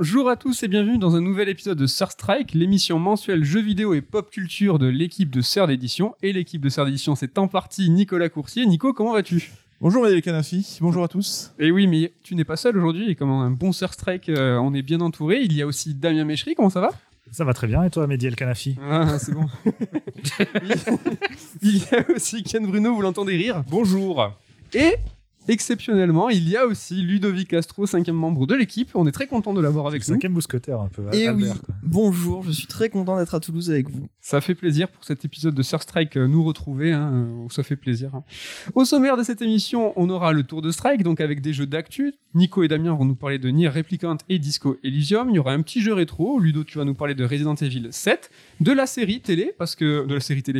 Bonjour à tous et bienvenue dans un nouvel épisode de Sir Strike, l'émission mensuelle jeux vidéo et pop culture de l'équipe de Sœur d'édition. Et l'équipe de Sœur d'édition, c'est en partie Nicolas Coursier. Nico, comment vas-tu ? Bonjour Manuel Canafi, bonjour à tous. Et oui, mais tu n'es pas seul aujourd'hui, et comme un bon Sir Strike, on est bien entouré. Il y a aussi Damien Méchery, comment ça va ? Ça va très bien, et toi, Mehdi El Kanafi ? Ah, c'est bon. Il y a aussi Ken Bruno, vous l'entendez rire. Bonjour. Et exceptionnellement, il y a aussi Ludovic Castro, 5e membre de l'équipe. On est très content de l'avoir avec nous. 5e mousquetaire un peu. Et Albert, oui, quoi. bonjour, je suis très content d'être à Toulouse avec vous. Ça fait plaisir pour cet épisode de Sir Strike nous retrouver, ça fait plaisir. Au sommaire de cette émission, on aura le tour de Strike, donc avec des jeux d'actu. Nico et Damien vont nous parler de Nier Replicant et Disco Elysium. Il y aura un petit jeu rétro. Ludo, tu vas nous parler de Resident Evil 7, de la série télé, de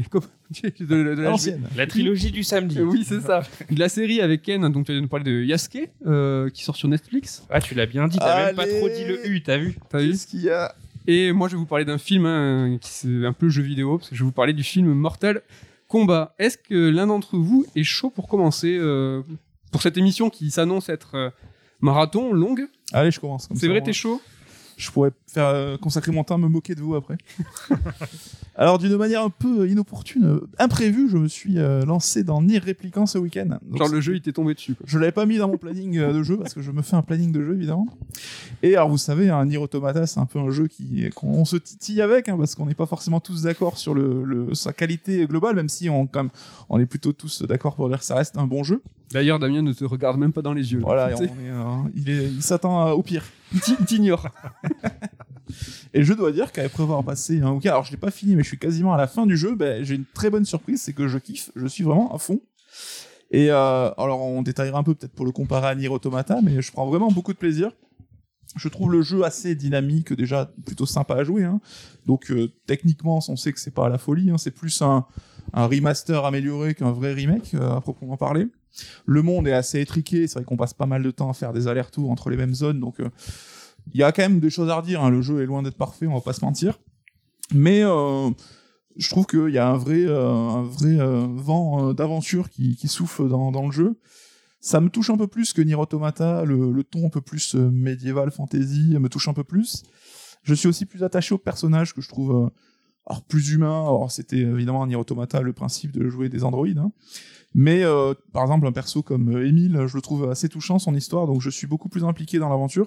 la L'ancienne. La trilogie du samedi. Oui, c'est ça. De la série avec Ken, donc tu vas nous parler de Yasuke, qui sort sur Netflix. Ah, tu l'as bien dit, t'as même pas Allez. trop dit le U, t'as vu ? T'as vu ? Qu'est-ce qu'il y a ? Et moi, je vais vous parler d'un film qui c'est un peu jeu vidéo, parce que je vais vous parler du film Mortal Kombat. Est-ce que l'un d'entre vous est chaud pour commencer pour cette émission qui s'annonce être marathon, longue ? Allez, je commence. Comme C'est ça, vrai, moi. t'es chaud ? Je pourrais faire consacrer mon temps à me moquer de vous après. Alors, d'une manière un peu inopportune, imprévue, je me suis lancé dans Nier Replicant ce week-end. Donc, Genre le jeu, il t'est tombé dessus, quoi. je l'avais pas mis dans mon planning de jeu parce que je me fais un planning de jeu évidemment. Et alors vous savez, Nier Automata, c'est un peu un jeu qu'on se titille avec parce qu'on n'est pas forcément tous d'accord sur sa qualité globale, même si on est plutôt tous d'accord pour dire que ça reste un bon jeu. D'ailleurs, Damien ne te regarde même pas dans les yeux. Là. Voilà, Tu sais, il s'attend au pire. il t'ignore. Et je dois dire qu'après avoir passé un week-end, alors je l'ai pas fini, mais je suis quasiment à la fin du jeu, j'ai une très bonne surprise, c'est que je kiffe, je suis vraiment à fond. Et alors on détaillera un peu peut-être pour le comparer à Nier Automata, mais je prends vraiment beaucoup de plaisir. Je trouve le jeu assez dynamique, déjà plutôt sympa à jouer. Donc techniquement, on sait que c'est pas à la folie, c'est plus un remaster amélioré qu'un vrai remake à proprement parler. Le monde est assez étriqué, c'est vrai qu'on passe pas mal de temps à faire des allers-retours entre les mêmes zones, donc il y a quand même des choses à redire. Le jeu est loin d'être parfait, on va pas se mentir. Mais je trouve qu'il y a un vrai vent d'aventure qui souffle dans le jeu. Ça me touche un peu plus que Nier Automata, le ton un peu plus médiéval, fantasy, me touche un peu plus. Je suis aussi plus attaché au personnage que je trouve plus humain. Alors c'était évidemment Nier Automata le principe de jouer des androïdes. Mais par exemple un perso comme Emile, je le trouve assez touchant son histoire, donc je suis beaucoup plus impliqué dans l'aventure.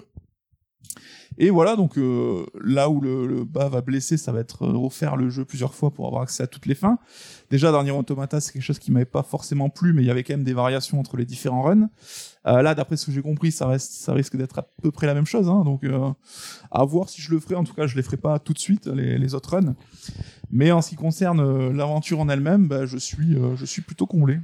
Et voilà, donc là où le bas va blesser, ça va être refaire le jeu plusieurs fois pour avoir accès à toutes les fins. Déjà, dans Nier Automata, c'est quelque chose qui m'avait pas forcément plu, mais il y avait quand même des variations entre les différents runs. Là, d'après ce que j'ai compris, ça risque d'être à peu près la même chose, donc à voir si je le ferai. En tout cas, je les ferai pas tout de suite, les autres runs. Mais en ce qui concerne l'aventure en elle-même, je suis plutôt comblé.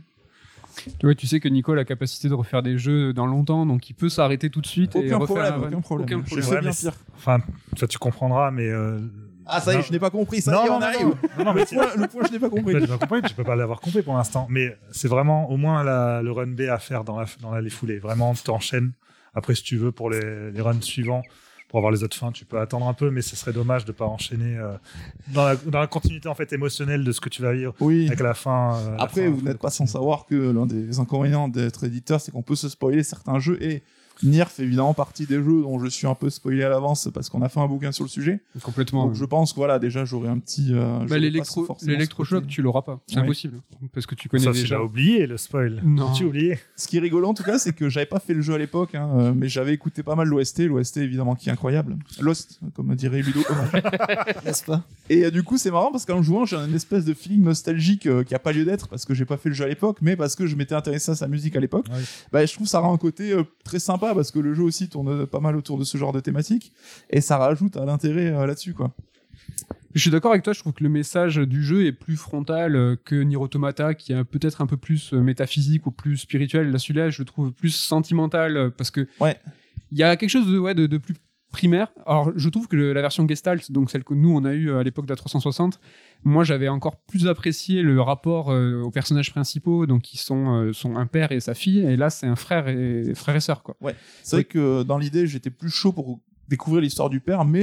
Tu sais que Nico a la capacité de refaire des jeux dans longtemps, donc il peut s'arrêter tout de suite et refaire Aucun problème. Je Ouais, fais bien mais pire. Enfin, ça tu comprendras, mais... Ah, ça y est, je n'ai pas compris. Ça y est, on arrive. Non, mais Le point, je n'ai pas compris. tu n'as pas compris, tu peux pas l'avoir compris pour l'instant. Mais c'est vraiment au moins le run B à faire dans les foulées. Vraiment, tu t'enchaînes. Après, si tu veux, pour les runs suivants, pour avoir les autres fins, tu peux attendre un peu, mais ce serait dommage de pas enchaîner dans la continuité en fait émotionnelle de ce que tu vas vivre Oui. avec la fin. Après, vous n'êtes pas sans savoir que l'un des inconvénients d'être éditeur, c'est qu'on peut se spoiler certains jeux, et Nier fait évidemment partie des jeux dont je suis un peu spoilé à l'avance parce qu'on a fait un bouquin sur le sujet. Complètement. Donc je pense que voilà, déjà j'aurai un petit... l'électrochoc, tu l'auras pas. C'est impossible. Parce que tu connais Ça, déjà. tu l'as oublié, le spoil. Non. Tu as oublié. Ce qui est rigolo en tout cas, c'est que j'avais pas fait le jeu à l'époque, mais j'avais écouté pas mal l'OST évidemment qui est incroyable. Lost, comme dirait Ludo. N'est-ce pas ? Et du coup, c'est marrant parce qu'en jouant, j'ai une espèce de feeling nostalgique qui a pas lieu d'être parce que j'ai pas fait le jeu à l'époque, mais parce que je m'étais intéressé à sa musique à l'époque. Ouais. Je trouve ça rend un côté très sympa parce que le jeu aussi tourne pas mal autour de ce genre de thématique et ça rajoute à l'intérêt là-dessus, quoi. Je suis d'accord avec toi, je trouve que le message du jeu est plus frontal que Nier Automata, qui est peut-être un peu plus métaphysique ou plus spirituel. Là, celui-là, je le trouve plus sentimental parce que il y a quelque chose de plus primaire. Alors, je trouve que la version Gestalt, donc celle que nous on a eue à l'époque de la 360, moi j'avais encore plus apprécié le rapport aux personnages principaux, donc qui sont un père et sa fille, et là c'est un frère et sœur, quoi. Ouais. C'est vrai que dans l'idée, j'étais plus chaud pour découvrir l'histoire du père, mais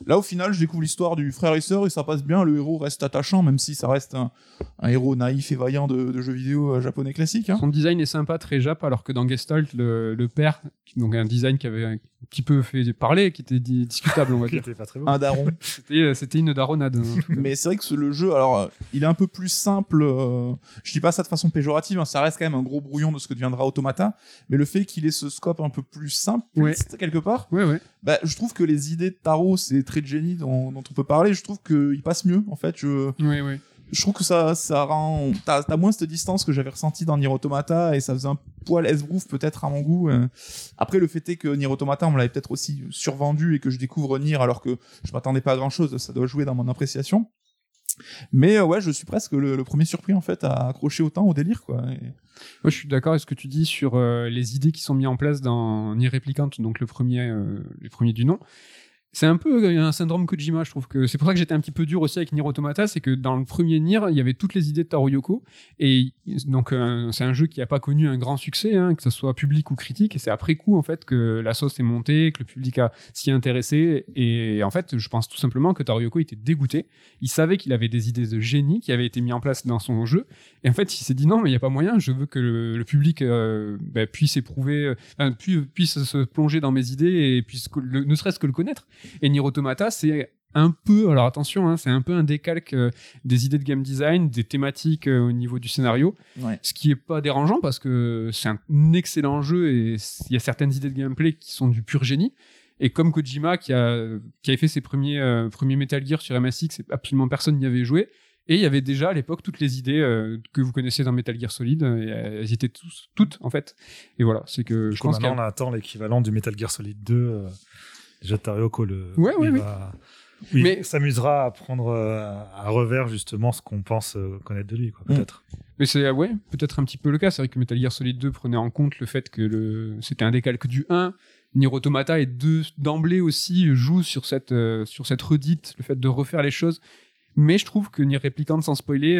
Là, au final, je découvre l'histoire du frère et sœur et ça passe bien. Le héros reste attachant, même si ça reste un héros naïf et vaillant de jeux vidéo japonais classiques. Hein. Son design est sympa, très jap, alors que dans Gestalt, le père, donc un design qui avait un petit peu fait parler, qui était discutable, on va Qui dire. était pas très beau. Un daron. C'était une daronade. Hein. Mais c'est vrai que le jeu, alors, il est un peu plus simple. Je dis pas ça de façon péjorative, hein, ça reste quand même un gros brouillon de ce que deviendra Automata. Mais le fait qu'il ait ce scope un peu plus simple, quelque part, Ouais. bah, je trouve que les idées de Taro, ces traits de génie dont on peut parler, je trouve qu'ils passent mieux, en fait. Ouais. Je trouve que ça rend. T'as moins cette distance que j'avais ressentie dans Nier Automata et ça faisait un poil esbrouf peut-être à mon goût. Après, le fait est que Nier Automata, on me l'avait peut-être aussi survendu et que je découvre Nier alors que je m'attendais pas à grand chose, ça doit jouer dans mon appréciation. Mais ouais, je suis presque le premier surpris en fait à accrocher autant au délire quoi. Moi, je suis d'accord avec ce que tu dis sur les idées qui sont mises en place dans Nier Replicant, donc les premiers du nom. C'est un peu un syndrome Kojima, je trouve que c'est pour ça que j'étais un petit peu dur aussi avec Nier Automata, c'est que dans le premier Nier, il y avait toutes les idées de Taro Yoko, et donc c'est un jeu qui a pas connu un grand succès, hein, que ce soit public ou critique, et c'est après coup en fait que la sauce est montée, que le public s'y est intéressé, et en fait je pense tout simplement que Taro Yoko était dégoûté, il savait qu'il avait des idées de génie qui avaient été mises en place dans son jeu, et en fait il s'est dit non mais il y a pas moyen, je veux que le public puisse éprouver, puisse se plonger dans mes idées et puisse ne serait-ce que le connaître. Et Nier Automata, c'est un peu, alors attention, hein, c'est un peu un décalque des idées de game design, des thématiques au niveau du scénario, ce qui est pas dérangeant parce que c'est un excellent jeu et il y a certaines idées de gameplay qui sont du pur génie. Et comme Kojima qui avait fait ses premiers Metal Gear sur MSX, et absolument personne n'y avait joué. Et il y avait déjà à l'époque toutes les idées que vous connaissez dans Metal Gear Solid, et elles étaient toutes en fait. Et voilà, c'est que je pense maintenant on attend l'équivalent du Metal Gear Solid 2. Déjà Taro Yoko mais s'amusera à prendre à revers justement ce qu'on pense connaître de lui, quoi, peut-être. Mais c'est peut-être un petit peu le cas. C'est vrai que Metal Gear Solid 2 prenait en compte le fait que c'était un décalque du 1. Nier Automata et d'emblée aussi joue sur cette redite, le fait de refaire les choses. Mais je trouve que Nier Replicant, sans spoiler,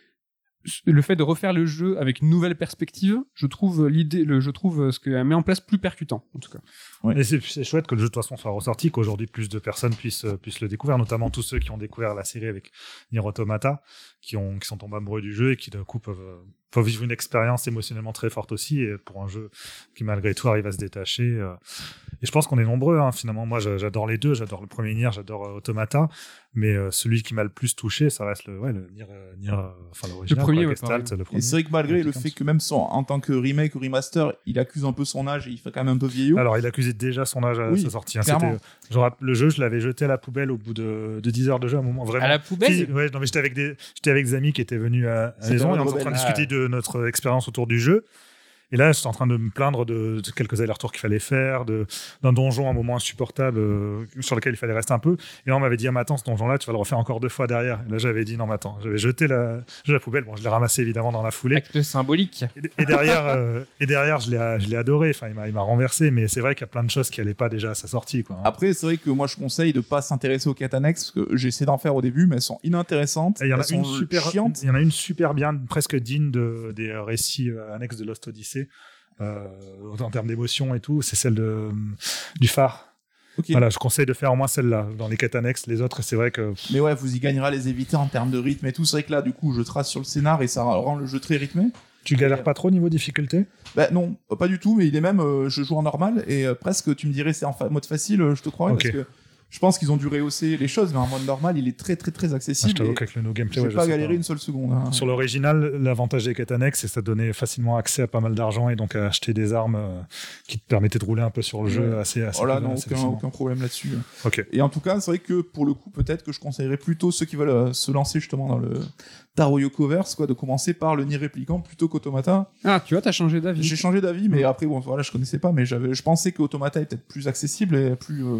le fait de refaire le jeu avec une nouvelle perspective, je trouve ce qu'elle met en place plus percutant, en tout cas. Ouais. Et c'est chouette que le jeu de toute façon soit ressorti, qu'aujourd'hui plus de personnes puissent le découvrir, notamment tous ceux qui ont découvert la série avec Nier Automata, qui sont tombés amoureux du jeu et qui d'un coup peuvent vivre une expérience émotionnellement très forte aussi, et pour un jeu qui malgré tout arrive à se détacher. Et je pense qu'on est nombreux, hein, finalement. Moi, j'adore les deux, j'adore le premier Nier, j'adore Automata, mais celui qui m'a le plus touché, ça reste le Nier, enfin l'original, le premier, Gestalt, le premier. Et c'est vrai que malgré le fait que même en tant que remake ou remaster, il accuse un peu son âge et il fait quand même un peu vieillot. Alors, il accusait déjà son âge à sa sortie. Hein. Le jeu, je l'avais jeté à la poubelle au bout de 10 heures de jeu à un moment. Vraiment. À la poubelle Ouais, non, mais j'étais avec des amis qui étaient venus à la maison et on était en train de discuter de notre expérience autour du jeu. Et là, j'étais en train de me plaindre de quelques allers-retours qu'il fallait faire, d'un donjon à un moment insupportable sur lequel il fallait rester un peu. Et là, on m'avait dit, ah, mais attends, ce donjon-là, tu vas le refaire encore 2 fois derrière. Et là, j'avais dit, non, mais attends, j'avais jeté la poubelle. Bon, je l'ai ramassé évidemment dans la foulée. Acte symbolique. Et derrière, je l'ai adoré. Enfin, il m'a renversé, mais c'est vrai qu'il y a plein de choses qui n'allaient pas déjà à sa sortie, quoi. Après, c'est vrai que moi, je conseille de pas s'intéresser aux quêtes annexes, parce que j'ai essayé d'en faire au début, mais elles sont inintéressantes. Il y en a une super chiante. Il y en a une super bien, presque digne des récits annexes de Lost Odyssey. En termes d'émotion et tout, c'est celle du phare. Okay. Voilà, je conseille de faire au moins celle-là dans les quêtes annexes. Les autres, c'est vrai que. Mais ouais, vous y gagnerez à les éviter en termes de rythme et tout. C'est vrai que là, du coup, je trace sur le scénar et ça rend le jeu très rythmé. Tu galères pas trop niveau difficulté ? Non, pas du tout, mais il est même. Je joue en normal et presque, tu me dirais, c'est en mode facile, je te crois, okay. Parce que je pense qu'ils ont dû rehausser les choses, mais en mode normal, il est très très très accessible. Je t'avoue qu'avec le no gameplay, j'ai pas galéré une seule seconde. Hein. Sur l'original, l'avantage des quêtes annexes, c'est que ça donnait facilement accès à pas mal d'argent et donc à acheter des armes qui te permettaient de rouler un peu sur le jeu assez oh là, non, aucun problème là-dessus. Okay. Et en tout cas, c'est vrai que pour le coup, peut-être que je conseillerais plutôt ceux qui veulent se lancer justement dans le Taro Yokoverse, de commencer par le Nier Replicant plutôt qu'Automata. Ah, tu vois, t'as changé d'avis. J'ai changé d'avis, mais après, bon, voilà, je connaissais pas, mais je pensais qu'Automata est peut-être plus accessible et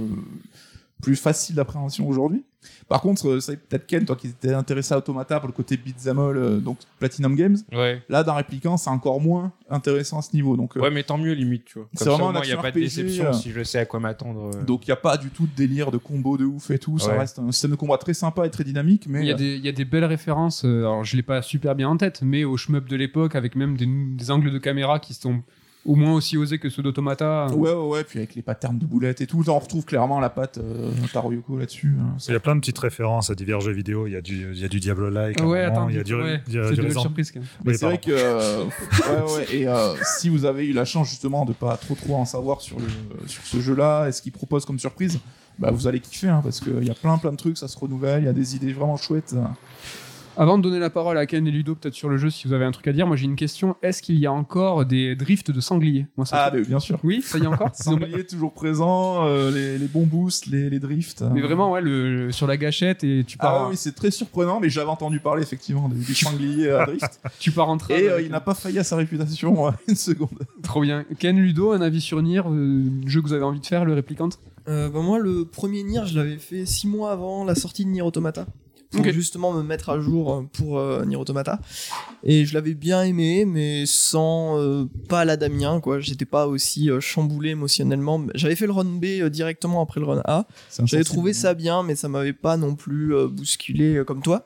plus facile d'appréhension aujourd'hui. Par contre, c'est peut-être Ken, toi qui étais intéressé à Automata pour le côté beat'em all, donc Platinum Games. Ouais. Là, dans Replicant, c'est encore moins intéressant à ce niveau. Donc, ouais, mais tant mieux limite, tu vois. C'est vraiment un il n'y a action pas de RPG, déception si je sais à quoi m'attendre. Donc, il n'y a pas du tout de délire de combo de ouf et tout. Ça reste un système de combat très sympa et très dynamique. Mais il y a des belles références. Alors, je l'ai pas super bien en tête, mais au shmup de l'époque, avec même des angles de caméra qui sont au moins aussi osé que ceux d'Automata. Ouais, puis avec les patterns de boulettes et tout, on retrouve clairement la patte Taro Yoko là-dessus. Il y a plein de petites références à divers jeux vidéo. Il y a du Diablo-like. Ouais, attends, il y a c'est de la surprise quand même. Mais c'est vrai que et si vous avez eu la chance justement de pas trop en savoir sur ce jeu-là et ce qu'il propose comme surprise, bah vous allez kiffer parce qu'il y a plein de trucs, ça se renouvelle, il y a des idées vraiment chouettes. Avant de donner la parole à Ken et Ludo, peut-être sur le jeu, si vous avez un truc à dire, moi j'ai une question. Est-ce qu'il y a encore des drifts de sangliers? Mais bien sûr. Oui, ça y est encore. Sanglier toujours présent, les bons boosts, les drifts. Mais vraiment, sur la gâchette et tu pars. Oui, c'est très surprenant, mais j'avais entendu parler effectivement des sangliers à drift. Tu pars en train. Et il n'a pas failli à sa réputation une seconde. Trop bien. Ken, Ludo, un avis sur Nier, jeu que vous avez envie de faire, le Réplicante? Moi, le premier Nier, je l'avais fait 6 mois avant la sortie de Nier Automata. Pour justement me mettre à jour pour Nier Automata. Et je l'avais bien aimé, mais sans pas la Damien, quoi. J'étais pas aussi chamboulé émotionnellement. J'avais fait le run B directement après le run A. J'avais trouvé ça bien, mais ça m'avait pas non plus bousculé comme toi.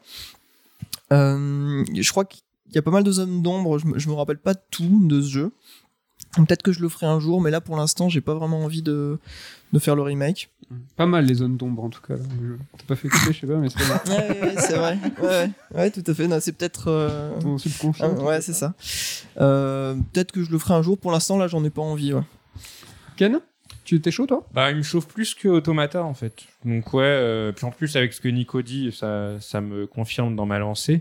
Je crois qu'il y a pas mal de zones d'ombre. Je me rappelle pas tout de ce jeu. Peut-être que je le ferai un jour, mais là pour l'instant j'ai pas vraiment envie de faire le remake. Pas mal les zones d'ombre en tout cas. Là. T'as pas fait écouter, je sais pas, mais c'est pas mal. Ouais, c'est vrai. Ouais, tout à fait. Non, c'est peut-être. Ton subconscient. Ouais, c'est ça. Peut-être que je le ferai un jour. Pour l'instant, là, j'en ai pas envie. Ouais. Ken, tu étais chaud toi? Bah, il me chauffe plus que Automata en fait. Donc puis en plus avec ce que Nico dit, ça me confirme dans ma lancée.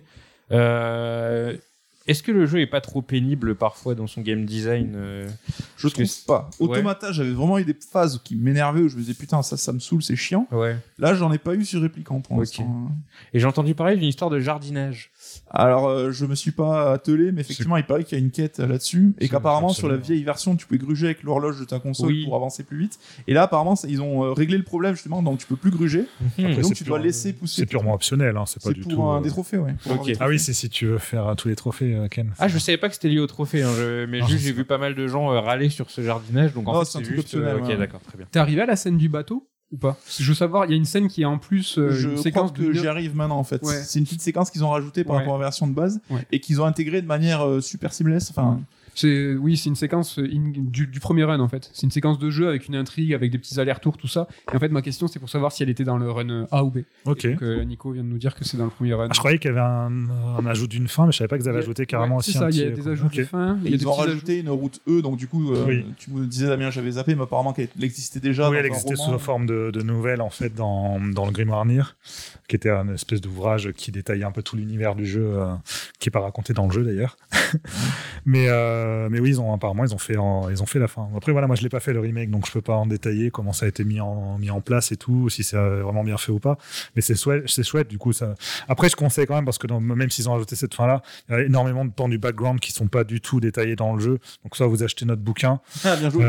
Est-ce que le jeu est pas trop pénible parfois dans son game design Je trouve pas. Automata, j'avais vraiment eu des phases qui m'énervaient où je me disais putain ça me saoule, c'est chiant. Ouais. Là, j'en ai pas eu sur Réplicant pour l'instant. Et j'ai entendu parler d'une histoire de jardinage. Alors, je me suis pas attelé, mais effectivement, il paraît qu'il y a une quête là-dessus et qu'apparemment sur la vieille version, tu pouvais gruger avec l'horloge de ta console pour avancer plus vite. Et là, apparemment, ils ont réglé le problème justement, donc tu peux plus gruger. Après, donc tu dois laisser pousser. C'est purement optionnel, c'est pas du tout. C'est pour des trophées, ouais. Ah oui, c'est si tu veux faire tous les trophées, Ken. Ah, je savais pas que c'était lié aux trophées, mais juste j'ai vu pas mal de gens râler sur ce jardinage, donc en fait c'est juste optionnel. Ok, d'accord, très bien. T'es arrivé à la scène du bateau ou pas? Je veux savoir, il y a une scène qui est en plus une séquence que j'y arrive maintenant en fait. Ouais. C'est une petite séquence qu'ils ont rajoutée par rapport à la version de base et qu'ils ont intégrée de manière super seamless. Enfin. C'est une séquence du premier run en fait. C'est une séquence de jeu avec une intrigue, avec des petits allers-retours, tout ça. Et en fait, ma question c'est pour savoir si elle était dans le run A ou B. Ok. Et donc, Nico vient de nous dire que c'est dans le premier run. Je croyais qu'il y avait un ajout d'une fin, mais je savais pas qu'ils avaient ajouté carrément aussi. C'est ça, il y a des ajouts de fin. Ils ont rajouté une route E, donc du coup, tu me disais Damien, j'avais zappé, mais apparemment qu'elle existait déjà. Oui, elle existait sous forme de nouvelle en fait dans le Grimoire Nier, qui était une espèce d'ouvrage qui détaillait un peu tout l'univers du jeu, qui est pas raconté dans le jeu d'ailleurs. mais oui, apparemment ils ont fait la fin. Après voilà, moi je l'ai pas fait le remake, donc je peux pas en détailler comment ça a été mis en place et tout, si c'est vraiment bien fait ou pas. Mais c'est chouette du coup ça. Après je conseille quand même parce que même s'ils ont ajouté cette fin là, il y a énormément de pans du background qui sont pas du tout détaillés dans le jeu. Donc soit vous achetez notre bouquin, bien joué.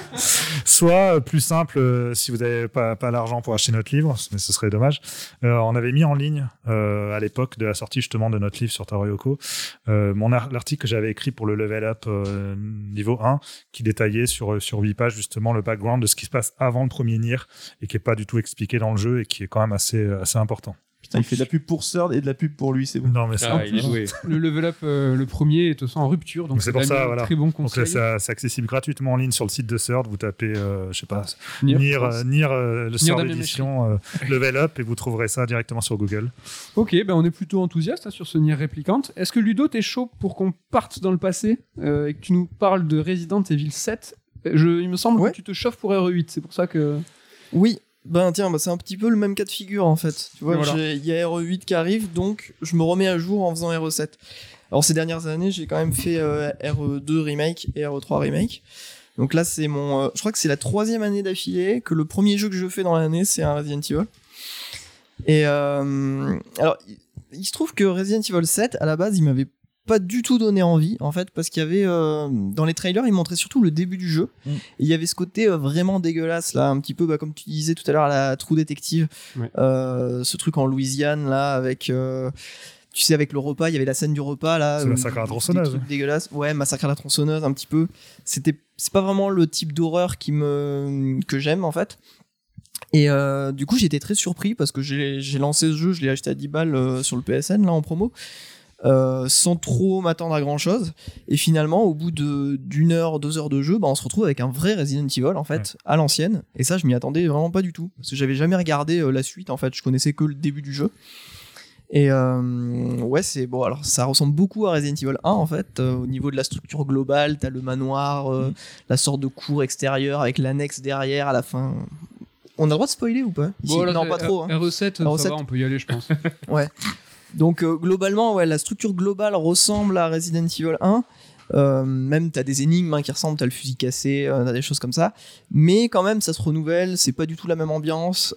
soit plus simple si vous avez pas l'argent pour acheter notre livre, mais ce serait dommage. On avait mis en ligne à l'époque de la sortie justement de notre livre sur Taro Yoko l'article que j'avais écrit pour le level up niveau 1 qui détaillait sur 8 pages justement le background de ce qui se passe avant le premier Nier et qui est pas du tout expliqué dans le jeu et qui est quand même assez important. Putain, il fait de la pub pour Third et de la pub pour lui, c'est bon. Non, mais ça, il est doué. Le level up, le premier est aussi en rupture, donc c'est pour ça, voilà. Très bon conseil. Donc là, c'est accessible gratuitement en ligne sur le site de Third. Vous tapez, je sais pas, Nier le Third édition level up et vous trouverez ça directement sur Google. Ok, on est plutôt enthousiaste sur ce Nier Réplicante. Est-ce que Ludo, t'es chaud pour qu'on parte dans le passé et que tu nous parles de Resident Evil 7? Il me semble que tu te chauffes pour RE8, c'est pour ça que... Oui. C'est un petit peu le même cas de figure en fait. Tu vois, il y a RE8 qui arrive, donc je me remets à jour en faisant RE7. Alors ces dernières années, j'ai quand même fait RE2 remake et RE3 remake. Donc là, c'est je crois que c'est la 3e année d'affilée que le premier jeu que je fais dans l'année, c'est un Resident Evil. Et alors, il se trouve que Resident Evil 7, à la base, il m'avait pas du tout donné envie en fait, parce qu'il y avait dans les trailers ils montraient surtout le début du jeu et il y avait ce côté vraiment dégueulasse là, un petit peu comme tu disais tout à l'heure, la True Detective, ce truc en Louisiane là avec tu sais, avec le repas, il y avait la scène du repas là, c'est Massacre à la tronçonneuse, dégueulasse, Massacre à la tronçonneuse un petit peu. C'est pas vraiment le type d'horreur que j'aime en fait. Et du coup j'étais très surpris parce que j'ai lancé ce jeu, je l'ai acheté à 10 balles sur le PSN là en promo. sans trop m'attendre à grand chose. Et finalement, au bout d'une heure, 2 heures de jeu, on se retrouve avec un vrai Resident Evil en fait, à l'ancienne. Et ça, je m'y attendais vraiment pas du tout, parce que j'avais jamais regardé la suite en fait. Je connaissais que le début du jeu. Et c'est bon. Alors, ça ressemble beaucoup à Resident Evil 1 en fait, au niveau de la structure globale. T'as le manoir, la sorte de cour extérieure avec l'annexe derrière à la fin. On a le droit de spoiler ou pas ici? Non, pas trop. RE7, ça va, on peut y aller, je pense. Ouais. Donc globalement, la structure globale ressemble à Resident Evil 1. Même t'as des énigmes qui ressemblent, t'as le fusil cassé, t'as des choses comme ça. Mais quand même, ça se renouvelle, c'est pas du tout la même ambiance.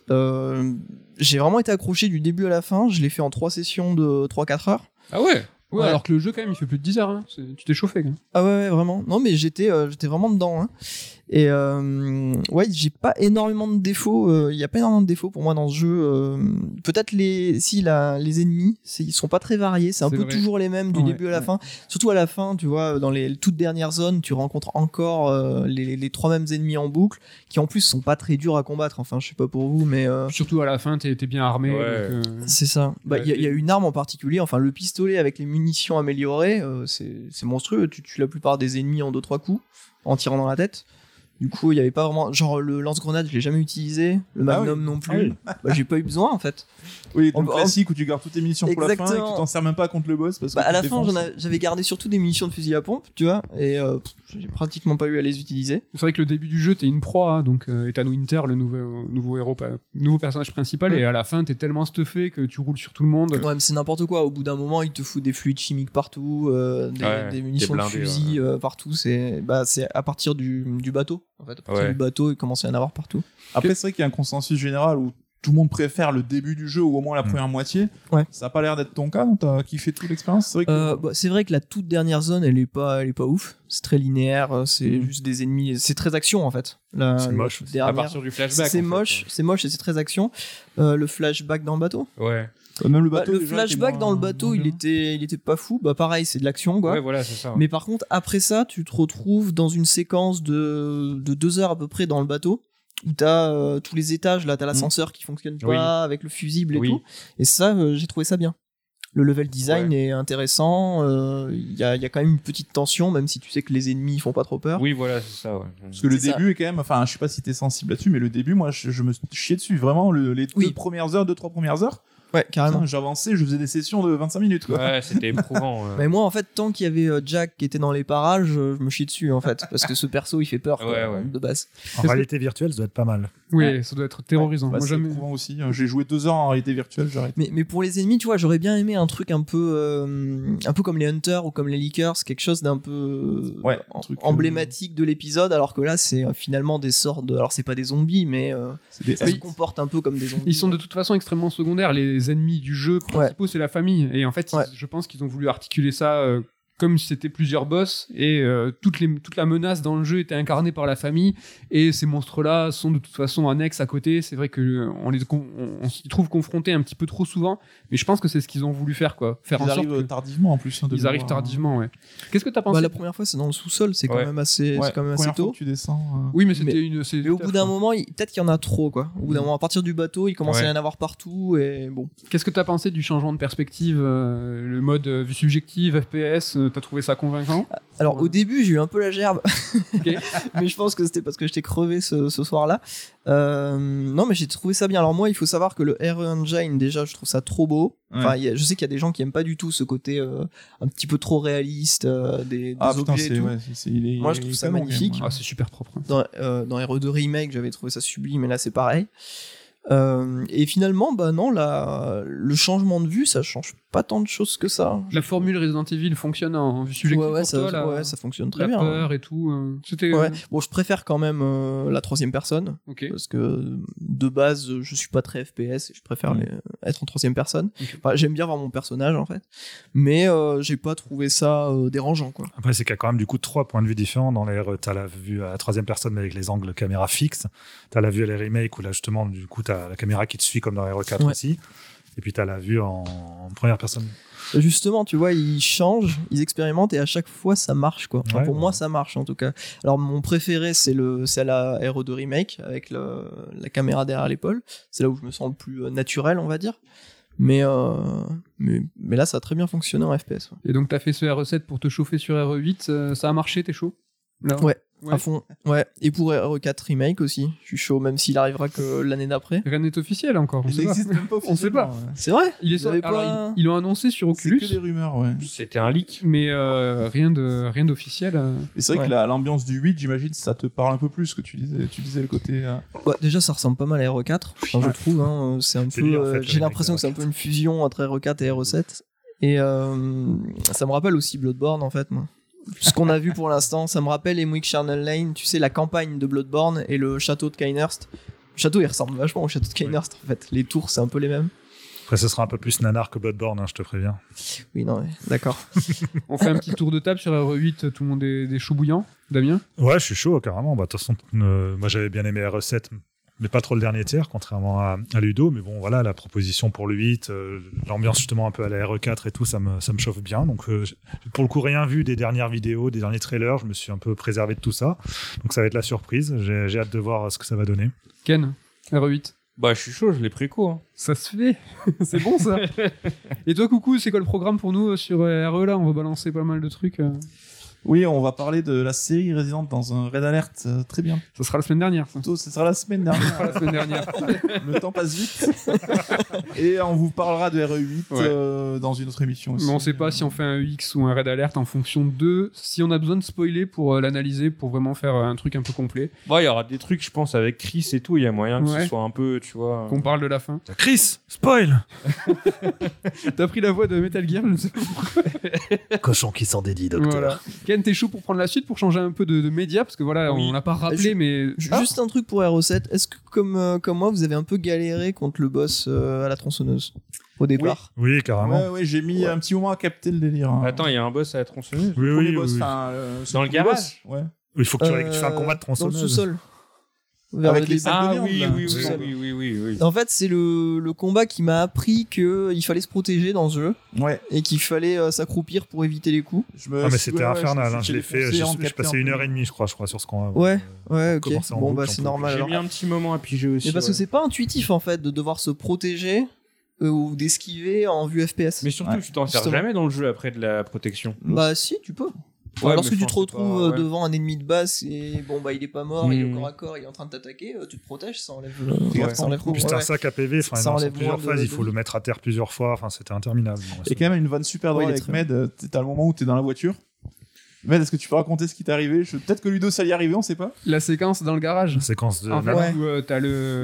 J'ai vraiment été accroché du début à la fin. Je l'ai fait en 3 sessions de 3-4 heures. Ah ouais. Ouais, alors que le jeu, quand même, il fait plus de 10 heures. Hein. Tu t'es chauffé, quand même. Ah ouais, vraiment. Non, mais j'étais vraiment dedans. Hein. Et j'ai pas énormément de défauts. Il y a pas énormément de défauts pour moi dans ce jeu. Peut-être les ennemis, ils sont pas très variés. C'est un peu vrai. Toujours les mêmes du début à la fin. Surtout à la fin, tu vois, dans les toutes dernières zones, tu rencontres encore les 3 mêmes ennemis en boucle, qui en plus sont pas très durs à combattre. Enfin, je sais pas pour vous, mais surtout à la fin, t'es bien armé. Ouais. Donc, c'est ça. Il y a une arme en particulier. Enfin, le pistolet avec les munitions améliorées, c'est monstrueux. Tu tues la plupart des ennemis en 2-3 coups en tirant dans la tête. Du coup, il y avait pas vraiment. Genre, le lance-grenade, je l'ai jamais utilisé. Le Magnum non plus. J'ai pas eu besoin en fait. Oui, le classique où tu gardes toutes tes munitions pour la fin et que tu t'en sers même pas contre le boss. Parce que à la fin, j'avais gardé surtout des munitions de fusil à pompe, tu vois, et j'ai pratiquement pas eu à les utiliser. C'est vrai que le début du jeu, t'es une proie, hein, donc Ethan Winter, le nouveau héros, nouveau personnage principal, et à la fin, t'es tellement stuffé que tu roules sur tout le monde. Ouais, mais c'est n'importe quoi. Au bout d'un moment, il te fout des fluides chimiques partout, des munitions de fusil partout. C'est à partir du bateau. En fait, à partir du bateau, il commence à y en avoir partout. Après, c'est vrai qu'il y a un consensus général où tout le monde préfère le début du jeu ou au moins la première moitié. Ouais. Ça a pas l'air d'être ton cas, donc t'as kiffé toute l'expérience. C'est vrai que la toute dernière zone, elle est pas ouf. C'est très linéaire, c'est juste des ennemis. C'est très action en fait. C'est moche. À partir du flashback. C'est moche et c'est très action. Le flashback dans le bateau. Ouais. Même le bateau. Le flashback dans le bateau, il était pas fou. Pareil, c'est de l'action, quoi. Ouais, voilà, c'est ça. Ouais. Mais par contre, après ça, tu te retrouves dans une séquence de 2 heures à peu près dans le bateau, où t'as tous les étages, là, t'as l'ascenseur qui fonctionne pas, avec le fusible et tout. Et ça, j'ai trouvé ça bien. Le level design est intéressant. Il y a quand même une petite tension, même si tu sais que les ennemis font pas trop peur. Oui, voilà, c'est ça. Ouais. Parce que le début est quand même. Enfin, je sais pas si t'es sensible là-dessus, mais le début, moi, je me chiais dessus. Vraiment, les 2-3 premières heures. Ouais, carrément. J'avançais, je faisais des sessions de 25 minutes, quoi. Ouais, c'était éprouvant. Mais moi, en fait, tant qu'il y avait Jack qui était dans les parages, je me chiais dessus, en fait. Parce que ce perso, il fait peur, de base. En réalité virtuelle, ça doit être pas mal. Oui, ça doit être terrorisant. Moi, c'est éprouvant aussi. J'ai joué 2 heures en réalité virtuelle, j'arrête. Mais pour les ennemis, tu vois, j'aurais bien aimé un truc un peu comme les Hunters ou comme les Leakers, quelque chose d'un peu emblématique de l'épisode, alors que là, c'est finalement des sortes de. Alors, c'est pas des zombies, mais ça se comporte un peu comme des zombies. Ils sont de toute façon extrêmement secondaires. Les ennemis du jeu principaux, c'est la famille. Et en fait, je pense qu'ils ont voulu articuler ça comme si c'était plusieurs boss, et toute la menace dans le jeu était incarnée par la famille, et ces monstres-là sont de toute façon annexes à côté. C'est vrai qu'on s'y trouve confrontés un petit peu trop souvent, mais je pense que c'est ce qu'ils ont voulu faire, quoi. Ils arrivent tardivement en plus. Ils arrivent tardivement, ouais. Qu'est-ce que t'as pensé? La première fois, c'est dans le sous-sol, c'est quand même assez tôt. Tu descends. Oui, mais c'était mais au bout d'un moment, peut-être qu'il y en a trop, quoi. Au bout d'un moment, à partir du bateau, il commence à y en avoir partout, et bon. Qu'est-ce que t'as pensé du changement de perspective, le mode vue subjective, FPS? T'as trouvé ça convaincant? Alors au début, j'ai eu un peu la gerbe, mais je pense que c'était parce que j'étais crevé ce soir-là. Non, mais j'ai trouvé ça bien. Alors moi, il faut savoir que le RE Engine, déjà, je trouve ça trop beau. Enfin, je sais qu'il y a des gens qui aiment pas du tout ce côté un petit peu trop réaliste des objets et tout. Moi, je trouve ça magnifique. C'est super propre. Dans RE2 Remake, j'avais trouvé ça sublime, mais là, c'est pareil. Et finalement, non, le changement de vue, ça change pas tant de choses que ça. La formule Resident Evil fonctionne en vue subjective pour toi, ça fonctionne très bien. La peur et tout. Bon, je préfère quand même la 3e personne, parce que de base, je suis pas très FPS et je préfère être en 3e personne. Enfin, j'aime bien voir mon personnage en fait, mais j'ai pas trouvé ça dérangeant, quoi. Après, c'est qu'il y a quand même du coup 3 points de vue différents. Dans les t'as la vue à la 3e personne avec les angles caméra fixes, t'as la vue à les remakes où là justement du coup t'as la caméra qui te suit comme dans RE4 aussi, et puis t'as la vue en première personne. Justement, tu vois, ils changent, ils expérimentent, et à chaque fois ça marche, quoi. Enfin, pour moi, ça marche en tout cas. Alors mon préféré, c'est à la RE2 Remake avec la caméra derrière l'épaule. C'est là où je me sens le plus naturel, on va dire. Mais là, ça a très bien fonctionné en FPS. Ouais. Et donc, t'as fait ce RE7 pour te chauffer sur RE8, ça a marché, t'es chaud là Ouais. À fond. Ouais. Et pour RE4 Remake aussi, je suis chaud, même s'il arrivera que l'année d'après. Rien n'est officiel encore. Il n'existe même pas On sait pas. C'est vrai. Ils l'ont annoncé sur Oculus. C'est que des rumeurs, ouais. C'était un leak. Mais rien d'officiel. Et c'est vrai que l'ambiance du 8, j'imagine, ça te parle un peu plus que tu disais le côté. Ouais, déjà, ça ressemble pas mal à RE4, je trouve. Hein, c'est un peu. lié, en fait, j'ai l'impression que c'est un peu une fusion entre RE4 et RE7. Et ça me rappelle aussi Bloodborne, en fait, moi. Ce qu'on a vu pour l'instant, ça me rappelle Emwick Charnel Lane, tu sais, la campagne de Bloodborne et le château de Cainhurst. Le château, il ressemble vachement au château de Cainhurst, en fait. Les tours, c'est un peu les mêmes. Après, ce sera un peu plus nanar que Bloodborne, hein, je te préviens. Oui, non, d'accord. On fait un petit tour de table sur RE8, tout le monde est chaud bouillant. Damien ? Ouais, je suis chaud, carrément. Bah, de toute façon, moi, j'avais bien aimé RE7, mais pas trop le dernier tiers, contrairement à Ludo. Mais bon, voilà, la proposition pour le 8, l'ambiance justement un peu à la RE4 et tout, ça me chauffe bien. Donc, j'ai pour le coup rien vu des dernières vidéos, des derniers trailers. Je me suis un peu préservé de tout ça. Donc, ça va être la surprise. J'ai hâte de voir ce que ça va donner. Ken, RE8. Bah, je suis chaud, je l'ai préco. Hein. Ça se fait. C'est bon, ça. Et toi, coucou, c'est quoi le programme pour nous sur RE là ? On va balancer pas mal de trucs. Oui, on va parler de la série Resident dans un Red Alert très bien. Ça sera la semaine dernière, ça. Ce sera la semaine dernière. La semaine dernière. Le temps passe vite. Et on vous parlera de RE8 dans une autre émission aussi. Mais on sait pas si on fait un UX ou un Red Alert en fonction de si on a besoin de spoiler pour l'analyser, pour vraiment faire un truc un peu complet. Bon, il y aura des trucs, je pense, avec Chris et tout, il y a moyen que ce soit un peu, tu vois... Qu'on parle de la fin. Chris, spoil. T'as pris la voix de Metal Gear, je ne sais pas pourquoi. Cochon qui s'en dédie, docteur. Voilà. Ken, t'es chaud pour prendre la suite, pour changer un peu de média, parce que voilà, on l'a pas rappelé, mais... Juste un truc pour RE7, est-ce que comme moi, vous avez un peu galéré contre le boss à la tronçonneuse au départ? Oui, carrément. Ouais, j'ai mis un petit moment à capter le délire. Hein. Attends, il y a un boss à la tronçonneuse? Oui. Boss, dans le garage? Ouais. Il faut que tu fasses un combat de tronçonneuse. Dans le sous-sol. Avec les sacs de viande, oui, là. oui. En fait, c'est le combat qui m'a appris qu'il fallait se protéger dans ce jeu. Ouais. Et qu'il fallait s'accroupir pour éviter les coups. Mais c'était infernal. Je l'ai fait. J'ai passé 1h30, je crois, sur ce combat. Ouais, ok. Bon, bah, c'est normal. J'ai mis un petit moment à piger aussi. Mais parce que c'est pas intuitif, en fait, de devoir se protéger ou d'esquiver en vue FPS. Mais surtout, tu t'en sers jamais dans le jeu après de la protection. Bah, si, tu peux. Ouais, lorsque tu te retrouves devant un ennemi de base et bon bah il est pas mort, il est au corps à corps, il est en train de t'attaquer, tu te protèges, ça enlève Puis c'est un sac à PV, sur plusieurs phases, il faut le mettre à terre plusieurs fois, enfin c'était interminable. Et quand même une vanne super drôle avec Med, t'as le moment où t'es dans la voiture. Med, est-ce que tu peux raconter ce qui t'est arrivé? Peut-être que Ludo ça y est arrivé, on sait pas. La séquence dans le garage. La séquence de en fait, où t'as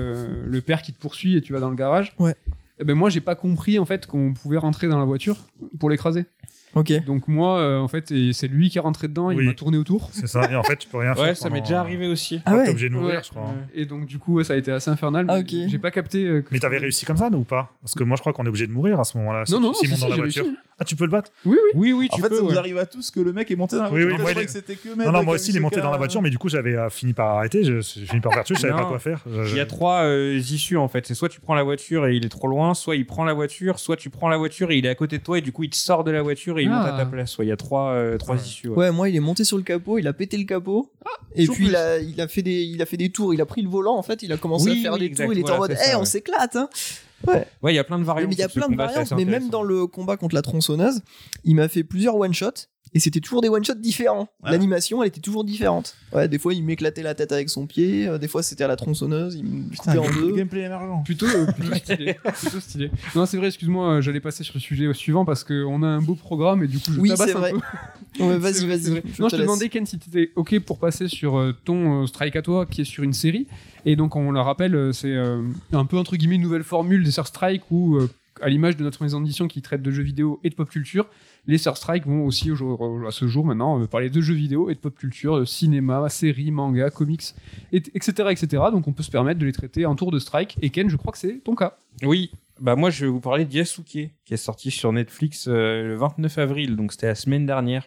le père qui te poursuit et tu vas dans le garage. Ouais. Et ben moi j'ai pas compris en fait qu'on pouvait rentrer dans la voiture pour l'écraser. Ok. Donc moi, en fait, c'est lui qui est rentré dedans, il m'a tourné autour. C'est ça, et en fait, tu peux rien faire. Ouais, ça m'est déjà arrivé aussi. Ah ouais. T'es obligé de mourir, je crois. Et donc, du coup, ça a été assez infernal. Ah, ok. J'ai pas capté. Mais t'avais réussi comme ça, ou pas? Parce que moi, je crois qu'on est obligé de mourir à ce moment-là. Non, si monte dans la voiture. réussi. Ah, tu peux le battre? Oui, en fait, ça nous arrive à tous que le mec est monté dans la voiture. Oui, moi, que c'était que Med. Non, moi aussi, il est monté dans la voiture, mais du coup, j'avais fini par arrêter. J'ai fini par faire tuer, je savais pas quoi faire. Il y a trois issues en fait. C'est soit tu prends la voiture et il est trop loin, soit il prend la voiture, soit tu prends la voiture et il est à côté de toi et du coup il te sort de la voiture et il monte à ta place. Il y a trois issues. Ouais, moi il est monté sur le capot, il a pété le capot et puis il a fait des tours, il a pris le volant en fait, il a commencé à faire des tours, il était en mode on s'éclate hein. Ouais, il y a plein de variantes. Mais il y a plein de variantes, mais même dans le combat contre la tronçonneuse, il m'a fait plusieurs one-shots. Et c'était toujours des one-shots différents. Ouais. L'animation, elle était toujours différente. Ouais, des fois, il m'éclatait la tête avec son pied. Des fois, c'était à la tronçonneuse. Il me coupait en deux. Gameplay émergent. Plutôt stylé. Plutôt stylé. Non, c'est vrai, excuse-moi, j'allais passer sur le sujet suivant parce qu'on a un beau programme et du coup, je tabasse un peu. Ouais, vas-y. Non, je te demandais, Ken, si t'étais OK pour passer sur ton strike à toi qui est sur une série. Et donc, on le rappelle, c'est un peu entre guillemets une nouvelle formule des Sur Strike où, à l'image de notre maison d'édition qui traite de jeux vidéo et de pop culture, les Sur Strike vont aussi à ce jour maintenant parler de jeux vidéo et de pop culture, de cinéma, séries, manga, comics, etc., etc. Donc on peut se permettre de les traiter en tour de strike. Et Ken, je crois que c'est ton cas. Oui, bah moi je vais vous parler de Yasuke, qui est sorti sur Netflix le 29 avril, donc c'était la semaine dernière.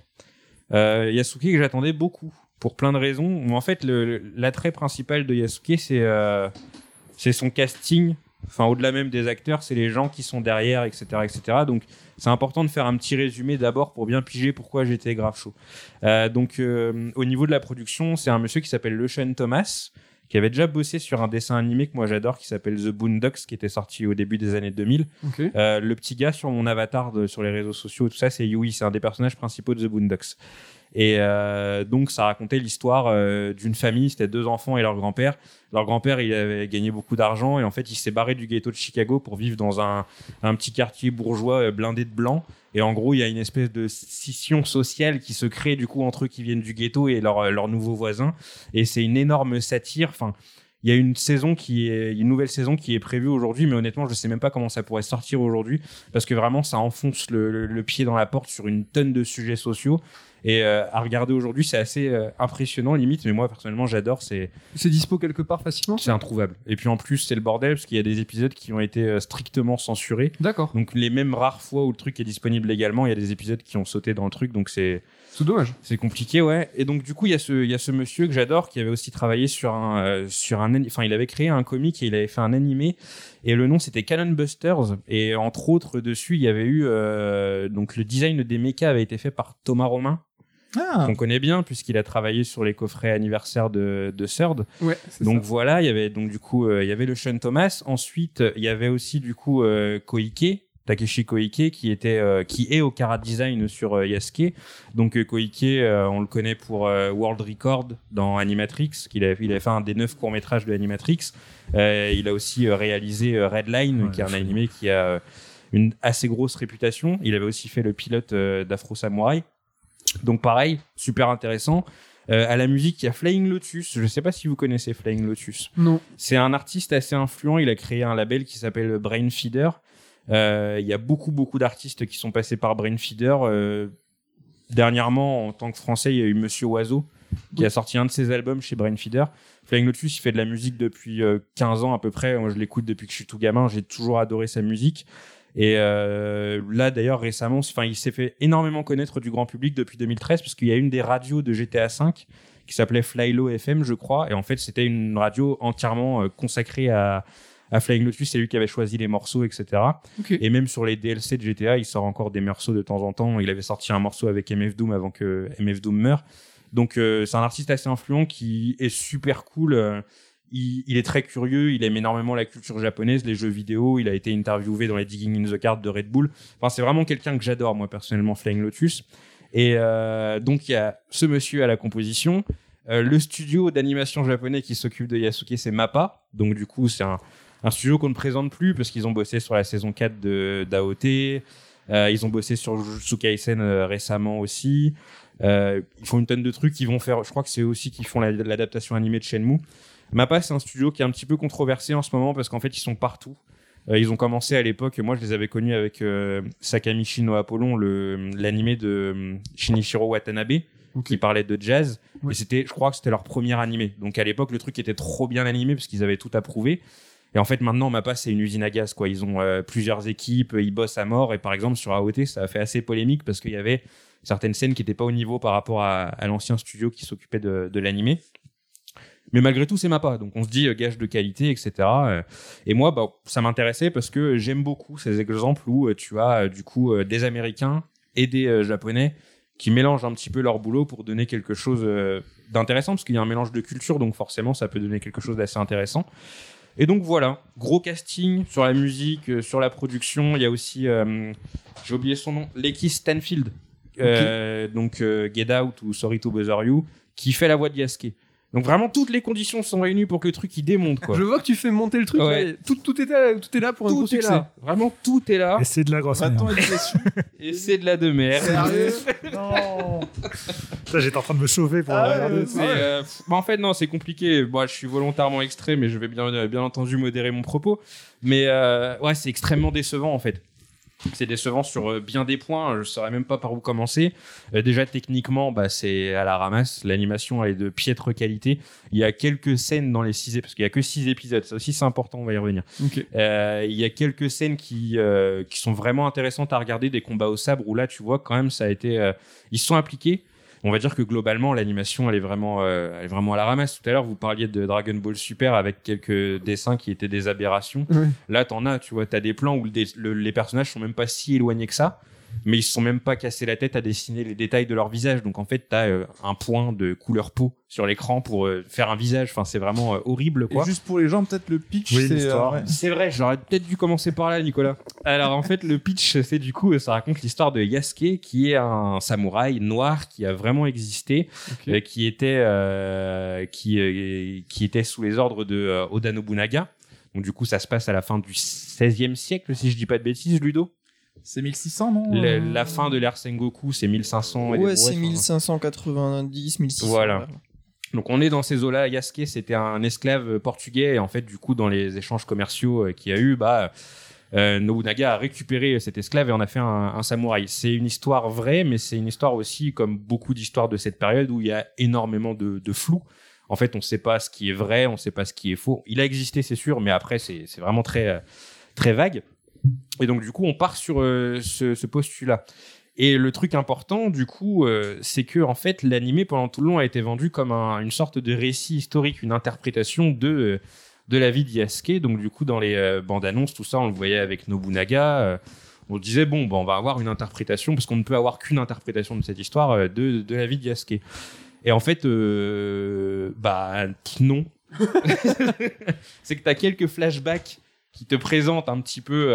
Yasuke que j'attendais beaucoup, pour plein de raisons. En fait, l'attrait principal de Yasuke, c'est son casting. Enfin, au-delà même des acteurs, c'est les gens qui sont derrière, etc., etc. Donc, c'est important de faire un petit résumé d'abord pour bien piger pourquoi j'étais grave chaud. Au niveau de la production, c'est un monsieur qui s'appelle LeSean Thomas, qui avait déjà bossé sur un dessin animé que moi j'adore, qui s'appelle The Boondocks, qui était sorti au début des années 2000. Okay. Le petit gars sur mon avatar sur les réseaux sociaux, tout ça, c'est Yui, c'est un des personnages principaux de The Boondocks. Et donc ça racontait l'histoire d'une famille, c'était 2 enfants et leur grand-père. Leur grand-père, il avait gagné beaucoup d'argent et en fait il s'est barré du ghetto de Chicago pour vivre dans un petit quartier bourgeois blindé de blancs. Et en gros il y a une espèce de scission sociale qui se crée du coup entre eux qui viennent du ghetto et leurs nouveaux voisins. Et c'est une énorme satire. Enfin, il y a une nouvelle saison qui est prévue aujourd'hui, mais honnêtement, je sais même pas comment ça pourrait sortir aujourd'hui parce que vraiment ça enfonce le pied dans la porte sur une tonne de sujets sociaux. Et à regarder aujourd'hui, c'est assez impressionnant limite, mais moi personnellement j'adore. C'est dispo quelque part facilement. C'est introuvable. Et puis en plus c'est le bordel parce qu'il y a des épisodes qui ont été strictement censurés. D'accord. Donc les mêmes rares fois où le truc est disponible légalement, il y a des épisodes qui ont sauté dans le truc, donc c'est dommage. C'est compliqué, ouais. Et donc du coup il y a ce monsieur que j'adore qui avait aussi travaillé sur enfin il avait créé un comic et il avait fait un animé et le nom c'était Cannon Busters et entre autres dessus il y avait eu donc le design des mechas avait été fait par Thomas Romain. Qu'on connaît bien puisqu'il a travaillé sur les coffrets anniversaires de Third. Ouais, donc ça. Voilà, il y avait donc du coup il y avait le Sean Thomas. Ensuite il y avait aussi du coup Koike, Takeshi Koike qui est au Kara Design sur Yasuke. Donc Koike on le connaît pour World Record dans Animatrix. Il avait fait un des 9 courts-métrages de Animatrix. Il a aussi réalisé Redline qui est un animé qui a une assez grosse réputation. Il avait aussi fait le pilote d'Afro Samurai. Donc pareil, super intéressant. À la musique, il y a Flying Lotus. Je ne sais pas si vous connaissez Flying Lotus. Non. C'est un artiste assez influent. Il a créé un label qui s'appelle Brain Feeder. Il y a beaucoup d'artistes qui sont passés par Brain Feeder. Dernièrement, en tant que Français, il y a eu Monsieur Oiseau qui a sorti un de ses albums chez Brain Feeder. Flying Lotus, il fait de la musique depuis 15 ans à peu près. Moi, je l'écoute depuis que je suis tout gamin. J'ai toujours adoré sa musique. Et là d'ailleurs récemment, il s'est fait énormément connaître du grand public depuis 2013 parce qu'il y a une des radios de GTA V qui s'appelait Flylo FM je crois, et en fait c'était une radio entièrement consacrée à Flying Lotus. C'est lui qui avait choisi les morceaux, etc. Okay. Et même sur les DLC de GTA il sort encore des morceaux de temps en temps. Il avait sorti un morceau avec MF Doom avant que MF Doom meure. Donc c'est un artiste assez influent qui est super cool. Il est très curieux, il aime énormément la culture japonaise, les jeux vidéo, il a été interviewé dans les Digging in the Card de Red Bull. Enfin, c'est vraiment quelqu'un que j'adore, moi, personnellement, Flying Lotus. Et donc, il y a ce monsieur à la composition. Le studio d'animation japonais qui s'occupe de Yasuke, c'est MAPPA. Donc, du coup, c'est un studio qu'on ne présente plus parce qu'ils ont bossé sur la saison 4 d'AOT. Ils ont bossé sur Jujutsu Kaisen récemment aussi. Ils font une tonne de trucs. Ils vont faire, je crois que c'est aussi qu'ils font l'adaptation animée de Shenmue. MAPPA, c'est un studio qui est un petit peu controversé en ce moment parce qu'en fait, ils sont partout. Ils ont commencé à l'époque, moi je les avais connus avec Sakamichi no Apollon, l'animé de Shinichiro Watanabe, qui parlait de jazz. Ouais. Et je crois que c'était leur premier animé. Donc à l'époque, le truc était trop bien animé parce qu'ils avaient tout approuvé. Et en fait, maintenant, MAPPA, c'est une usine à gaz, quoi. Ils ont plusieurs équipes, ils bossent à mort. Et par exemple, sur AOT, ça a fait assez polémique parce qu'il y avait certaines scènes qui n'étaient pas au niveau par rapport à l'ancien studio qui s'occupait de l'animé. Mais malgré tout, c'est MAPPA. Donc, on se dit gage de qualité, etc. Et moi, ça m'intéressait parce que j'aime beaucoup ces exemples où tu as du coup des Américains et des Japonais qui mélangent un petit peu leur boulot pour donner quelque chose d'intéressant parce qu'il y a un mélange de culture, donc forcément, ça peut donner quelque chose d'assez intéressant. Et donc voilà, gros casting sur la musique, sur la production. Il y a aussi, j'ai oublié son nom, Lakeith Stanfield, donc Get Out ou Sorry to Bother You, qui fait la voix de Yasuke. Donc vraiment toutes les conditions sont réunies pour que le truc il démonte, quoi. Je vois que tu fais monter le truc, ouais. Là, tout est là pour un gros succès. Vraiment tout est là. Et c'est de la grosse merde. Et c'est de la de merde. Sérieux? Non. Ça, j'étais en train de me chauffer pour regarder. En fait non, c'est compliqué. Moi, je suis volontairement extrait, mais je vais bien entendu modérer mon propos. Mais ouais, c'est extrêmement décevant en fait. C'est décevant sur bien des points, je saurais même pas par où commencer. Déjà techniquement, c'est à la ramasse, l'animation elle est de piètre qualité. Il y a quelques scènes dans les 6 épisodes, parce qu'il y a que 6 épisodes, ça aussi c'est important, on va y revenir. Okay. Il y a quelques scènes qui sont vraiment intéressantes à regarder, des combats au sabre où là tu vois quand même ça a été, ils se sont appliqués. On va dire que globalement l'animation elle est vraiment à la ramasse. Tout à l'heure vous parliez de Dragon Ball Super avec quelques dessins qui étaient des aberrations. Oui. Là t'as des plans où les personnages sont même pas si éloignés que ça. mais ils se sont même pas cassé la tête à dessiner les détails de leur visage. Donc en fait, t'as un point de couleur peau sur l'écran pour faire un visage. Enfin, c'est vraiment horrible, quoi. Et juste pour les gens, peut-être le pitch, Oui, c'est l'histoire. C'est vrai, j'aurais peut-être dû commencer par là, Nicolas. Alors en fait, le pitch, c'est du coup, ça raconte l'histoire de Yasuke, qui est un samouraï noir qui a vraiment existé, qui était sous les ordres de Oda Nobunaga. Donc du coup, ça se passe à la fin du XVIe siècle, si je dis pas de bêtises, Ludo. C'est 1600, non La fin de l'ère Sengoku, c'est 1500. Ouais, c'est 1590, 1600. Voilà. Ouais. Donc on est dans ces eaux-là. Yasuke, c'était un esclave portugais, et en fait, du coup, dans les échanges commerciaux qu'il y a eu, Nobunaga a récupéré cet esclave et en a fait un samouraï. C'est une histoire vraie, mais c'est une histoire aussi, comme beaucoup d'histoires de cette période, où il y a énormément de flou. En fait, on ne sait pas ce qui est vrai, on ne sait pas ce qui est faux. Il a existé, c'est sûr, mais après, c'est vraiment très, très vague. Et donc, du coup, on part sur ce postulat. Et le truc important, du coup, c'est que en fait, l'animé, pendant tout le long, a été vendu comme une sorte de récit historique, une interprétation de la vie de Yasuke. Donc, du coup, dans les bandes annonces, tout ça, on le voyait avec Nobunaga. On se disait, on va avoir une interprétation, parce qu'on ne peut avoir qu'une interprétation de cette histoire de la vie de Yasuke. Et en fait, non. C'est que tu as quelques flashbacks qui te présentent un petit peu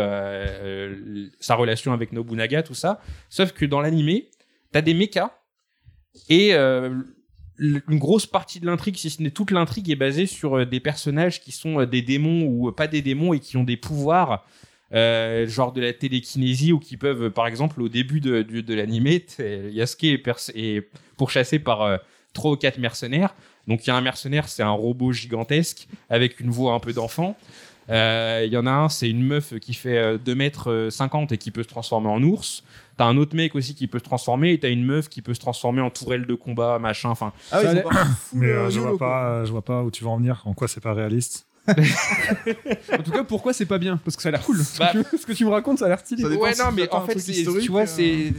sa relation avec Nobunaga, tout ça. Sauf que dans l'animé, tu as des mechas et une grosse partie de l'intrigue, si ce n'est toute l'intrigue, est basée sur des personnages qui sont des démons ou pas des démons et qui ont des pouvoirs. Genre de la télékinésie, ou qui peuvent, par exemple, au début de l'animé, Yasuke est pourchassé par 3 ou 4 mercenaires. Donc il y a un mercenaire, c'est un robot gigantesque avec une voix un peu d'enfant. Il y en a un, c'est une meuf qui fait 2,50 m et qui peut se transformer en ours. T'as un autre mec aussi qui peut se transformer, et t'as une meuf qui peut se transformer en tourelle de combat, machin. Enfin, mais je vois pas où tu vas en venir. En quoi c'est pas réaliste? En tout cas, pourquoi c'est pas bien? Parce que ça a l'air cool. Ce que tu me racontes, ça a l'air stylé. Ouais, non, mais en fait, tu vois,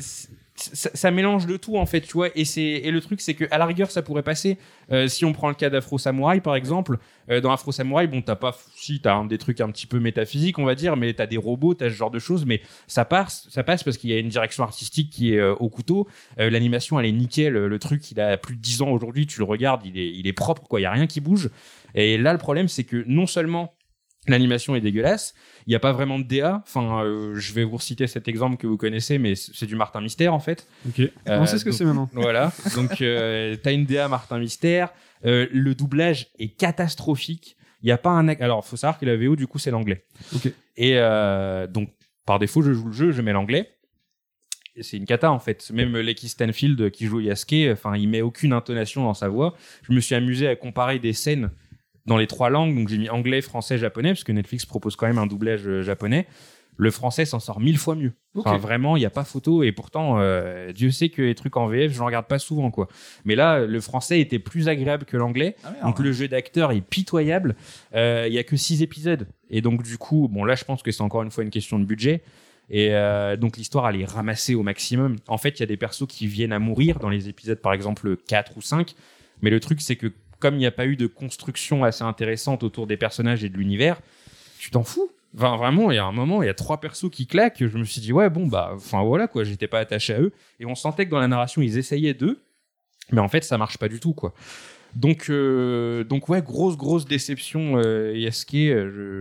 ça mélange de tout, en fait, tu vois. Et le truc, c'est que à la rigueur, ça pourrait passer. Si on prend le cas d'Afro Samurai, par exemple, dans Afro Samurai, t'as des trucs un petit peu métaphysiques, on va dire, mais t'as des robots, t'as ce genre de choses, mais ça passe parce qu'il y a une direction artistique qui est au couteau. L'animation, elle est nickel. Le truc, il a plus de 10 ans aujourd'hui. Tu le regardes, il est propre, quoi. Il y a rien qui bouge. Et là, le problème, c'est que non seulement l'animation est dégueulasse, il n'y a pas vraiment de DA. Enfin, je vais vous citer cet exemple que vous connaissez, mais c'est du Martin Mystère, en fait. Ok. On sait ce que c'est maintenant. Voilà. Donc, t'as une DA Martin Mystère. Le doublage est catastrophique. Il n'y a pas un... Alors, il faut savoir que la VO, du coup, c'est l'anglais. Ok. Et donc, par défaut, je joue le jeu, je mets l'anglais. Et c'est une cata, en fait. Même Lecky Stanfield, qui joue Yasuke, il met aucune intonation dans sa voix. Je me suis amusé à comparer des scènes dans les 3 langues, donc j'ai mis anglais, français, japonais, parce que Netflix propose quand même un doublage japonais. Le français s'en sort 1000 fois mieux. Enfin, vraiment, il n'y a pas photo, et pourtant, Dieu sait que les trucs en VF, je ne regarde pas souvent, quoi. Mais là, le français était plus agréable que l'anglais, donc le jeu d'acteur est pitoyable. Il n'y a que 6 épisodes, et donc du coup, là, je pense que c'est encore une fois une question de budget. Et donc l'histoire, elle est ramassée au maximum. En fait, il y a des persos qui viennent à mourir dans les épisodes, par exemple 4 ou 5, mais le truc, c'est que comme il n'y a pas eu de construction assez intéressante autour des personnages et de l'univers, tu t'en fous. Enfin, vraiment, il y a un moment, il y a 3 persos qui claquent. Je me suis dit, voilà, quoi, j'étais pas attaché à eux. Et on sentait que dans la narration, ils essayaient d'eux. Mais en fait, ça marche pas du tout, quoi. Donc ouais, grosse déception, Yasuke.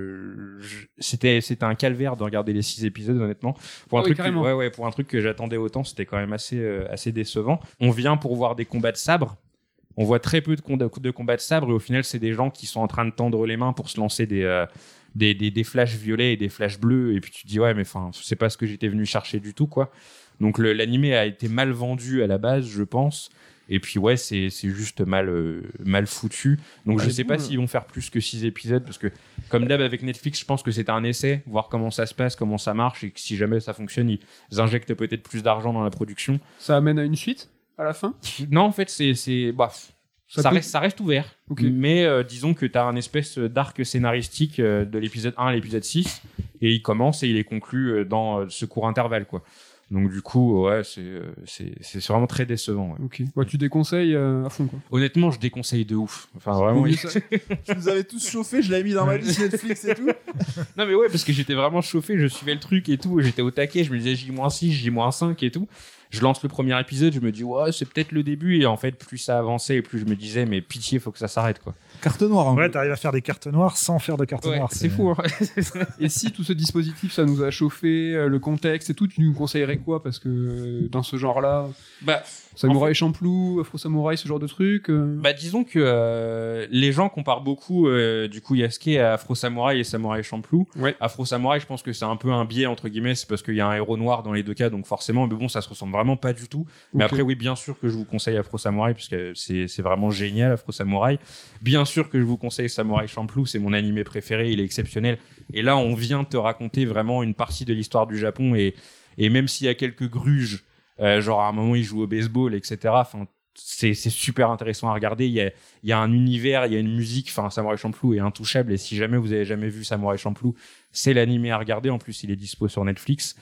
C'était un calvaire de regarder les 6 épisodes, honnêtement. Pour un truc que j'attendais autant, c'était quand même assez décevant. On vient pour voir des combats de sabre. On voit très peu de combats de sabre, et au final, c'est des gens qui sont en train de tendre les mains pour se lancer des flashs violets et des flashs bleus. Et puis tu te dis, c'est pas ce que j'étais venu chercher du tout, quoi. Donc l'animé a été mal vendu à la base, je pense. Et puis ouais, c'est juste mal foutu. Donc je sais pas s'ils vont faire plus que 6 épisodes, parce que comme d'hab avec Netflix, je pense que c'est un essai, voir comment ça se passe, comment ça marche, et que si jamais ça fonctionne, ils injectent peut-être plus d'argent dans la production. Ça amène à une suite à la fin? Non, en fait, ça reste ouvert. Okay. Mais disons que tu as un espèce d'arc scénaristique de l'épisode 1 à l'épisode 6, et il commence et il est conclu dans ce court intervalle, quoi. Donc du coup, ouais, c'est vraiment très décevant. Ouais. Ok. Ouais, tu déconseilles à fond, quoi. Honnêtement, je déconseille de ouf. Enfin, vraiment. Je nous avais tous chauffé, je l'avais mis dans ma liste Netflix et tout. Non, mais ouais, parce que j'étais vraiment chauffé, je suivais le truc et tout, j'étais au taquet, je me disais J-6, J-5 et tout. Je lance le premier épisode, je me dis, ouais, c'est peut-être le début. Et en fait, plus ça avançait et plus je me disais, mais pitié, faut que ça s'arrête, quoi. Carte noire, Ouais, t'arrives à faire des cartes noires sans faire de cartes noires. C'est fou, hein. Et si tout ce dispositif, ça nous a chauffé, le contexte et tout, tu nous conseillerais quoi? Parce que dans ce genre-là, Bah, Samouraï Champloo, Afro Samouraï, ce genre de truc. Bah, disons que les gens comparent beaucoup du coup Yasuke à Afro Samurai et Samurai Champloo. Ouais. Afro Samurai, je pense que c'est un peu un biais entre guillemets, c'est parce qu'il y a un héros noir dans les deux cas, donc forcément, mais bon, ça se ressemble vraiment pas du tout. Mais Ok. après, oui, bien sûr que je vous conseille Afro Samurai parce que c'est vraiment génial Afro Samurai. Bien sûr que je vous conseille Samurai Champloo, c'est mon animé préféré, il est exceptionnel. Et là, on vient de te raconter vraiment une partie de l'histoire du Japon et même s'il y a quelques gruges, genre à un moment il joue au baseball, etc. Enfin, c'est super intéressant à regarder. Il y a un univers, il y a une musique. Enfin, Samurai Champloo est intouchable. Et si jamais vous avez jamais vu Samurai Champloo, c'est l'animé à regarder. En plus, il est dispo sur Netflix.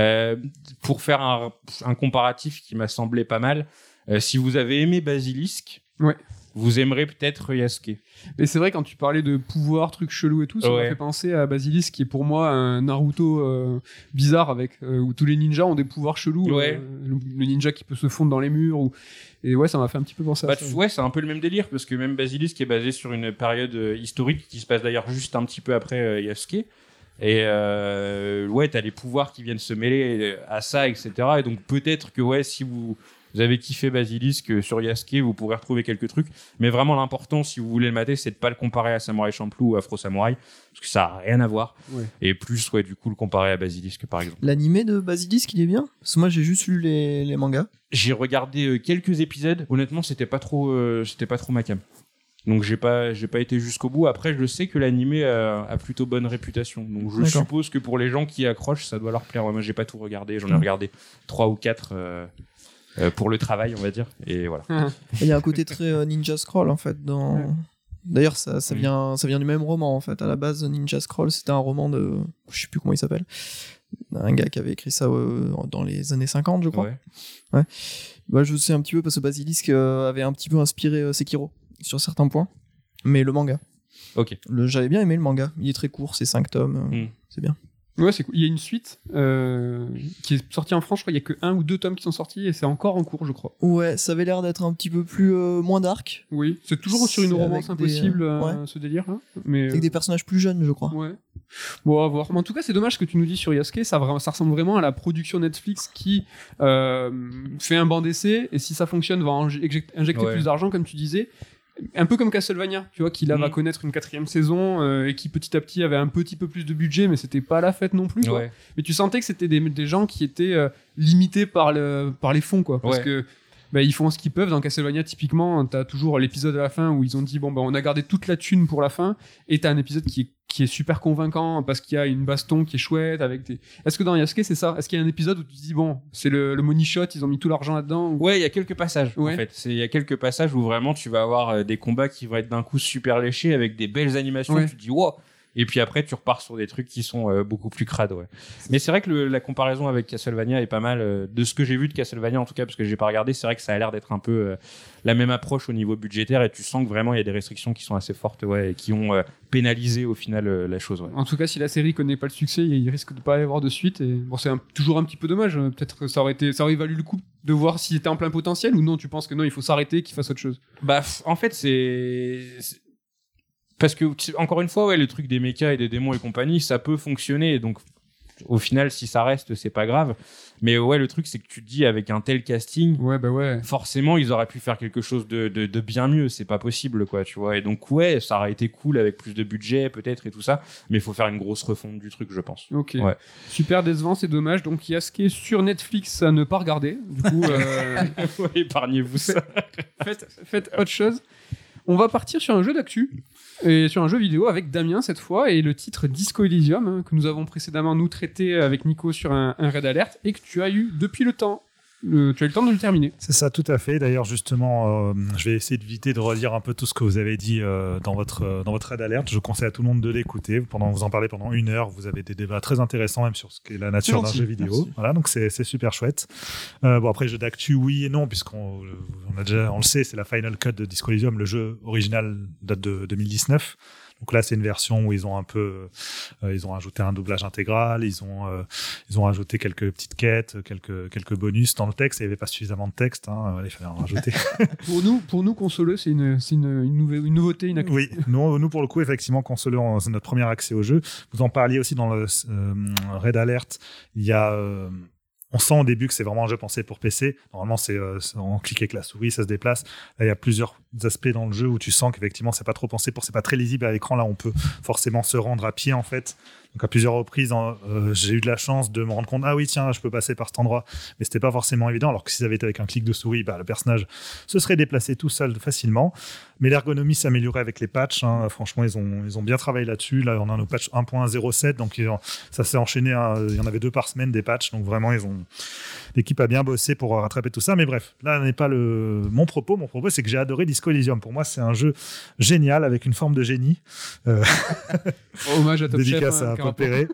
Pour faire un comparatif qui m'a semblé pas mal, si vous avez aimé Basilisk, Ouais. vous aimerez peut-être Yasuke. Mais c'est vrai, quand tu parlais de pouvoir, trucs chelous et tout, ça m'a Ouais. fait penser à Basilisk, qui est pour moi un Naruto bizarre, avec où tous les ninjas ont des pouvoirs chelous. Ouais. Le ninja qui peut se fondre dans les murs. Et ouais, ça m'a fait un petit peu penser à Bah, ça. ouais, c'est un peu le même délire parce que même Basilisk est basé sur une période historique qui se passe d'ailleurs juste un petit peu après Yasuke. Et ouais, t'as les pouvoirs qui viennent se mêler à ça, etc. Et donc peut-être que ouais, si vous avez kiffé Basilisk sur Yasuke, vous pourrez retrouver quelques trucs. Mais vraiment, l'important, si vous voulez le mater, c'est de pas le comparer à Samurai Champloo ou Afro Samurai, parce que ça a rien à voir. Ouais. Et plus, ouais, du coup, le comparer à Basilisk, par exemple. L'animé de Basilisk, il est bien? Parce que moi, j'ai juste lu les mangas. J'ai regardé quelques épisodes. Honnêtement, c'était pas trop ma cam. Donc j'ai pas été jusqu'au bout. Après, je sais que l'animé a plutôt bonne réputation. Donc je D'accord. suppose que pour les gens qui accrochent, ça doit leur plaire. Ouais, moi, j'ai pas tout regardé. J'en ai regardé 3 ou 4 pour le travail, on va dire. Et voilà. Il y a un côté très Ninja Scroll, en fait, dans... Ouais. D'ailleurs, ça vient du même roman, en fait. À la base, Ninja Scroll, c'était un roman de... Je sais plus comment il s'appelle. Un gars qui avait écrit ça dans les années 50, je crois. Ouais. Bah, je sais un petit peu parce que Basilisk avait un petit peu inspiré Sekiro sur certains points. Mais le manga. Ok. J'avais bien aimé le manga. Il est très court, c'est 5 tomes. C'est bien. Ouais, c'est cool. Il y a une suite qui est sortie en France, je crois. Il y a que 1 ou 2 tomes qui sont sortis et c'est encore en cours, je crois. Ouais, ça avait l'air d'être un petit peu plus moins dark. Oui, c'est toujours sur une C'est romance avec des, impossible, ouais. Ce délire. Hein. Mais Avec des personnages plus jeunes, je crois. ouais. Bon, à voir. Mais en tout cas, c'est dommage ce que tu nous dis sur Yasuke. Ça ressemble vraiment à la production Netflix qui fait un banc d'essai et si ça fonctionne, va injecter Ouais. plus d'argent, comme tu disais. Un peu comme Castlevania, tu vois, qui là va connaître une 4e saison et qui petit à petit avait un petit peu plus de budget, mais c'était pas la fête non plus. Quoi. Ouais. Mais tu sentais que c'était des gens qui étaient limités par les fonds, quoi. Parce Ouais. que bah, ils font ce qu'ils peuvent. Dans Castlevania, typiquement, t'as toujours l'épisode à la fin où ils ont dit bon, bah, on a gardé toute la thune pour la fin, et t'as un épisode qui est super convaincant parce qu'il y a une baston qui est chouette avec des. Est-ce que dans Yasuke c'est ça? Est-ce qu'il y a un épisode où tu te dis bon, c'est le money shot, ils ont mis tout l'argent là-dedans ou... Ouais, il y a quelques passages Ouais. en fait. Il y a quelques passages où vraiment tu vas avoir des combats qui vont être d'un coup super léchés avec des belles animations. Ouais. Tu te dis wow. Et puis après tu repars sur des trucs qui sont beaucoup plus crades. Ouais. Mais c'est vrai que la comparaison avec Castlevania est pas mal. De ce que j'ai vu de Castlevania en tout cas, parce que j'ai pas regardé, c'est vrai que ça a l'air d'être un peu la même approche au niveau budgétaire et tu sens que vraiment il y a des restrictions qui sont assez fortes, ouais, et qui ont pénalisé au final la chose. Ouais. En tout cas, si la série connaît pas le succès, il risque de pas y avoir de suite. Et bon, c'est toujours un petit peu dommage. Peut-être que ça aurait valu le coup de voir s'il était en plein potentiel ou non. Tu penses que non, il faut s'arrêter, qu'il fasse autre chose. Bah, en fait, c'est parce que encore une fois, ouais, le truc des mechas et des démons et compagnie, ça peut fonctionner. Donc, au final, si ça reste, c'est pas grave. Mais ouais, le truc, c'est que tu te dis avec un tel casting, Ouais, bah ouais. forcément, ils auraient pu faire quelque chose de bien mieux. C'est pas possible, quoi, tu vois. Et donc, ouais, ça aurait été cool avec plus de budget, peut-être, et tout ça. Mais il faut faire une grosse refonte du truc, je pense. Ok. Ouais. Super décevant, c'est dommage. Donc Yasuke sur Netflix à ne pas regarder. Du coup, Ouais, épargnez-vous ça. faites autre chose. On va partir sur un jeu d'actu et sur un jeu vidéo avec Damien cette fois et le titre Disco Elysium que nous avons précédemment nous traité avec Nico sur un raid alert et que tu as eu depuis le temps. tu as eu le temps de le terminer. C'est ça, tout à fait. D'ailleurs, justement, je vais essayer d'éviter de relire un peu tout ce que vous avez dit dans votre aide alerte. Je conseille à tout le monde de l'écouter. Vous en parlez pendant 1 heure. Vous avez des débats très intéressants, même sur ce qu'est la nature d'un jeu vidéo. Merci. Voilà, donc c'est super chouette. Bon, après, jeu d'actu, oui et non, puisqu'on on le sait, c'est la Final Cut de Disco Elysium. Le jeu original date de 2019. Donc là, c'est une version où ils ont ils ont ajouté un doublage intégral, ils ont ajouté quelques petites quêtes, quelques bonus dans le texte. Il n'y avait pas suffisamment de texte, il fallait en rajouter. pour nous, consoleux, c'est une nouveauté, une actu. Oui, nous pour le coup, effectivement, consoleux, c'est notre premier accès au jeu. Vous en parliez aussi dans le Red Alert. Il y a on sent au début que c'est vraiment un jeu pensé pour PC. Normalement, c'est en cliquant avec la souris, ça se déplace. Là, il y a plusieurs aspects dans le jeu où tu sens qu'effectivement, c'est pas trop pensé c'est pas très lisible à l'écran. Là, on peut forcément se rendre à pied, en fait. Donc, à plusieurs reprises, j'ai eu de la chance de me rendre compte, ah oui, tiens, je peux passer par cet endroit. Mais c'était pas forcément évident. Alors que si ça avait été avec un clic de souris, le personnage se serait déplacé tout seul facilement. Mais l'ergonomie s'améliorait avec les patchs. Franchement, ils ont bien travaillé là-dessus. Là, on a nos patchs 1.07. Donc, ça s'est enchaîné. Il y en avait 2 par semaine des patchs. Donc, vraiment, l'équipe a bien bossé pour rattraper tout ça. Mais bref, là n'est pas mon propos. Mon propos, c'est que j'ai adoré Disco Elysium. Pour moi, c'est un jeu génial avec une forme de génie. Hommage à Top Chef. Dédicace à Paul Perret.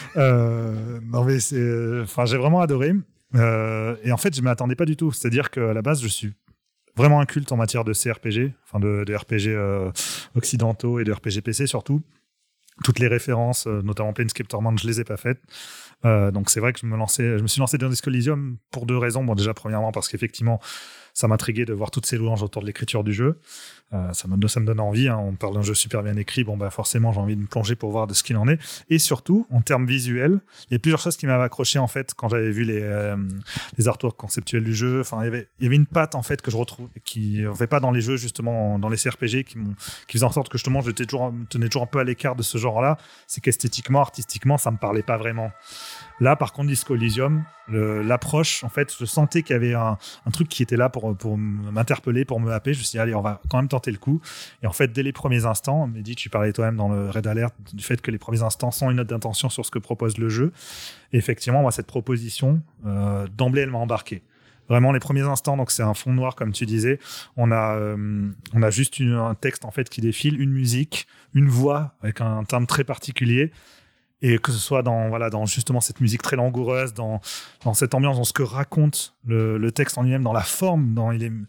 Non, mais j'ai vraiment adoré. Et en fait, je ne m'attendais pas du tout. C'est-à-dire qu'à la base, je suis vraiment un culte en matière de CRPG, enfin de RPG occidentaux et de RPG PC surtout. Toutes les références, notamment Planescape Torment, je les ai pas faites. Donc c'est vrai que je me suis lancé dans Disco Elysium pour 2 raisons. Bon, déjà, premièrement, parce qu'effectivement, ça m'intriguait de voir toutes ces louanges autour de l'écriture du jeu. Ça me donne envie. On parle d'un jeu super bien écrit. Bon, forcément, j'ai envie de me plonger pour voir de ce qu'il en est. Et surtout, en termes visuels, il y a plusieurs choses qui m'avaient accroché, en fait, quand j'avais vu les artworks conceptuels du jeu. Enfin, il y avait une patte, en fait, que je retrouve, qui ne fait pas dans les jeux, justement, dans les CRPG, qui faisait en sorte que, justement, me tenais toujours un peu à l'écart de ce genre-là. C'est qu'esthétiquement, artistiquement, ça me parlait pas vraiment. Là, par contre, Disco Elysium, l'approche, en fait, je sentais qu'il y avait un truc qui était là pour m'interpeller, pour me happer. Je me suis dit, allez, on va quand même tenter le coup. Et en fait, dès les premiers instants, Mehdi, tu parlais toi-même dans le Red Alert du fait que les premiers instants sont une note d'intention sur ce que propose le jeu. Et effectivement, moi, cette proposition, d'emblée, elle m'a embarqué. Vraiment, les premiers instants, donc c'est un fond noir, comme tu disais. On a juste un texte, en fait, qui défile, une musique, une voix avec un timbre très particulier. Et que ce soit dans justement cette musique très langoureuse, dans cette ambiance, dans ce que raconte le texte en lui-même, dans la forme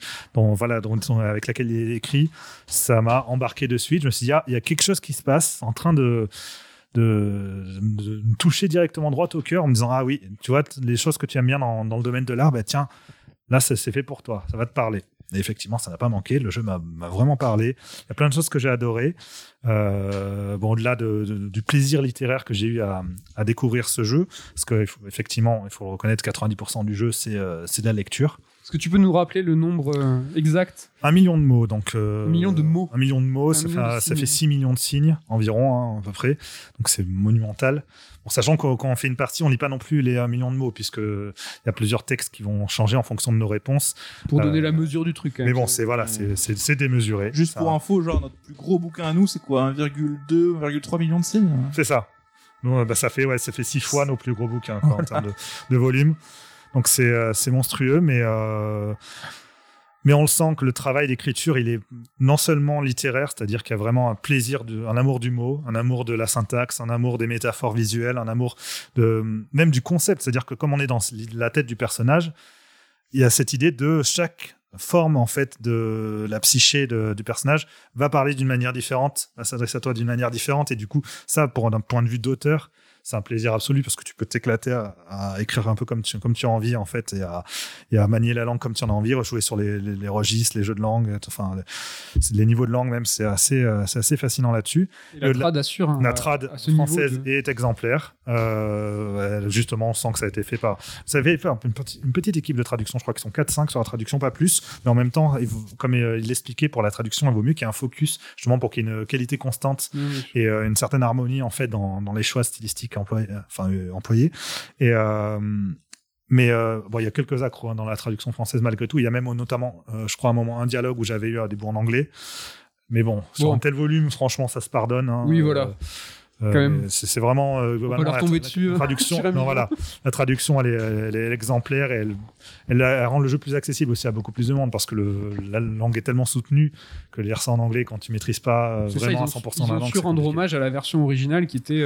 avec laquelle il est écrit, ça m'a embarqué de suite. Je me suis dit, il y a quelque chose qui se passe en train de me toucher directement droit au cœur en me disant, ah oui, tu vois, les choses que tu aimes bien dans le domaine de l'art, tiens, là, c'est fait pour toi, ça va te parler. Et effectivement, ça n'a pas manqué. Le jeu m'a vraiment parlé. Il y a plein de choses que j'ai adorées. Au-delà du plaisir littéraire que j'ai eu à découvrir ce jeu, parce qu'effectivement, il faut le reconnaître, 90% du jeu, c'est de la lecture. Est-ce que tu peux nous rappeler le nombre exact ? 1 million de mots. Donc, 1 million de mots. 1 million de mots, ça fait 6 millions de signes environ, à peu près. Donc, c'est monumental. Bon, sachant que quand on fait une partie, on ne lit pas non plus les 1 million de mots, puisqu'il y a plusieurs textes qui vont changer en fonction de nos réponses. Pour donner la mesure du truc. Mais bon, c'est démesuré. Juste pour info, genre, notre plus gros bouquin à nous, c'est quoi, 1,2, 1,3 million de signes ? C'est ça. Nous, ça fait 6 fois nos plus gros bouquins en termes de volume. Donc c'est monstrueux, mais on le sent que le travail d'écriture, il est non seulement littéraire, c'est-à-dire qu'il y a vraiment un plaisir, un amour du mot, un amour de la syntaxe, un amour des métaphores visuelles, un amour même du concept, c'est-à-dire que comme on est dans la tête du personnage, il y a cette idée de chaque forme en fait de la psyché du personnage va parler d'une manière différente, va s'adresser à toi d'une manière différente, et du coup ça, d'un point de vue d'auteur, c'est un plaisir absolu parce que tu peux t'éclater à écrire un peu comme tu as envie en fait, et à manier la langue comme tu en as envie, rejouer sur les registres, les jeux de langue, enfin les niveaux de langue même, c'est assez fascinant là-dessus. Et la trad assure. La trad française est exemplaire. Justement, on sent que ça a été fait par. Ça avait fait une petite équipe de traduction, je crois qu'ils sont 4-5 sur la traduction, pas plus, mais en même temps, comme il l'expliquait, pour la traduction, il vaut mieux qu'il y ait un focus justement pour qu'il y ait une qualité constante et une certaine harmonie en fait dans les choix stylistiques employés. Et mais il y a quelques accros dans la traduction française malgré tout. Il y a même notamment, je crois, un dialogue où j'avais eu des bouts en anglais. Mais bon, sur un tel volume, franchement, ça se pardonne. Oui, voilà. C'est vraiment globalement leur tomber dessus, la traduction. Non, voilà, la traduction, elle est exemplaire et elle rend le jeu plus accessible aussi à beaucoup plus de monde parce que la langue est tellement soutenue que lire ça en anglais quand tu maîtrises pas vraiment à 100% la langue. Ils ont su rendre hommage à la version originale qui était.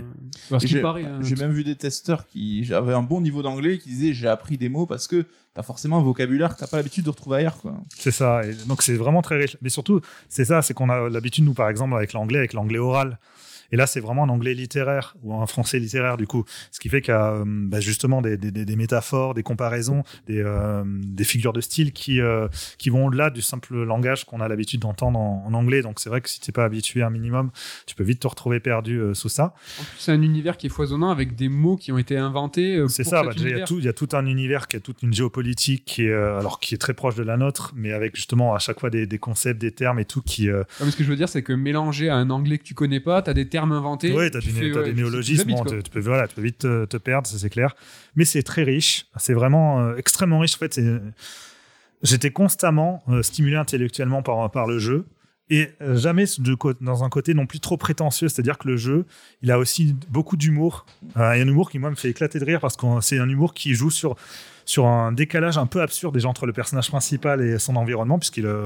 J'ai même vu des testeurs qui avaient un bon niveau d'anglais qui disaient j'ai appris des mots parce que t'as forcément un vocabulaire que t'as pas l'habitude de retrouver ailleurs, quoi. C'est ça. Et donc c'est vraiment très riche. Mais surtout, c'est qu'on a l'habitude, nous, par exemple, avec l'anglais oral. Et là, c'est vraiment un anglais littéraire ou un français littéraire, du coup. Ce qui fait qu'il y a justement des métaphores, des comparaisons, des figures de style qui vont au-delà du simple langage qu'on a l'habitude d'entendre en anglais. Donc, c'est vrai que si tu n'es pas habitué un minimum, tu peux vite te retrouver perdu sous ça. En plus, c'est un univers qui est foisonnant avec des mots qui ont été inventés. C'est ça. Il y a tout un univers qui a toute une géopolitique qui est très proche de la nôtre, mais avec justement à chaque fois des concepts, des termes et tout qui. Mais ce que je veux dire, c'est que mélanger à un anglais que tu connais pas, t'as des termes inventés. Oui, t'as des néologismes, tu peux vite te perdre, ça c'est clair. Mais c'est très riche, c'est vraiment extrêmement riche. En fait, j'étais constamment stimulé intellectuellement par le jeu et jamais dans un côté non plus trop prétentieux. C'est-à-dire que le jeu, il a aussi beaucoup d'humour. Il y a un humour qui, moi, me fait éclater de rire parce que c'est un humour qui joue sur un décalage un peu absurde déjà entre le personnage principal et son environnement,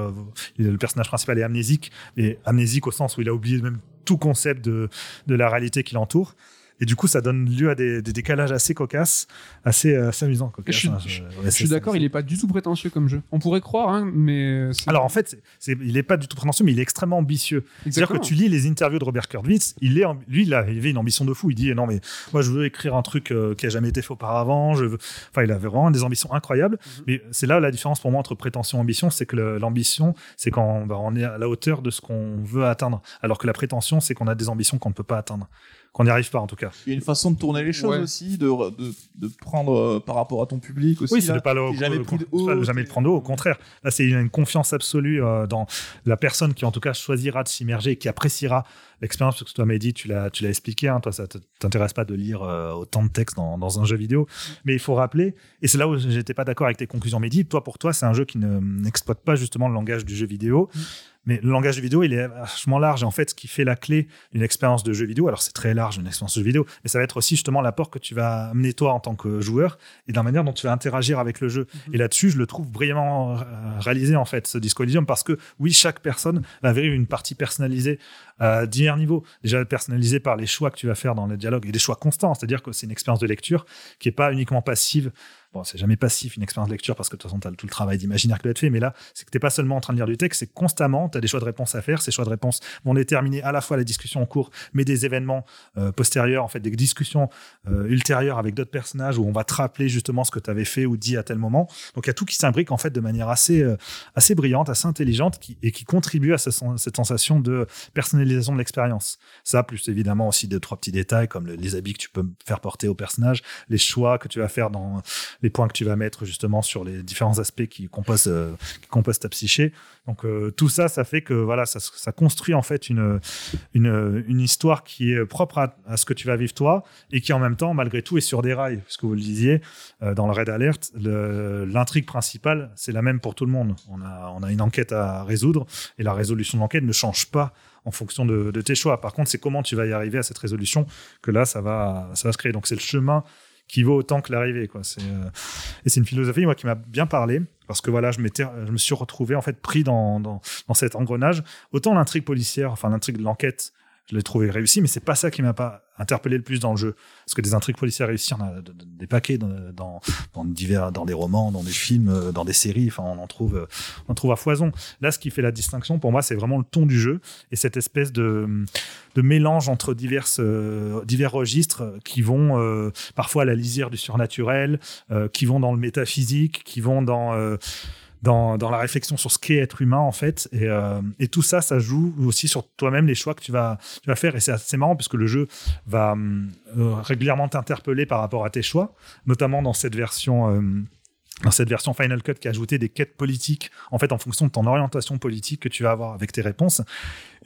le personnage principal est amnésique, et amnésique au sens où il a oublié même tout concept de la réalité qui l'entoure. Et du coup, ça donne lieu à des décalages assez cocasses, assez amusants. Je suis d'accord, il n'est pas du tout prétentieux comme jeu. On pourrait croire, mais... Alors en fait, il n'est pas du tout prétentieux, mais il est extrêmement ambitieux. C'est-à-dire que tu lis les interviews de Robert Kurtwitz, il avait une ambition de fou. Il dit, non mais moi je veux écrire un truc qui n'a jamais été fait auparavant. Il avait vraiment des ambitions incroyables. Mais c'est là la différence pour moi entre prétention et ambition, c'est que l'ambition, c'est quand on est à la hauteur de ce qu'on veut atteindre. Alors que la prétention, c'est qu'on a des ambitions qu'on ne peut pas atteindre. Qu'on n'y arrive pas en tout cas. Il y a une façon de tourner les choses aussi, de prendre par rapport à ton public aussi. Oui, c'est de pas jamais le prendre haut, au contraire. Là, c'est une confiance absolue dans la personne qui en tout cas choisira de s'immerger et qui appréciera l'expérience, parce que toi, Mehdi, tu l'as expliqué, toi, ça t'intéresse pas de lire autant de textes dans un jeu vidéo, mais il faut rappeler, et c'est là où j'étais pas d'accord avec tes conclusions, Mehdi, pour toi, c'est un jeu qui n'exploite pas justement le langage du jeu vidéo, mais le langage du vidéo, il est vachement large, et en fait, ce qui fait la clé d'une expérience de jeu vidéo, alors c'est très large, une expérience de jeu vidéo, mais ça va être aussi justement l'apport que tu vas amener toi en tant que joueur, et de la manière dont tu vas interagir avec le jeu. Et là-dessus, je le trouve brillamment réalisé, en fait, ce Disco Elysium, parce que oui, chaque personne va vivre une partie personnalisée à divers niveaux. Déjà personnalisée par les choix que tu vas faire dans le dialogue, et des choix constants, c'est-à-dire que c'est une expérience de lecture qui n'est pas uniquement passive. Bon, c'est jamais passif une expérience de lecture parce que de toute façon, tu as tout le travail d'imaginaire qui doit être fait, mais là, c'est que tu n'es pas seulement en train de lire du texte, c'est constamment, tu as des choix de réponse à faire. Ces choix de réponse vont déterminer à la fois la discussion en cours, mais des événements postérieurs, en fait, des discussions ultérieures avec d'autres personnages où on va te rappeler justement ce que tu avais fait ou dit à tel moment. Donc, il y a tout qui s'imbrique en fait de manière assez brillante, assez intelligente et qui contribue à cette sensation de personnalisation de l'expérience. Ça, plus évidemment aussi 2-3 petits détails comme les habits que tu peux faire porter au personnage, les choix que tu vas faire dans les points que tu vas mettre justement sur les différents aspects qui composent ta psyché. Donc tout ça, ça fait que voilà, ça construit en fait une histoire qui est propre à ce que tu vas vivre toi et qui en même temps, malgré tout, est sur des rails. Parce que vous le disiez, dans le Red Alert, l'intrigue principale, c'est la même pour tout le monde. On a une enquête à résoudre et la résolution de l'enquête ne change pas en fonction de tes choix. Par contre, c'est comment tu vas y arriver à cette résolution que là, ça va se créer. Donc c'est le chemin qui vaut autant que l'arrivée, quoi. Et c'est une philosophie, moi, qui m'a bien parlé, parce que voilà, je me suis retrouvé en fait pris dans cet engrenage. Autant l'intrigue policière, enfin l'intrigue de l'enquête, je l'ai trouvé réussi, mais c'est pas ça qui m'a pas interpellé le plus dans le jeu. Parce que des intrigues policières réussies, on a des paquets dans des romans, dans des films, dans des séries, enfin on en trouve à foison. Là, ce qui fait la distinction pour moi, c'est vraiment le ton du jeu et cette espèce de mélange entre divers registres qui vont parfois à la lisière du surnaturel, qui vont dans le métaphysique, qui vont dans la réflexion sur ce qu'est être humain en fait, et tout ça joue aussi sur toi-même, les choix que tu vas faire, et c'est assez marrant puisque le jeu va régulièrement t'interpeller par rapport à tes choix, notamment dans cette version Final Cut qui a ajouté des quêtes politiques en fait en fonction de ton orientation politique que tu vas avoir avec tes réponses.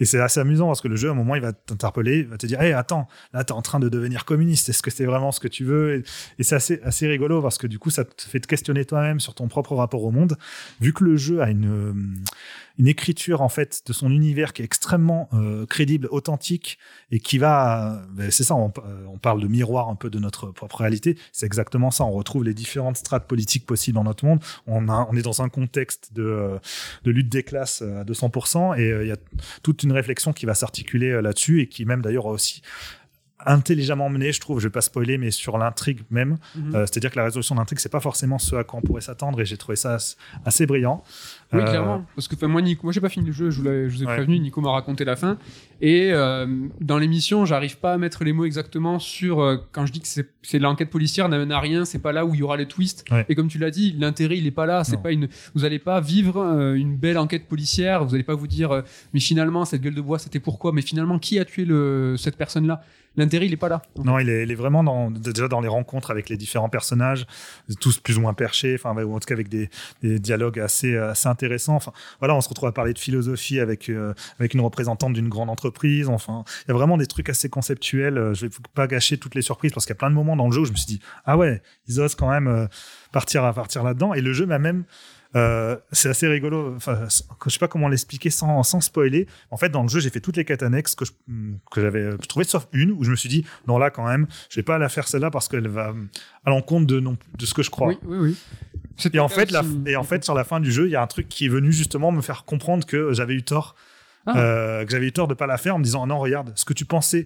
Et c'est assez amusant parce que le jeu, à un moment, il va t'interpeller, il va te dire hey, attends, là, t'es en train de devenir communiste, est-ce que c'est vraiment ce que tu veux ? Et c'est assez rigolo parce que du coup, ça te fait te questionner toi-même sur ton propre rapport au monde. Vu que le jeu a une écriture en fait de son univers qui est extrêmement crédible, authentique et qui va, c'est ça, on parle de miroir un peu de notre propre réalité, c'est exactement ça, on retrouve les différentes strates politiques possibles dans notre monde, on est dans un contexte de lutte des classes à 200% et il y a toute une réflexion qui va s'articuler là-dessus et qui même d'ailleurs aussi intelligemment mené, je trouve, je vais pas spoiler, mais sur l'intrigue même. C'est-à-dire que la résolution d'intrigue, c'est pas forcément ce à quoi on pourrait s'attendre, et j'ai trouvé ça assez brillant. Oui, clairement. Parce que moi, j'ai pas fini le jeu, je vous ai prévenu, Nico m'a raconté la fin. Et dans l'émission, j'arrive pas à mettre les mots exactement sur quand je dis que c'est l'enquête policière n'a rien, c'est pas là où il y aura les twists. Ouais. Et comme tu l'as dit, l'intérêt, il est pas là. C'est pas vous allez pas vivre une belle enquête policière. Vous allez pas vous dire, mais finalement, cette gueule de bois, c'était pourquoi ? Mais finalement, qui a tué cette personne-là ? L'intérêt, il est pas là. Non, il est vraiment déjà dans les rencontres avec les différents personnages, tous plus ou moins perchés, enfin, ou en tout cas avec des dialogues assez intéressants. Enfin, voilà, on se retrouve à parler de philosophie avec une représentante d'une grande entreprise. Enfin, il y a vraiment des trucs assez conceptuels. Je vais pas gâcher toutes les surprises parce qu'il y a plein de moments dans le jeu où je me suis dit, ah ouais, ils osent quand même partir là-dedans. Et le jeu m'a même c'est assez rigolo. Enfin, je sais pas comment l'expliquer sans spoiler. En fait, dans le jeu, j'ai fait toutes les quêtes annexes que j'avais trouvées, sauf une où je me suis dit non, là quand même, je vais pas la faire celle-là parce qu'elle va à l'encontre de ce que je crois. Oui. Et en fait, sur la fin du jeu, il y a un truc qui est venu justement me faire comprendre que j'avais eu tort, que j'avais eu tort de pas la faire en me disant non, regarde, ce que tu pensais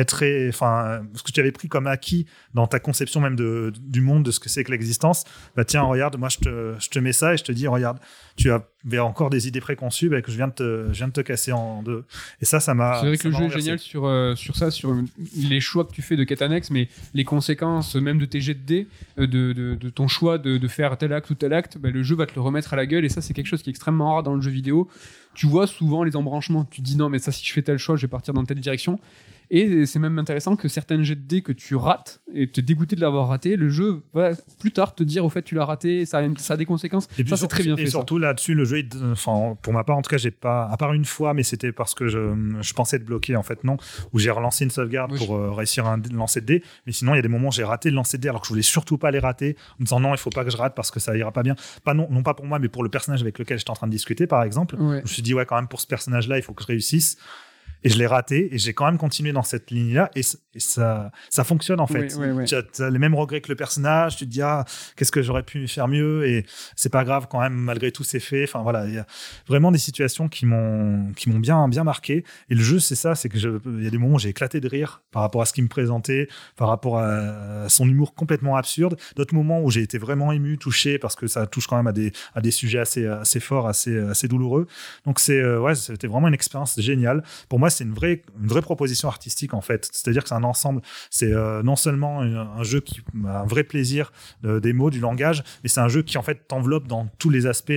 ce que tu avais pris comme acquis dans ta conception même du monde, de ce que c'est que l'existence, bah tiens, regarde, moi je te mets ça et je te dis, regarde, tu avais encore des idées préconçues que je viens de te casser en deux. Et ça m'a. C'est vrai que le jeu est génial sur ça, sur les choix que tu fais de quête annexe, mais les conséquences même de tes jets de dés, de ton choix de faire tel acte ou tel acte, bah, le jeu va te le remettre à la gueule, et ça c'est quelque chose qui est extrêmement rare dans le jeu vidéo. Tu vois souvent les embranchements, tu te dis non mais ça, si je fais tel choix, je vais partir dans telle direction. Et c'est même intéressant que certains jets de dés que tu rates et te dégoûter de l'avoir raté, le jeu va plus tard te dire au fait tu l'as raté, ça a des conséquences. Et ça c'est très bien fait. Et surtout là-dessus, le jeu, pour ma part en tout cas, j'ai pas, à part une fois, mais c'était parce que je pensais être bloqué en fait, non, où j'ai relancé une sauvegarde pour réussir un lancer de dés, mais sinon il y a des moments où j'ai raté le lancer de dés alors que je voulais surtout pas les rater, en me disant non, il faut pas que je rate parce que ça ira pas bien, non pas pour moi mais pour le personnage avec lequel j'étais en train de discuter par exemple. Je me suis dit ouais, quand même pour ce personnage là il faut que je réussisse. Et je l'ai raté, et j'ai quand même continué dans cette ligne-là, et ça fonctionne en fait. Oui. Tu as les mêmes regrets que le personnage, tu te dis qu'est-ce que j'aurais pu faire mieux, et c'est pas grave quand même malgré tout c'est fait. Enfin voilà, il y a vraiment des situations qui m'ont bien marqué. Et le jeu c'est ça, c'est que il y a des moments où j'ai éclaté de rire par rapport à ce qu'il me présentait, par rapport à son humour complètement absurde. D'autres moments où j'ai été vraiment ému, touché parce que ça touche quand même à des sujets assez forts, assez douloureux. Donc c'était vraiment une expérience géniale. Pour moi, c'est une vraie proposition artistique en fait. C'est-à-dire que c'est un ensemble. C'est non seulement un jeu qui a un vrai plaisir des mots, du langage, mais c'est un jeu qui en fait t'enveloppe dans tous les aspects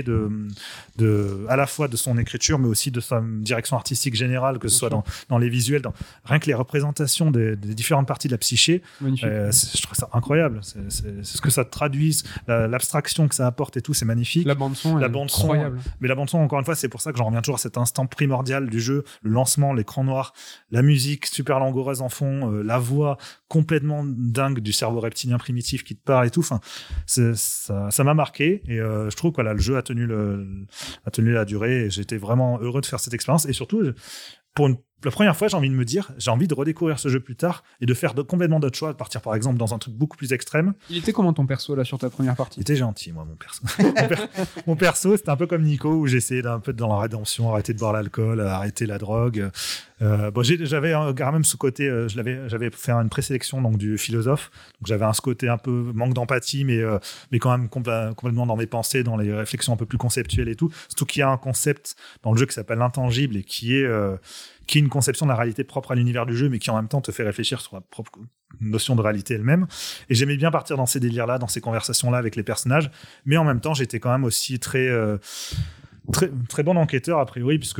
à la fois de son écriture, mais aussi de sa direction artistique générale, que ce soit dans les visuels, rien que les représentations des différentes parties de la psyché. Je trouve ça incroyable. C'est ce que ça traduit, l'abstraction que ça apporte et tout, c'est magnifique. La bande son est incroyable. Mais la bande son, encore une fois, c'est pour ça que j'en reviens toujours à cet instant primordial du jeu, le lancement, l'écran noir, la musique super langoureuse en fond, la voix complètement dingue du cerveau reptilien primitif qui te parle et tout. Enfin, ça m'a marqué, et je trouve que le jeu a tenu la durée, et j'étais vraiment heureux de faire cette expérience, et surtout pour la première fois, j'ai envie de me dire, j'ai envie de redécouvrir ce jeu plus tard et de faire complètement d'autres choix, de partir par exemple dans un truc beaucoup plus extrême. Il était comment ton perso là sur ta première partie ? Il était gentil, moi, mon perso. Mon perso, c'était un peu comme Nico, où j'essayais d'un peu dans la rédemption, arrêter de boire l'alcool, arrêter la drogue. J'avais quand même ce côté, j'avais fait une présélection donc du philosophe, donc j'avais ce côté un peu manque d'empathie, mais quand même complètement dans mes pensées, dans les réflexions un peu plus conceptuelles et tout. Surtout qu'il y a un concept dans le jeu qui s'appelle l'intangible et qui est une conception de la réalité propre à l'univers du jeu, mais qui en même temps te fait réfléchir sur la propre notion de réalité elle-même. Et j'aimais bien partir dans ces délires-là, dans ces conversations-là avec les personnages, mais en même temps, j'étais quand même aussi très Très, très bon enquêteur a priori, puisque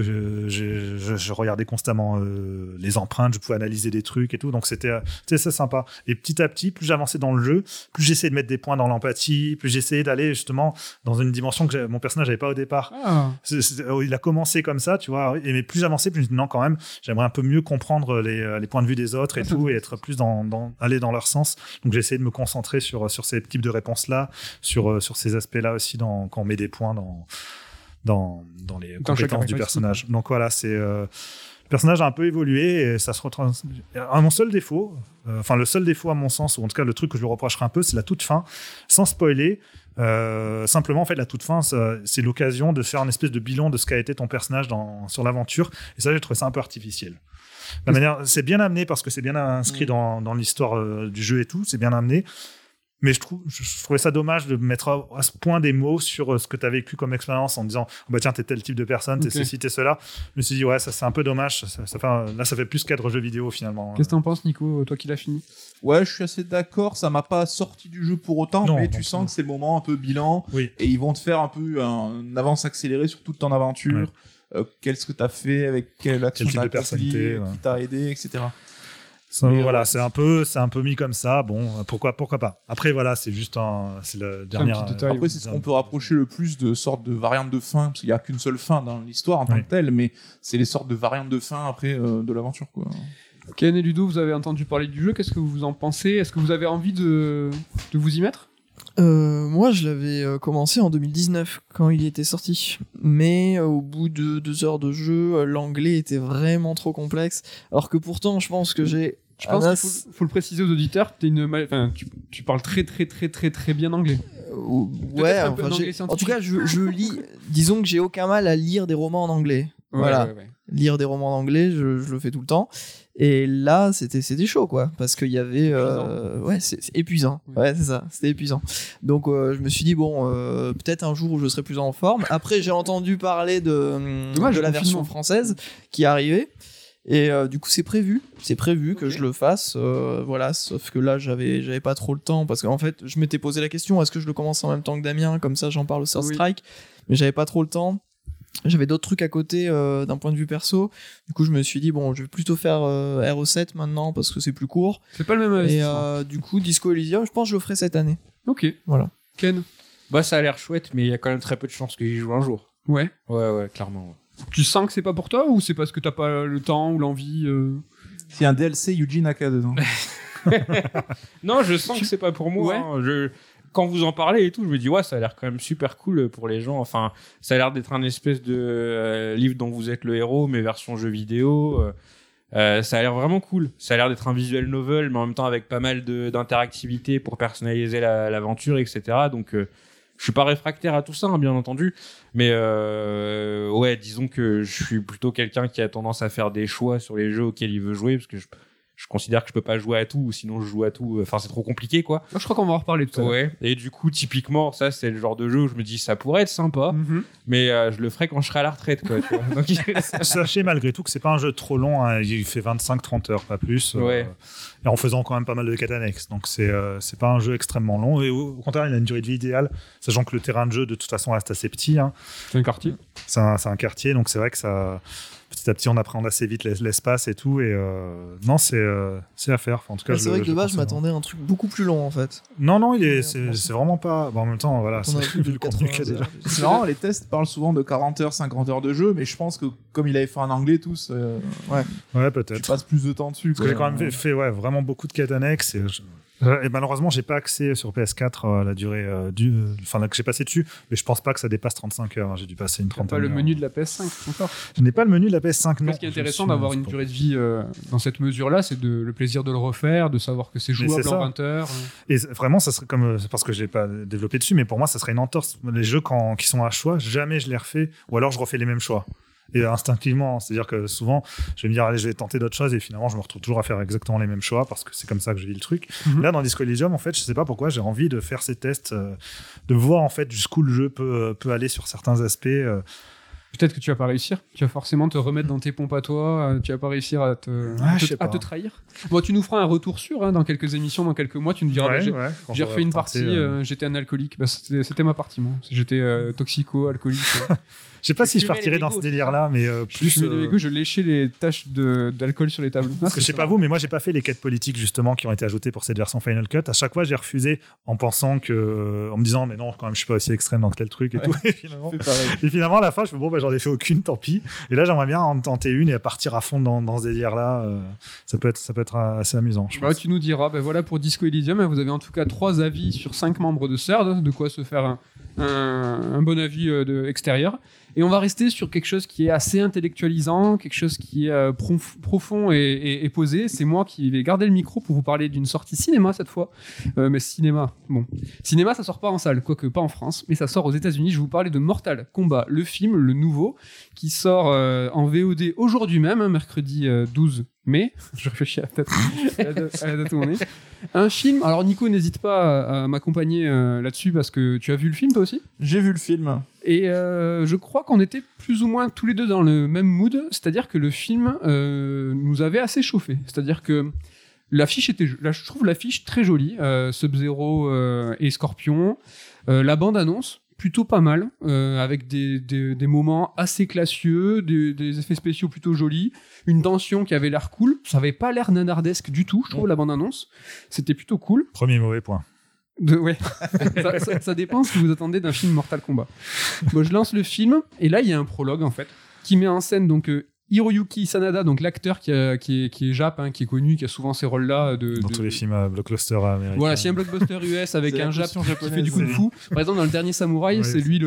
je regardais constamment les empreintes, je pouvais analyser des trucs et tout, donc c'était ça sympa. Et petit à petit, plus j'avançais dans le jeu, plus j'essayais de mettre des points dans l'empathie, plus j'essayais d'aller justement dans une dimension que mon personnage n'avait pas au départ. Il a commencé comme ça, tu vois, mais plus j'avançais, plus je me disais non, quand même, j'aimerais un peu mieux comprendre les points de vue des autres et tout, et être plus aller dans leur sens. Donc j'ai essayé de me concentrer sur ces types de réponses-là, sur ces aspects-là aussi, quand on met des points dans les compétences du personnage. Donc voilà, le personnage a un peu évolué et ça se retranscrit. Mon seul défaut, le seul défaut à mon sens, ou en tout cas le truc que je lui reprocherai un peu, c'est la toute fin, sans spoiler. Simplement, en fait, la toute fin, c'est l'occasion de faire une espèce de bilan de ce qu'a été ton personnage sur l'aventure. Et ça, j'ai trouvé ça un peu artificiel. La manière, c'est bien amené parce que c'est bien inscrit dans l'histoire du jeu et tout, c'est bien amené. Mais je trouvais ça dommage de mettre à ce point des mots sur ce que tu as vécu comme expérience en disant bah tiens, t'es tel type de personne, t'es ceci, t'es cela. Je me suis dit ouais, ça c'est un peu dommage. Ça fait plus cadre jeu vidéo finalement. Qu'est-ce que t'en penses, Nico, toi qui l'as fini? Ouais, je suis assez d'accord. Ça m'a pas sorti du jeu pour autant, mais tu sens que c'est le moment un peu bilan. Oui. Et ils vont te faire un peu un avance accélérée sur toute ton aventure. Qu'est-ce que t'as fait, avec quelle action t'as accompli, qui t'a aidé, etc. Voilà, c'est un peu mis comme ça. Bon, pourquoi pas. Après, voilà, c'est juste c'est la dernière. Après, c'est ce qu'on peut rapprocher le plus de sortes de variantes de fin, parce qu'il n'y a qu'une seule fin dans l'histoire en tant que telle, mais c'est les sortes de variantes de fin après de l'aventure, quoi. Ken et Ludo, vous avez entendu parler du jeu. Qu'est-ce que vous en pensez? Est-ce que vous avez envie de vous y mettre? Moi, je l'avais commencé en 2019 quand il était sorti, mais au bout de 2 heures de jeu, l'anglais était vraiment trop complexe. Alors que pourtant, je pense que j'ai. Je pense qu'il faut le préciser aux auditeurs. Tu parles très très très très très bien anglais. Ouais, en tout cas, je lis. Disons que j'ai aucun mal à lire des romans en anglais. Voilà. Ouais. Lire des romans en anglais, je le fais tout le temps. Et là, c'était chaud, quoi, parce qu'il y avait, c'est épuisant. Ouais, c'est ça, c'était épuisant. Donc, je me suis dit bon, peut-être un jour où je serai plus en forme. Après, j'ai entendu parler de la version française qui arrivait. Et du coup, c'est prévu que je le fasse. Voilà, sauf que là, j'avais pas trop le temps parce qu'en fait, je m'étais posé la question est-ce que je le commence en même temps que Damien, comme ça, j'en parle au Third Strike, mais j'avais pas trop le temps. J'avais d'autres trucs à côté d'un point de vue perso. Du coup, je me suis dit bon, je vais plutôt faire RE7 maintenant parce que c'est plus court. C'est pas le même investissement. Et du coup, Disco Elysium, je pense que je le ferai cette année. Ok. Voilà. Ken. Bah, ça a l'air chouette, mais il y a quand même très peu de chances que j'y joue un jour. Ouais. Ouais, clairement. Ouais. Tu sens que c'est pas pour toi ou c'est parce que t'as pas le temps ou l'envie Il y a un DLC Yuji Naka dedans. Non, je sens que c'est pas pour moi. Hein. Quand vous en parlez et tout, je me dis ouais, ça a l'air quand même super cool pour les gens. Enfin, ça a l'air d'être un espèce de livre dont vous êtes le héros, mais version jeu vidéo. Ça a l'air vraiment cool. Ça a l'air d'être un visual novel, mais en même temps avec pas mal d'interactivité pour personnaliser l'aventure, etc. Donc je suis pas réfractaire à tout ça, hein, bien entendu, mais disons que je suis plutôt quelqu'un qui a tendance à faire des choix sur les jeux auxquels il veut jouer, parce que je considère que je peux pas jouer à tout, ou sinon je joue à tout, enfin c'est trop compliqué, quoi. Moi, je crois qu'on va en reparler tout à l'heure. Ouais, et du coup, typiquement, ça c'est le genre de jeu où je me dis ça pourrait être sympa, mais je le ferai quand je serai à la retraite, quoi. Tu vois. Donc, sachez malgré tout que c'est pas un jeu trop long, hein. Il fait 25-30 heures, pas plus. Et en faisant quand même pas mal de quêtes annexes. Donc c'est pas un jeu extrêmement long. Et au contraire, il a une durée de vie idéale, sachant que le terrain de jeu de toute façon reste assez petit. Hein. C'est un quartier. C'est un quartier, donc c'est vrai que ça, petit à petit, on appréhende assez vite l'espace et tout. Et non, c'est à faire. Enfin, en tout cas, c'est vrai que de base, je m'attendais à un truc beaucoup plus long en fait. Non, c'est vraiment pas. Bon, en même temps, voilà, c'est le contenu qu'il y a déjà. C'est marrant, les tests parlent souvent de 40 heures, 50 heures de jeu, mais je pense que comme il avait fait en anglais tous, ouais, peut-être. Tu passes plus de temps dessus. Parce que j'ai quand même fait vraiment beaucoup de quêtes annexes et malheureusement j'ai pas accès sur PS4 à la durée que j'ai passé dessus, mais je pense pas que ça dépasse 35 heures. J'ai dû passer une trentaine d'heures. Pas le menu de la PS5 encore. Je n'ai pas le menu de la PS5. Non. Ce qui est intéressant d'avoir une durée de vie dans cette mesure-là, c'est le plaisir de le refaire, de savoir que c'est jouable en 20 heures. Et vraiment, ça serait comme parce que j'ai pas développé dessus, mais pour moi ça serait une entorse. Les jeux qui sont à choix, jamais je les refais, ou alors je refais les mêmes choix. Et instinctivement, c'est-à-dire que souvent je vais me dire allez, je vais tenter d'autres choses, et finalement je me retrouve toujours à faire exactement les mêmes choix parce que c'est comme ça que je vis le truc. Là dans Disco Elysium, en fait, je sais pas pourquoi j'ai envie de faire ces tests, de voir en fait jusqu'où le jeu peut aller sur certains aspects. Peut-être que tu vas pas réussir. Tu vas forcément te remettre dans tes pompes à toi. Tu vas pas réussir à te trahir. Bon, tu nous feras un retour sûr dans quelques émissions, dans quelques mois. Tu nous diras. J'ai refait une partie. J'étais un alcoolique. C'était ma partie, moi. J'étais toxico, alcoolique. Je sais pas si je partirais dans ce délire-là, mais plus. Je léchais les taches d'alcool sur les tables. Parce que je sais pas vous, mais moi j'ai pas fait les quêtes politiques justement qui ont été ajoutées pour cette version Final Cut. À chaque fois, j'ai refusé en pensant en me disant mais non, quand même, je suis pas aussi extrême dans tel truc et tout. Et finalement, à la fin, je me dis bon, j'en ai fait aucune, tant pis. Et là, j'aimerais bien en tenter une et partir à fond dans ce délire-là. Ça peut être assez amusant. Tu nous diras. Voilà pour Disco Elysium. Vous avez en tout cas 3 avis sur 5 membres de CERD, de quoi se faire un bon avis extérieur. Et on va rester sur quelque chose qui est assez intellectualisant, quelque chose qui est profond et posé. C'est moi qui vais garder le micro pour vous parler d'une sortie cinéma cette fois. Mais cinéma, ça sort pas en salle, quoique pas en France, mais ça sort aux États-Unis. Je vais vous parler de Mortal Kombat, le film, le nouveau, qui sort en VOD aujourd'hui même, mercredi 12 mai. Je réfléchis à la date où on est. Un film. Alors Nico, n'hésite pas à m'accompagner là-dessus parce que tu as vu le film toi aussi ? J'ai vu le film. Et je crois qu'on était plus ou moins tous les deux dans le même mood, c'est-à-dire que le film nous avait assez chauffé. C'est-à-dire que l'affiche je trouve l'affiche très jolie, Sub-Zero et Scorpion. La bande-annonce, plutôt pas mal, avec des moments assez classieux, des effets spéciaux plutôt jolis, une tension qui avait l'air cool. Ça avait pas l'air nanardesque du tout, je trouve, la bande-annonce. C'était plutôt cool. Premier mauvais point. Ouais. ça dépend ce que vous attendez d'un film Mortal Kombat. Bon, je lance le film et là il y a un prologue en fait qui met en scène donc Hiroyuki Sanada, donc l'acteur qui est Jap, qui est connu, qui a souvent ces rôles-là dans tous les films blockbuster américains. Voilà, c'est un blockbuster US avec un Jap qui fait du kung fu. Par exemple, dans le dernier Samouraï, c'est lui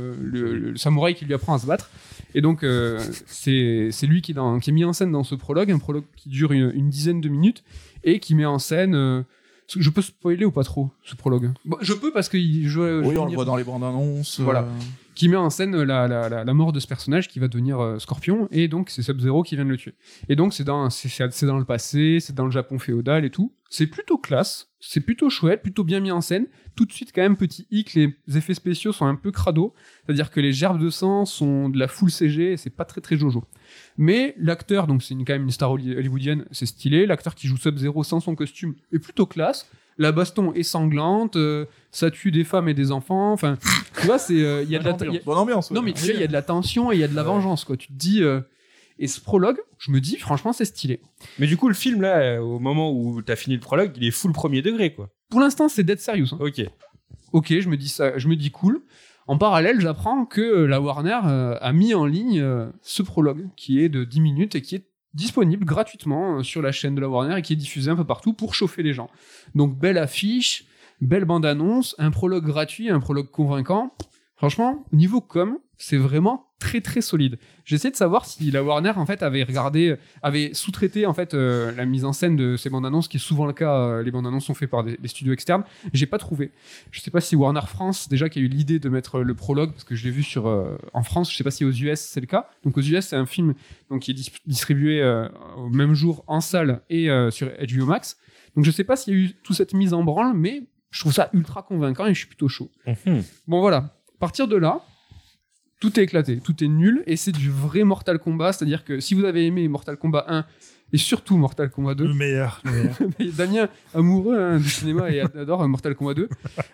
le samouraï qui lui apprend à se battre. Et donc c'est lui qui est mis en scène dans ce prologue, un prologue qui dure une dizaine de minutes et qui met en scène. Je peux spoiler ou pas trop ce prologue ? Je peux parce que on le voit dans les bandes annonces. Voilà. Qui met en scène la mort de ce personnage qui va devenir Scorpion, et donc c'est Sub-Zero qui vient de le tuer. Et donc c'est dans le passé, c'est dans le Japon féodal et tout. C'est plutôt classe, c'est plutôt chouette, plutôt bien mis en scène. Tout de suite quand même petit hic, les effets spéciaux sont un peu crado, c'est-à-dire que les gerbes de sang sont de la full CG et c'est pas très très jojo. Mais l'acteur, donc c'est quand même une star hollywoodienne, c'est stylé. L'acteur qui joue Sub-Zero sans son costume est plutôt classe. La baston est sanglante, ça tue des femmes et des enfants. Enfin, tu vois, c'est il y a de la bonne ambiance. Non mais tu sais, il y a de la tension et il y a de la vengeance quoi. Tu te dis et ce prologue, je me dis franchement c'est stylé. Mais du coup le film là, au moment où t'as fini le prologue, il est full premier degré quoi. Pour l'instant c'est dead serious. Ok, je me dis ça, je me dis cool. En parallèle, j'apprends que la Warner a mis en ligne ce prologue qui est de 10 minutes et qui est disponible gratuitement sur la chaîne de la Warner et qui est diffusé un peu partout pour chauffer les gens. Donc belle affiche, belle bande-annonce, un prologue gratuit, un prologue convaincant. Franchement, niveau com, c'est vraiment très très solide. J'essaie de savoir si la Warner en fait avait sous-traité en fait la mise en scène de ces bandes-annonces, qui est souvent le cas. Les bandes-annonces sont faites par des studios externes. J'ai pas trouvé. Je sais pas si Warner France déjà qui a eu l'idée de mettre le prologue, parce que je l'ai vu en France. Je sais pas si aux US c'est le cas. Donc aux US c'est un film donc qui est distribué au même jour en salle et sur HBO Max. Donc je sais pas s'il y a eu toute cette mise en branle, mais je trouve ça ultra convaincant et je suis plutôt chaud. Bon voilà. À partir de là, tout est éclaté, tout est nul, et c'est du vrai Mortal Kombat, c'est-à-dire que si vous avez aimé Mortal Kombat 1, et surtout Mortal Kombat 2... Le meilleur. Damien, amoureux du cinéma, et adore Mortal Kombat 2,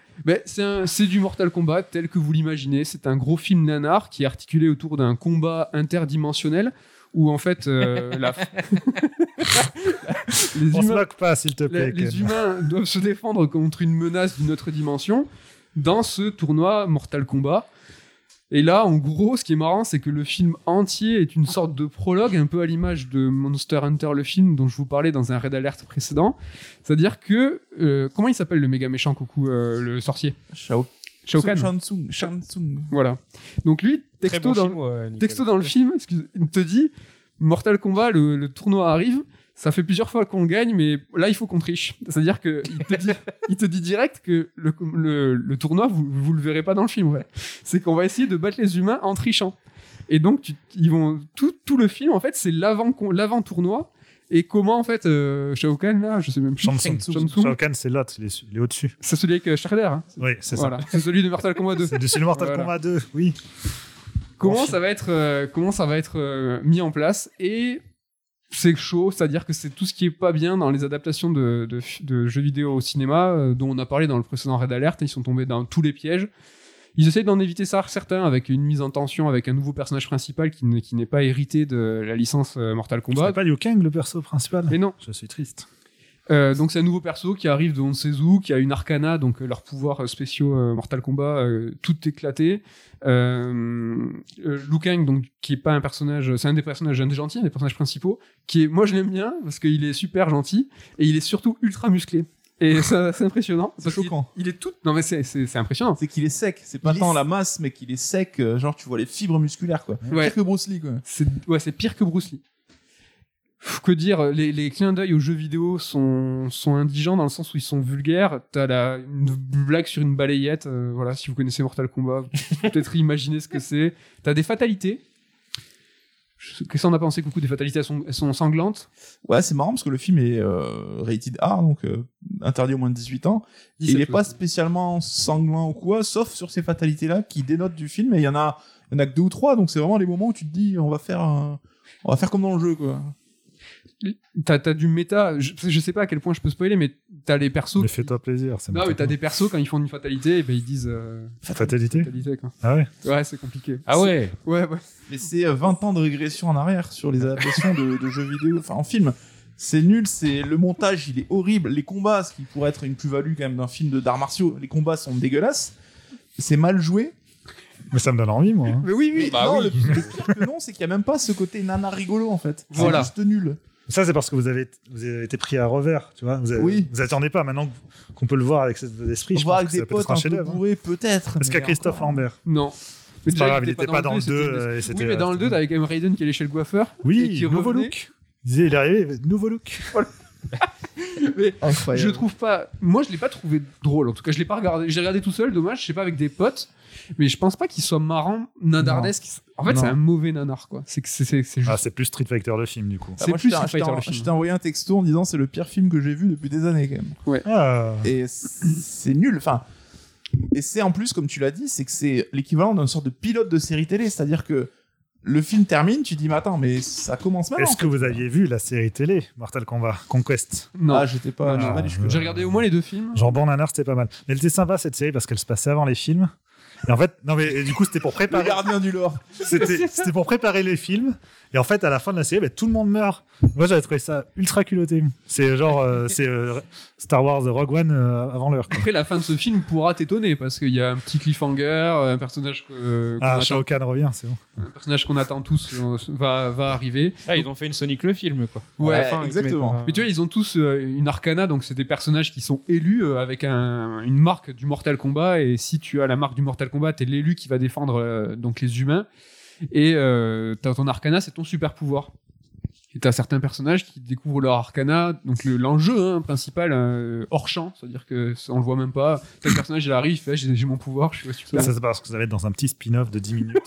c'est du Mortal Kombat tel que vous l'imaginez. C'est un gros film nanar qui est articulé autour d'un combat interdimensionnel, où en fait... On se moque pas, s'il te plaît. Les humains doivent se défendre contre une menace d'une autre dimension, dans ce tournoi Mortal Kombat. Et là, en gros, ce qui est marrant, c'est que le film entier est une sorte de prologue, un peu à l'image de Monster Hunter, le film dont je vous parlais dans un Red Alert précédent. C'est-à-dire que... comment il s'appelle le méga méchant coucou, le sorcier ? Shao Kahn. Shang Tsung. Voilà. Donc lui, texto dans le film, il te dit, Mortal Kombat, le tournoi arrive, ça fait plusieurs fois qu'on gagne, mais là, il faut qu'on triche. C'est-à-dire qu'il te dit direct que le tournoi, vous le verrez pas dans le film. Ouais. C'est qu'on va essayer de battre les humains en trichant. Et donc, tout le film, en fait, c'est l'avant-tournoi. Et comment, en fait, Shao Kahn, là, je sais même plus. Shao Kahn, c'est l'autre, il est au-dessus. C'est celui avec Shredder. Hein. Oui, c'est voilà. ça. C'est celui de Mortal Kombat 2. C'est celui de Mortal Kombat 2, oui. comment ça va être mis en place. Et c'est chaud, c'est-à-dire que c'est tout ce qui est pas bien dans les adaptations de jeux vidéo au cinéma, dont on a parlé dans le précédent Red Alert. Ils sont tombés dans tous les pièges. Ils essayent d'en éviter ça, certains, avec une mise en tension, avec un nouveau personnage principal qui n'est pas hérité de la licence Mortal Kombat. C'est pas Liu Kang le perso principal? Mais non. Je suis triste. Donc c'est un nouveau perso qui arrive de on ne sait où, qui a une arcana, donc leurs pouvoirs spéciaux Mortal Kombat, tout éclaté. Liu Kang, donc qui est pas un personnage, c'est un des personnages gentils, un des personnages principaux, qui est, moi je l'aime bien parce qu'il est super gentil et il est surtout ultra musclé. Et ça, c'est impressionnant. C'est choquant. Il est tout. Non mais c'est impressionnant. C'est qu'il est sec. C'est pas tant la masse, mais qu'il est sec. Genre tu vois les fibres musculaires quoi. Ouais. Pire que Bruce Lee quoi. C'est pire que Bruce Lee. Que dire, les clins d'œil aux jeux vidéo sont indigents dans le sens où ils sont vulgaires. T'as une blague sur une balayette, voilà, si vous connaissez Mortal Kombat, vous pouvez peut-être imaginer ce que c'est. T'as des fatalités. Qu'est-ce qu'on a pensé, Coucou, des fatalités, elles sont sanglantes. Ouais, c'est marrant parce que le film est rated R, donc interdit aux moins de 18 ans. Et il est pas spécialement sanglant ou quoi, sauf sur ces fatalités-là qui dénotent du film. Et il y en a que 2 ou 3, donc c'est vraiment les moments où tu te dis on va faire comme dans le jeu quoi. T'as du méta, je sais pas à quel point je peux spoiler, mais t'as les persos. Mais fais-toi plaisir. Non, mais t'as des persos quand ils font une fatalité, et ben ils disent. Fatalité quoi. Ah ouais. Ouais, c'est compliqué. Ah ouais. Ouais. Mais c'est 20 ans de régression en arrière sur les adaptations de jeux vidéo, enfin en film. C'est nul, c'est le montage, il est horrible. Les combats, ce qui pourrait être une plus-value quand même d'un film d'arts martiaux, les combats sont dégueulasses. C'est mal joué. Mais ça me donne envie, moi. Mais oui. Le pire que non, c'est qu'il y a même pas ce côté nana rigolo en fait. Voilà. C'est juste nul. Ça, c'est parce que vous avez été pris à revers, tu vois. Vous attendez pas maintenant qu'on peut le voir avec cet esprit. Je voir pense avec que des ça peut être potes un un peu chef-d'œuvre. bourrés, peut-être. Est-ce qu'à Christophe Lambert? Non. C'est pas grave, il était pas dans le 2. Oui, mais dans le 2, t'avais quand même Raiden qui allait chez le coiffeur. Oui, qui nouveau revenait. look. Il disait, il est arrivé, nouveau look. Mais Incroyable. je trouve pas. Moi, je l'ai pas trouvé drôle. En tout cas, je l'ai pas regardé. Je l'ai regardé tout seul, dommage. Je sais pas, avec des potes. Mais je pense pas qu'il soit marrant, nanardesque. En fait, c'est un mauvais nanar, quoi. C'est juste. Ah, c'est plus Street Fighter le film, du coup. C'est plus Street Fighter le Je film. t'ai envoyé un texto en disant c'est le pire film que j'ai vu depuis des années quand même. Ouais. Ah. Et c'est nul. Enfin, et c'est en plus, comme tu l'as dit, c'est que c'est l'équivalent d'une sorte de pilote de série télé. C'est-à-dire que le film termine, tu dis mais attends, mais ça commence maintenant. Est-ce que vous aviez vu la série télé Mortal Kombat Conquest? Non. Ah, j'étais pas. J'ai regardé au moins les 2 films. Jean Bon Nanar, c'était pas mal. Mais elle était sympa cette série parce qu'elle se passait avant les films. Et en fait, non mais du coup c'était pour préparer. Le gardien du lore. C'était pour préparer les films. Et en fait, à la fin de la série, tout le monde meurt. Moi, j'avais trouvé ça ultra culotté. C'est genre, Star Wars Rogue One avant l'heure. Après, la fin de ce film pourra t'étonner parce qu'il y a un petit cliffhanger, un personnage Shao Kahn revient, c'est bon. Un personnage qu'on attend tous va arriver. Ah, ils ont fait une Sonic le film, quoi. Ouais, exactement. Mais tu vois, ils ont tous une arcana, donc c'est des personnages qui sont élus avec une marque du Mortal Kombat. Et si tu as la marque du Mortal Kombat, t'es l'élu qui va défendre donc les humains. Et t'as ton arcana, c'est ton super pouvoir. Et t'as certains personnages qui découvrent leur arcana, donc l'enjeu principal hors champ, c'est-à-dire que on le voit même pas. T'as le personnage, il arrive, il fait j'ai mon pouvoir, je suis super. Ça c'est parce que ça va être dans un petit spin-off de 10 minutes.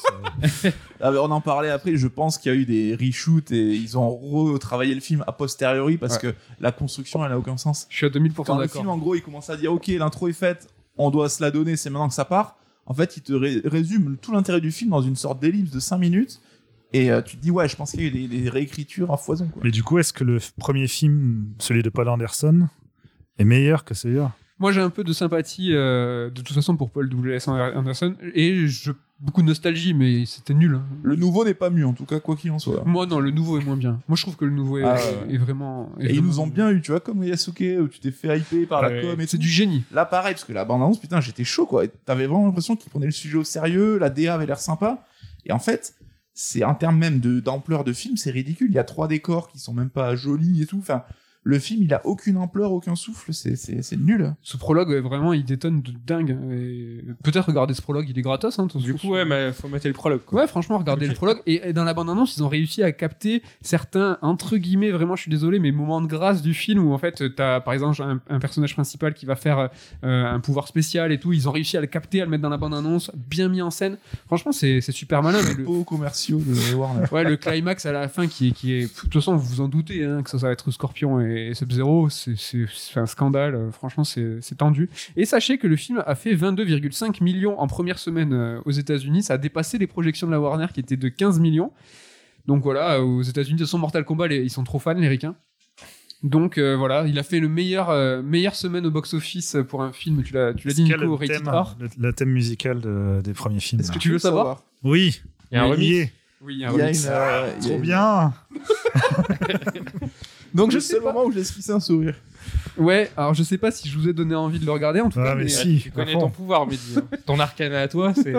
Ah, on en parlait après, je pense qu'il y a eu des reshoots et ils ont retravaillé le film a posteriori parce que la construction elle a aucun sens. Je suis à 2000% d'accord. Le film en gros il commence à dire ok l'intro est faite, on doit se la donner, c'est maintenant que ça part. En fait il te résume tout l'intérêt du film dans une sorte d'ellipse de 5 minutes. Et tu te dis, ouais, je pense qu'il y a eu des réécritures à foison. Quoi. Mais du coup, est-ce que le premier film, celui de Paul Anderson, est meilleur que celui-là? Moi, j'ai un peu de sympathie, de toute façon, pour Paul W.S. Anderson. Et beaucoup de nostalgie, mais c'était nul. Hein. Le nouveau n'est pas mieux, en tout cas, quoi qu'il en soit. Moi, non, le nouveau est moins bien. Moi, je trouve que le nouveau est vraiment... Et ils nous ont bien eu, tu vois, comme Yasuke, où tu t'es fait hyper par la com et c'est tout. du génie. Là, pareil, parce que la bande-annonce, putain, j'étais chaud, quoi. Et t'avais vraiment l'impression qu'ils prenaient le sujet au sérieux, la DA avait l'air sympa. Et en fait... c'est en termes même d'ampleur de film, c'est ridicule. Il y a 3 décors qui sont même pas jolis et tout. Enfin, le film, il a aucune ampleur, aucun souffle. C'est nul. Ce prologue, vraiment, il détonne de dingue. Et peut-être regarder ce prologue, il est gratos. Hein, du coup, ouais, mais faut mettre le prologue. Quoi. Ouais, franchement, regardez le prologue. Et dans la bande-annonce, ils ont réussi à capter certains, entre guillemets, vraiment, je suis désolé, mais moments de grâce du film où, en fait, t'as, par exemple, un personnage principal qui va faire un pouvoir spécial et tout. Ils ont réussi à le capter, à le mettre dans la bande-annonce, bien mis en scène. Franchement, c'est super malin. Mais beaux commerciaux de Warner. Ouais, le climax à la fin qui est de toute façon, vous vous en doutez, hein, que ça va être Scorpion et et Sub-Zero, c'est un scandale. Franchement, c'est tendu. Et sachez que le film a fait 22,5 millions en première semaine aux États-Unis. Ça a dépassé les projections de la Warner qui étaient de 15 millions. Donc voilà, aux États-Unis, de toute façon, Mortal Kombat, ils sont trop fans, les ricains. Donc voilà, il a fait le meilleure semaine au box-office pour un film. Tu l'as dit, Nico, rated R. Le thème musical des premiers films. Est-ce que tu veux savoir? Oui. Il y a un remix. Oui, il y a un remix. Trop bien. Donc je sais le moment où j'ai esquissé un sourire. Ouais, alors je sais pas si je vous ai donné envie de le regarder en tout cas. Mais si, tu connais ton pouvoir, Mehdi. Ton arcana à toi, c'est.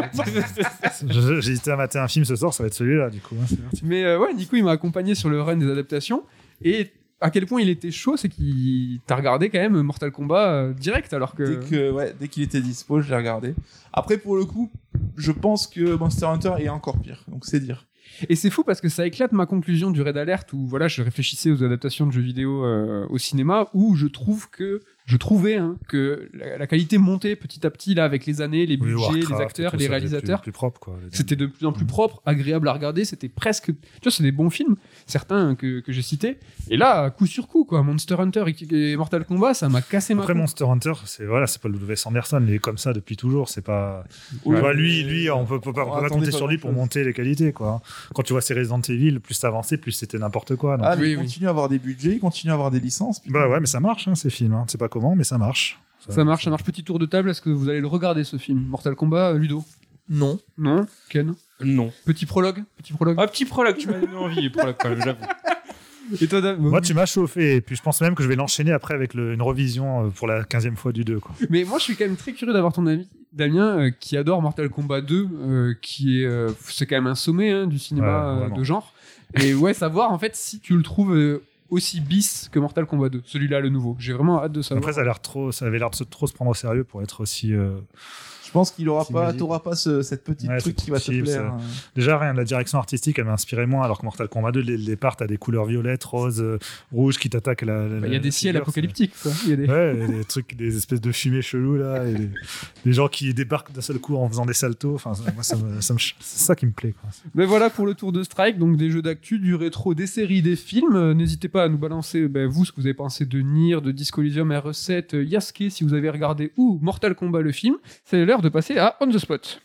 J'ai hésité à mater un film ce soir, ça va être celui-là du coup. Mais ouais, Nico il m'a accompagné sur le run des adaptations et à quel point il était chaud, c'est qu'il t'a regardé quand même Mortal Kombat direct alors que. Dès qu'il était dispo, je l'ai regardé. Après pour le coup, je pense que Monster Hunter est encore pire, donc c'est dire. Et c'est fou parce que ça éclate ma conclusion du Red Alert où voilà, je réfléchissais aux adaptations de jeux vidéo au cinéma où je trouvais que la qualité montait petit à petit là avec les années, les budgets, Warcraft, les acteurs, les réalisateurs. Plus propre, quoi. C'était de plus en plus propre, agréable à regarder. C'était presque, tu vois, c'est des bons films, certains que j'ai cités. Et là, coup sur coup, quoi, Monster Hunter et Mortal Kombat, ça m'a cassé ma. Après Monster Hunter, c'est pas le Wes Anderson, il est comme ça depuis toujours. C'est pas. Ouais, lui, on peut pas compter sur lui pour monter les qualités, quoi. Quand tu vois ses Resident Evil, plus t'avançais, plus c'était n'importe quoi. Donc. Il continue à avoir des budgets, il continue à avoir des licences. Bah ouais, mais ça marche, ces films. C'est pas comment, mais ça marche. Ça marche. Petit tour de table. Est-ce que vous allez le regarder, ce film Mortal Kombat, Ludo? Non. Ken? Non. Petit prologue. Ah, petit prologue, tu m'as donné envie, prologue, quand même, j'avoue. Et toi, Dame? Moi, tu m'as chauffé. Et puis, je pense même que je vais l'enchaîner après avec une revision pour la 15e fois du 2. Quoi. Mais moi, je suis quand même très curieux d'avoir ton avis, Damien, qui adore Mortal Kombat 2, qui est, c'est quand même un sommet du cinéma de genre. Et ouais, savoir en fait si tu le trouves aussi bis que Mortal Kombat 2, celui-là, le nouveau. J'ai vraiment hâte de savoir. Après, ça avait l'air de trop se prendre au sérieux pour être aussi. Je pense qu'il t'aura pas cette petite truc qui va te plaire. Déjà, rien de la direction artistique, elle m'a inspiré moins, alors que Mortal Kombat 2, dès le départ, t'as des couleurs violettes, roses, rouges qui t'attaquent. Il y a des ciels apocalyptiques, quoi. des trucs, des espèces de fumées cheloues, là, et des gens qui débarquent d'un seul coup en faisant des saltos. Enfin, moi, c'est ça qui me plaît, quoi. Mais voilà pour le tour de Strike, donc des jeux d'actu, du rétro, des séries, des films. N'hésitez pas à nous balancer, vous, ce que vous avez pensé de Nier, de Disco Elysium, R7, Yasuke, si vous avez regardé, ou Mortal Kombat, le film. C'est l'heure de passer à On the Spot.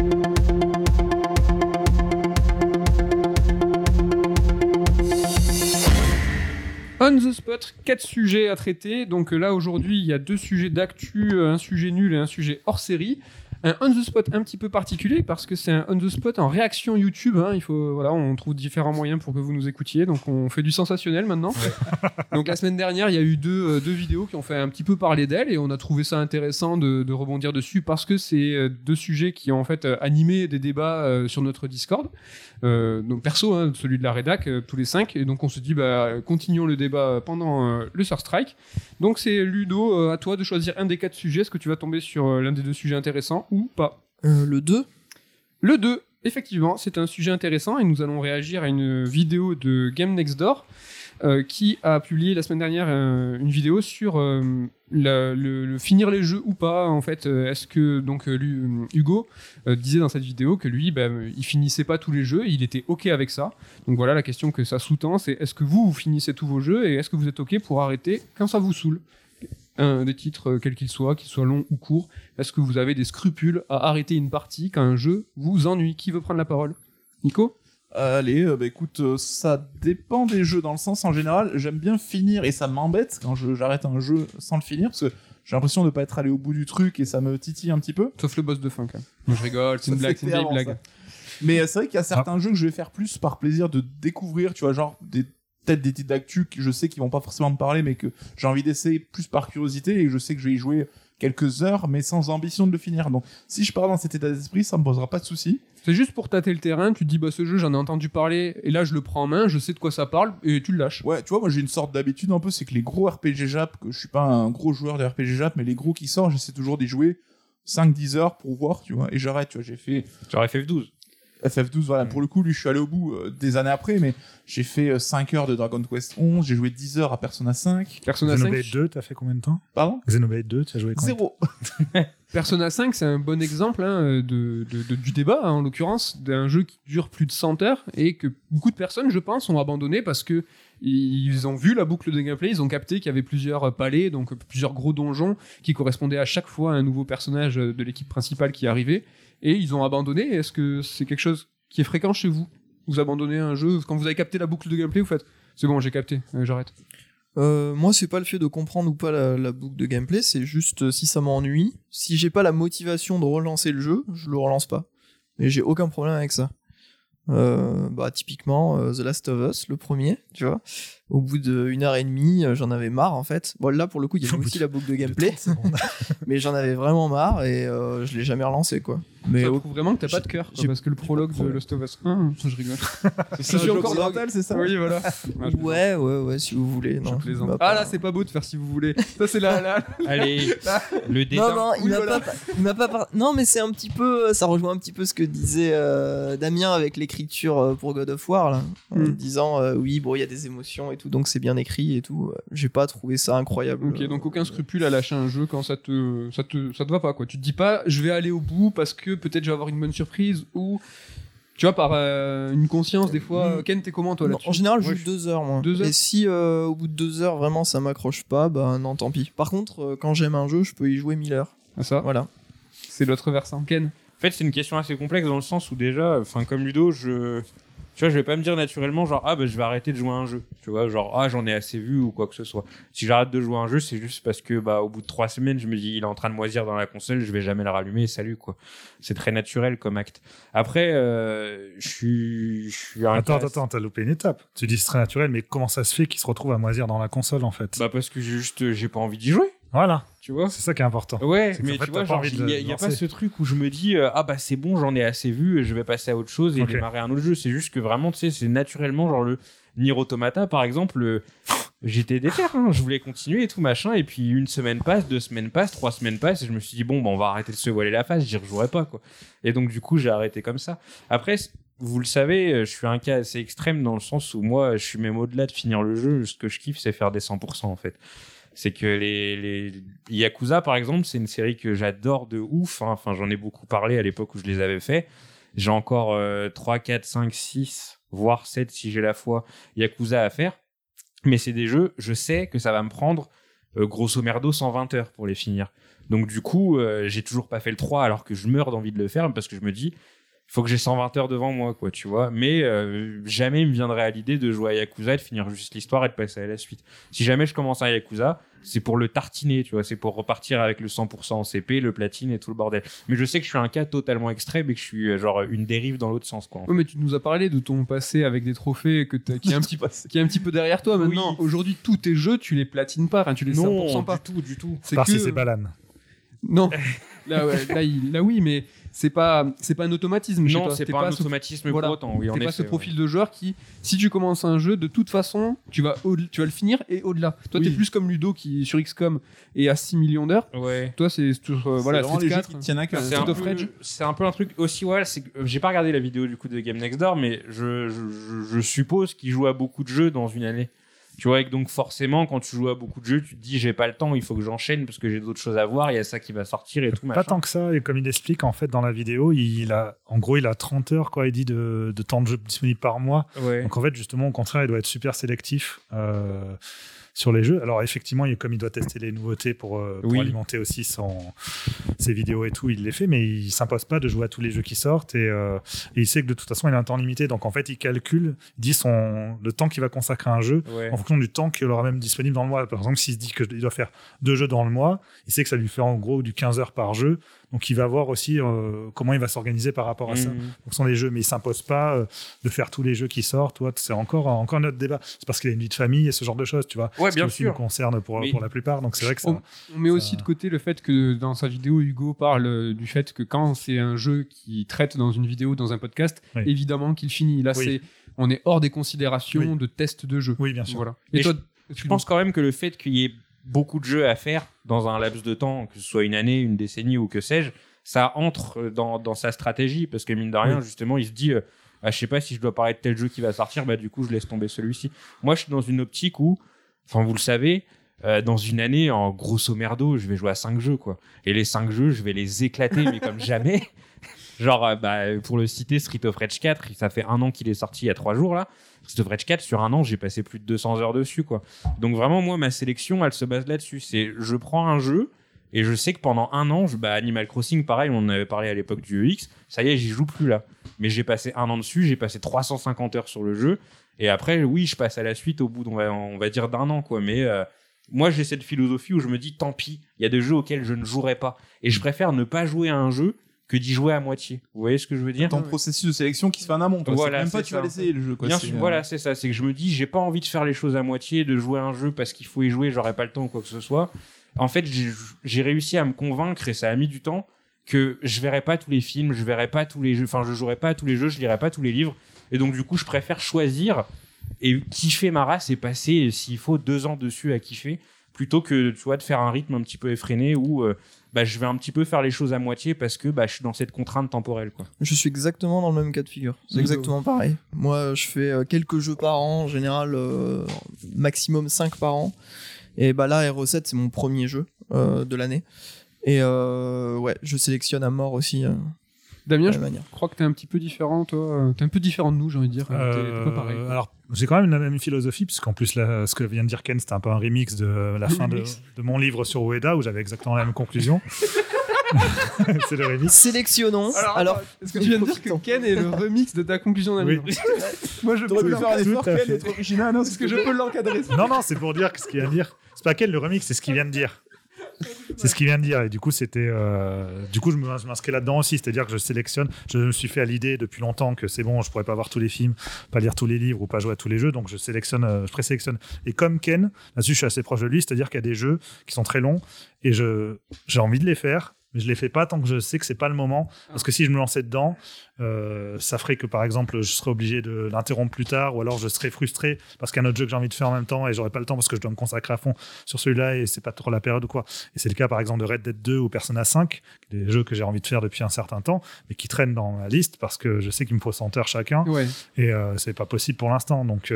On the Spot, 4 sujets à traiter. Donc là, aujourd'hui, il y a 2 sujets d'actu, un sujet nul et un sujet hors série. Un On the Spot un petit peu particulier parce que c'est un On the Spot en réaction YouTube. On trouve différents moyens pour que vous nous écoutiez. Donc on fait du sensationnel maintenant. Donc la semaine dernière, il y a eu deux vidéos qui ont fait un petit peu parler d'elle et on a trouvé ça intéressant de rebondir dessus parce que c'est 2 sujets qui ont en fait animé des débats sur notre Discord. Donc perso, celui de la rédac, tous les 5. Et donc on se dit, continuons le débat pendant le Surstrike. Donc c'est Ludo, à toi de choisir un des 4 sujets. Est-ce que tu vas tomber sur l'un des 2 sujets intéressants ou pas? Le 2. Le 2, effectivement, c'est un sujet intéressant et nous allons réagir à une vidéo de Game Next Door qui a publié la semaine dernière une vidéo sur le finir les jeux ou pas. En fait, est-ce que donc Hugo disait dans cette vidéo que lui, il finissait pas tous les jeux, et il était ok avec ça. Donc voilà, la question que ça sous-tend, c'est est-ce que vous finissez tous vos jeux et est-ce que vous êtes ok pour arrêter quand ça vous saoule? Des titres quels qu'ils soient longs ou courts. Est-ce que vous avez des scrupules à arrêter une partie quand un jeu vous ennuie? Qui veut prendre la parole? Nico? Allez, écoute, ça dépend des jeux. Dans le sens, en général, j'aime bien finir et ça m'embête quand j'arrête un jeu sans le finir parce que j'ai l'impression de pas être allé au bout du truc et ça me titille un petit peu. Sauf le boss de fin, quand même. Je rigole, c'est une blague, c'est une vieille blague. Mais c'est vrai qu'il y a certains jeux que je vais faire plus par plaisir de découvrir, tu vois, genre peut-être des titres d'actu que je sais qu'ils vont pas forcément me parler, mais que j'ai envie d'essayer plus par curiosité et que je sais que je vais y jouer quelques heures, mais sans ambition de le finir. Donc, si je pars dans cet état d'esprit, ça me posera pas de soucis. C'est juste pour tâter le terrain, tu te dis, ce jeu, j'en ai entendu parler, et là, je le prends en main, je sais de quoi ça parle, et tu le lâches. Ouais, tu vois, moi, j'ai une sorte d'habitude un peu, c'est que les gros RPG Jap, que je suis pas un gros joueur de RPG Jap, mais les gros qui sortent, j'essaie toujours d'y jouer 5-10 heures pour voir, tu vois, et j'arrête, tu vois, J'aurais fait F12. FF12, voilà, pour le coup, lui, je suis allé au bout des années après, mais j'ai fait 5 heures de Dragon Quest 11, j'ai joué 10 heures à Persona 5. Persona 5. Xenoblade 2, t'as fait combien de temps? Pardon? Xenoblade 2, t'as joué combien? 0. Persona 5, c'est un bon exemple du débat, en l'occurrence, d'un jeu qui dure plus de 100 heures et que beaucoup de personnes, je pense, ont abandonné parce que ils ont vu la boucle de gameplay, ils ont capté qu'il y avait plusieurs palais, donc plusieurs gros donjons qui correspondaient à chaque fois à un nouveau personnage de l'équipe principale qui arrivait, et ils ont abandonné. Est-ce que c'est quelque chose qui est fréquent chez vous? Vous abandonnez un jeu, quand vous avez capté la boucle de gameplay, vous faites « c'est bon, j'ai capté, j'arrête ». Moi, c'est pas le fait de comprendre ou pas la boucle de gameplay, c'est juste si ça m'ennuie. Si j'ai pas la motivation de relancer le jeu, je le relance pas. Et j'ai aucun problème avec ça. Typiquement, The Last of Us, le premier, tu vois. Au bout d'une heure et demie, j'en avais marre, en fait. Bon, là, pour le coup, il y avait aussi la boucle de gameplay. Mais j'en avais vraiment marre et je l'ai jamais relancé, quoi. Mais je trouve vraiment que t'as pas de cœur, parce que le prologue de Last of Us 1, je rigole. C'est un jeu occidental, c'est ça? Oui, voilà. Ouais, si vous voulez. Non, là, c'est pas beau de faire si vous voulez. Ça, c'est là. Allez, le dédain. Non, il m'a pas Non, mais c'est un petit peu, ça rejoint un petit peu ce que disait Damien avec l'écriture pour God of War, là, en disant oui, bon, il y a des émotions et tout, donc c'est bien écrit et tout. J'ai pas trouvé ça incroyable. Ok, donc aucun scrupule à lâcher un jeu quand ça te va pas, quoi. Tu te dis pas, je vais aller au bout parce que peut-être je vais avoir une bonne surprise, ou tu vois, par une conscience des fois. Ken, t'es comment toi là-dessus? En général, je joue 2 heures, moi. 2 heures. Et si au bout de 2 heures vraiment ça m'accroche pas, bah non, tant pis. Par contre, quand j'aime un jeu, je peux y jouer 1000 heures. Ah, ça, voilà. C'est l'autre versant. Ken? En fait, c'est une question assez complexe dans le sens où déjà, comme Ludo, tu vois, je vais pas me dire naturellement genre je vais arrêter de jouer à un jeu, tu vois, genre j'en ai assez vu ou quoi que ce soit. Si j'arrête de jouer à un jeu, c'est juste parce que au bout de 3 semaines, je me dis il est en train de moisir dans la console, je vais jamais le rallumer, salut quoi. C'est très naturel comme acte. Après je suis Attends, t'as loupé une étape. Tu dis c'est très naturel, mais comment ça se fait qu'il se retrouve à moisir dans la console en fait? Parce que j'ai pas envie d'y jouer. Voilà, tu vois, c'est ça qui est important. Ouais, mais tu vois, genre il y a pas ce truc où je me dis c'est bon, j'en ai assez vu, je vais passer à autre chose et démarrer un autre jeu. C'est juste que vraiment, tu sais, c'est naturellement genre le Nier Automata par exemple, j'étais déter, je voulais continuer et tout machin, et puis 1 semaine passe, 2 semaines passent, 3 semaines passent, et je me suis dit bon, on va arrêter de se voiler la face, j'y rejouerai pas quoi. Et donc du coup, j'ai arrêté comme ça. Après, vous le savez, je suis un cas assez extrême dans le sens où moi, je suis même au-delà de finir le jeu. Ce que je kiffe, c'est faire des 100% en fait. C'est que les Yakuza, par exemple, c'est une série que j'adore de ouf. Enfin, j'en ai beaucoup parlé à l'époque où je les avais fait. J'ai encore 3, 4, 5, 6, voire 7 si j'ai la foi, Yakuza à faire. Mais c'est des jeux, je sais que ça va me prendre grosso merdo 120 heures pour les finir. Donc du coup, j'ai toujours pas fait le 3 alors que je meurs d'envie de le faire parce que je me dis il faut que j'ai 120 heures devant moi, quoi, tu vois. Mais jamais il me viendrait à l'idée de jouer à Yakuza et de finir juste l'histoire et de passer à la suite. Si jamais je commence un Yakuza, c'est pour le tartiner, tu vois. C'est pour repartir avec le 100% en CP, le platine et tout le bordel. Mais je sais que je suis un cas totalement extrême et que je suis genre une dérive dans l'autre sens, quoi. Oui, mais tu nous as parlé de ton passé avec des trophées qui est un petit peu derrière toi maintenant. Oui. Aujourd'hui, tous tes jeux, tu les platines pas, tu les 100% pas. Du tout. C'est que... si c'est Balan. Non. Là, oui, mais c'est pas un automatisme. Non, c'est pas un automatisme pour autant. Oui, t'es pas ce profil de joueur qui, si tu commences un jeu, de toute façon, tu vas le finir et au-delà. Toi, t'es plus comme Ludo qui sur XCOM est à 6 millions d'heures. Ouais. Toi, c'est voilà, Street 4 qui tiennent à cœur. C'est un peu un truc aussi. Ouais, c'est que j'ai pas regardé la vidéo du coup de Game Next Door, mais je suppose qu'il joue à beaucoup de jeux dans une année. Tu vois, et donc forcément, quand tu joues à beaucoup de jeux, tu te dis j'ai pas le temps, il faut que j'enchaîne parce que j'ai d'autres choses à voir, il y a ça qui va sortir et tout. Pas tant que ça, et comme il explique en fait dans la vidéo, il a 30 heures, quoi, il dit de temps de jeu disponible par mois. Ouais. Donc en fait, justement, au contraire, il doit être super sélectif sur les jeux. Alors effectivement, comme il doit tester les nouveautés pour alimenter aussi ses vidéos et tout, il les fait, mais il s'impose pas de jouer à tous les jeux qui sortent et il sait que de toute façon, il a un temps limité. Donc en fait, il calcule, il dit le temps qu'il va consacrer à un jeu en fonction du temps qu'il aura même disponible dans le mois. Par exemple, s'il se dit qu'il doit faire 2 jeux dans le mois, il sait que ça lui fait en gros du 15 heures par jeu. Donc il va voir aussi comment il va s'organiser par rapport à ça. Donc ce sont des jeux, mais il s'impose pas de faire tous les jeux qui sortent. C'est encore notre débat. C'est parce qu'il a une vie de famille et ce genre de choses, tu vois. Ouais, bien sûr. Qui nous concerne pour la plupart. Donc c'est vrai que on met aussi de côté le fait que dans sa vidéo, Hugo parle du fait que quand c'est un jeu qui traite dans une vidéo, dans un podcast, évidemment qu'il finit. Là, on est hors des considérations de test de jeu. Oui, bien sûr. Voilà. Et toi, je pense quand même que le fait qu'il y ait beaucoup de jeux à faire dans un laps de temps, que ce soit une année, une décennie ou que sais-je, ça entre dans sa stratégie, parce que mine de rien, justement, il se dit je sais pas si je dois parler de tel jeu qui va sortir, du coup je laisse tomber celui-ci. Moi je suis dans une optique où, enfin vous le savez, dans une année, en grosso merdo, je vais jouer à 5 jeux, quoi. Et les 5 jeux, je vais les éclater, mais comme jamais. Genre, pour le citer, Street of Rage 4, ça fait 1 an qu'il est sorti il y a 3 jours, là. Street of Rage 4, sur 1 an, j'ai passé plus de 200 heures dessus, quoi. Donc vraiment, moi, ma sélection, elle se base là-dessus. C'est, je prends un jeu, et je sais que pendant 1 an, Animal Crossing, pareil, on en avait parlé à l'époque du EX, ça y est, j'y joue plus, là. Mais j'ai passé 1 an dessus, j'ai passé 350 heures sur le jeu, et après, oui, je passe à la suite au bout, on va dire, d'1 an, quoi. Mais moi, j'ai cette philosophie où je me dis, tant pis, il y a des jeux auxquels je ne jouerai pas. Et je préfère ne pas jouer à un jeu que d'y jouer à moitié. Vous voyez ce que je veux dire ? Ton processus de sélection qui se fait en amont. Voilà, même pas tu vas l'essayer le jeu. Quoi. Bien sûr, voilà, c'est ça. C'est que je me dis, j'ai pas envie de faire les choses à moitié, de jouer à un jeu parce qu'il faut y jouer, j'aurai pas le temps ou quoi que ce soit. En fait, j'ai réussi à me convaincre, et ça a mis du temps, que je verrai pas tous les films, je verrai pas tous les jeux, enfin, je jouerai pas à tous les jeux, je lirai pas tous les livres. Et donc, du coup, je préfère choisir et kiffer ma race et passer, s'il faut, 2 ans dessus à kiffer, plutôt que, tu vois, de faire un rythme un petit peu effréné où je vais un petit peu faire les choses à moitié parce que je suis dans cette contrainte temporelle, quoi. Je suis exactement dans le même cas de figure. C'est exactement pareil. Moi, je fais quelques jeux par an, en général maximum 5 par an. Et là, RE7, c'est mon premier jeu de l'année. Et je sélectionne à mort aussi. Damien, je crois que t'es un petit peu différent, toi. T'es un peu différent de nous, j'ai envie de dire. T'es pas pareil. Alors, j'ai quand même la même philosophie, puisqu'en plus, là, ce que vient de dire Ken, c'était un peu un remix de la fin de mon livre sur Ueda, où j'avais exactement la même conclusion. C'est le remix. Sélectionnons. Alors est-ce que tu viens de dire que Ken est le remix de ta conclusion d'un livre ? Moi, je devrais faire un effort, Ken, d'être original. Non, est-ce que je peux l'encadrer ? Non, c'est pour dire que ce qu'il vient de dire. C'est pas Ken le remix, c'est ce qu'il vient de dire. C'est ce qu'il vient de dire, et du coup c'était je m'inscris là-dedans aussi, c'est-à-dire que je sélectionne. Je me suis fait à l'idée depuis longtemps que c'est bon, je pourrais pas voir tous les films, pas lire tous les livres ou pas jouer à tous les jeux, donc je sélectionne, je présélectionne. Et comme Ken, là-dessus je suis assez proche de lui, c'est-à-dire qu'il y a des jeux qui sont très longs et j'ai envie de les faire, mais je les fais pas tant que je sais que c'est pas le moment, parce que si je me lançais dedans, ça ferait que par exemple je serais obligé de l'interrompre plus tard, ou alors je serais frustré parce qu'il y a un autre jeu que j'ai envie de faire en même temps et j'aurais pas le temps parce que je dois me consacrer à fond sur celui-là et c'est pas trop la période ou quoi. Et c'est le cas par exemple de Red Dead 2 ou Persona 5, des jeux que j'ai envie de faire depuis un certain temps mais qui traînent dans ma liste parce que je sais qu'il me faut 100 heures chacun, et c'est pas possible pour l'instant, donc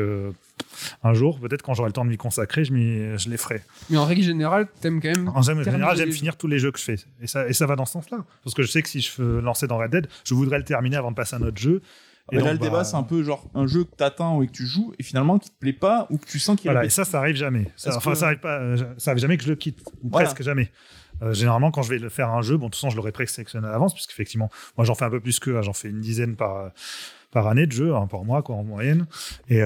un jour peut-être quand j'aurai le temps de m'y consacrer je les ferai. Mais en règle générale t'aimes quand même en règle générale j'aime finir tous les jeux que je fais, et ça va dans ce sens-là, parce que je sais que si je lançais dans Red Dead je voudrais le terminer avant de passer à un autre jeu. Et là, le débat, c'est un peu genre un jeu que t'atteins ou que tu joues et finalement qui te plaît pas ou que tu sens qu'il et ça arrive jamais. Ça arrive pas, ça arrive jamais que je le quitte, ou presque jamais. Généralement, quand je vais le faire un jeu, de toute façon, je l'aurais présélectionné à l'avance, puisqu'effectivement, moi, j'en fais un peu plus que, j'en fais une dizaine par année de jeux, par mois, quoi, en moyenne. Et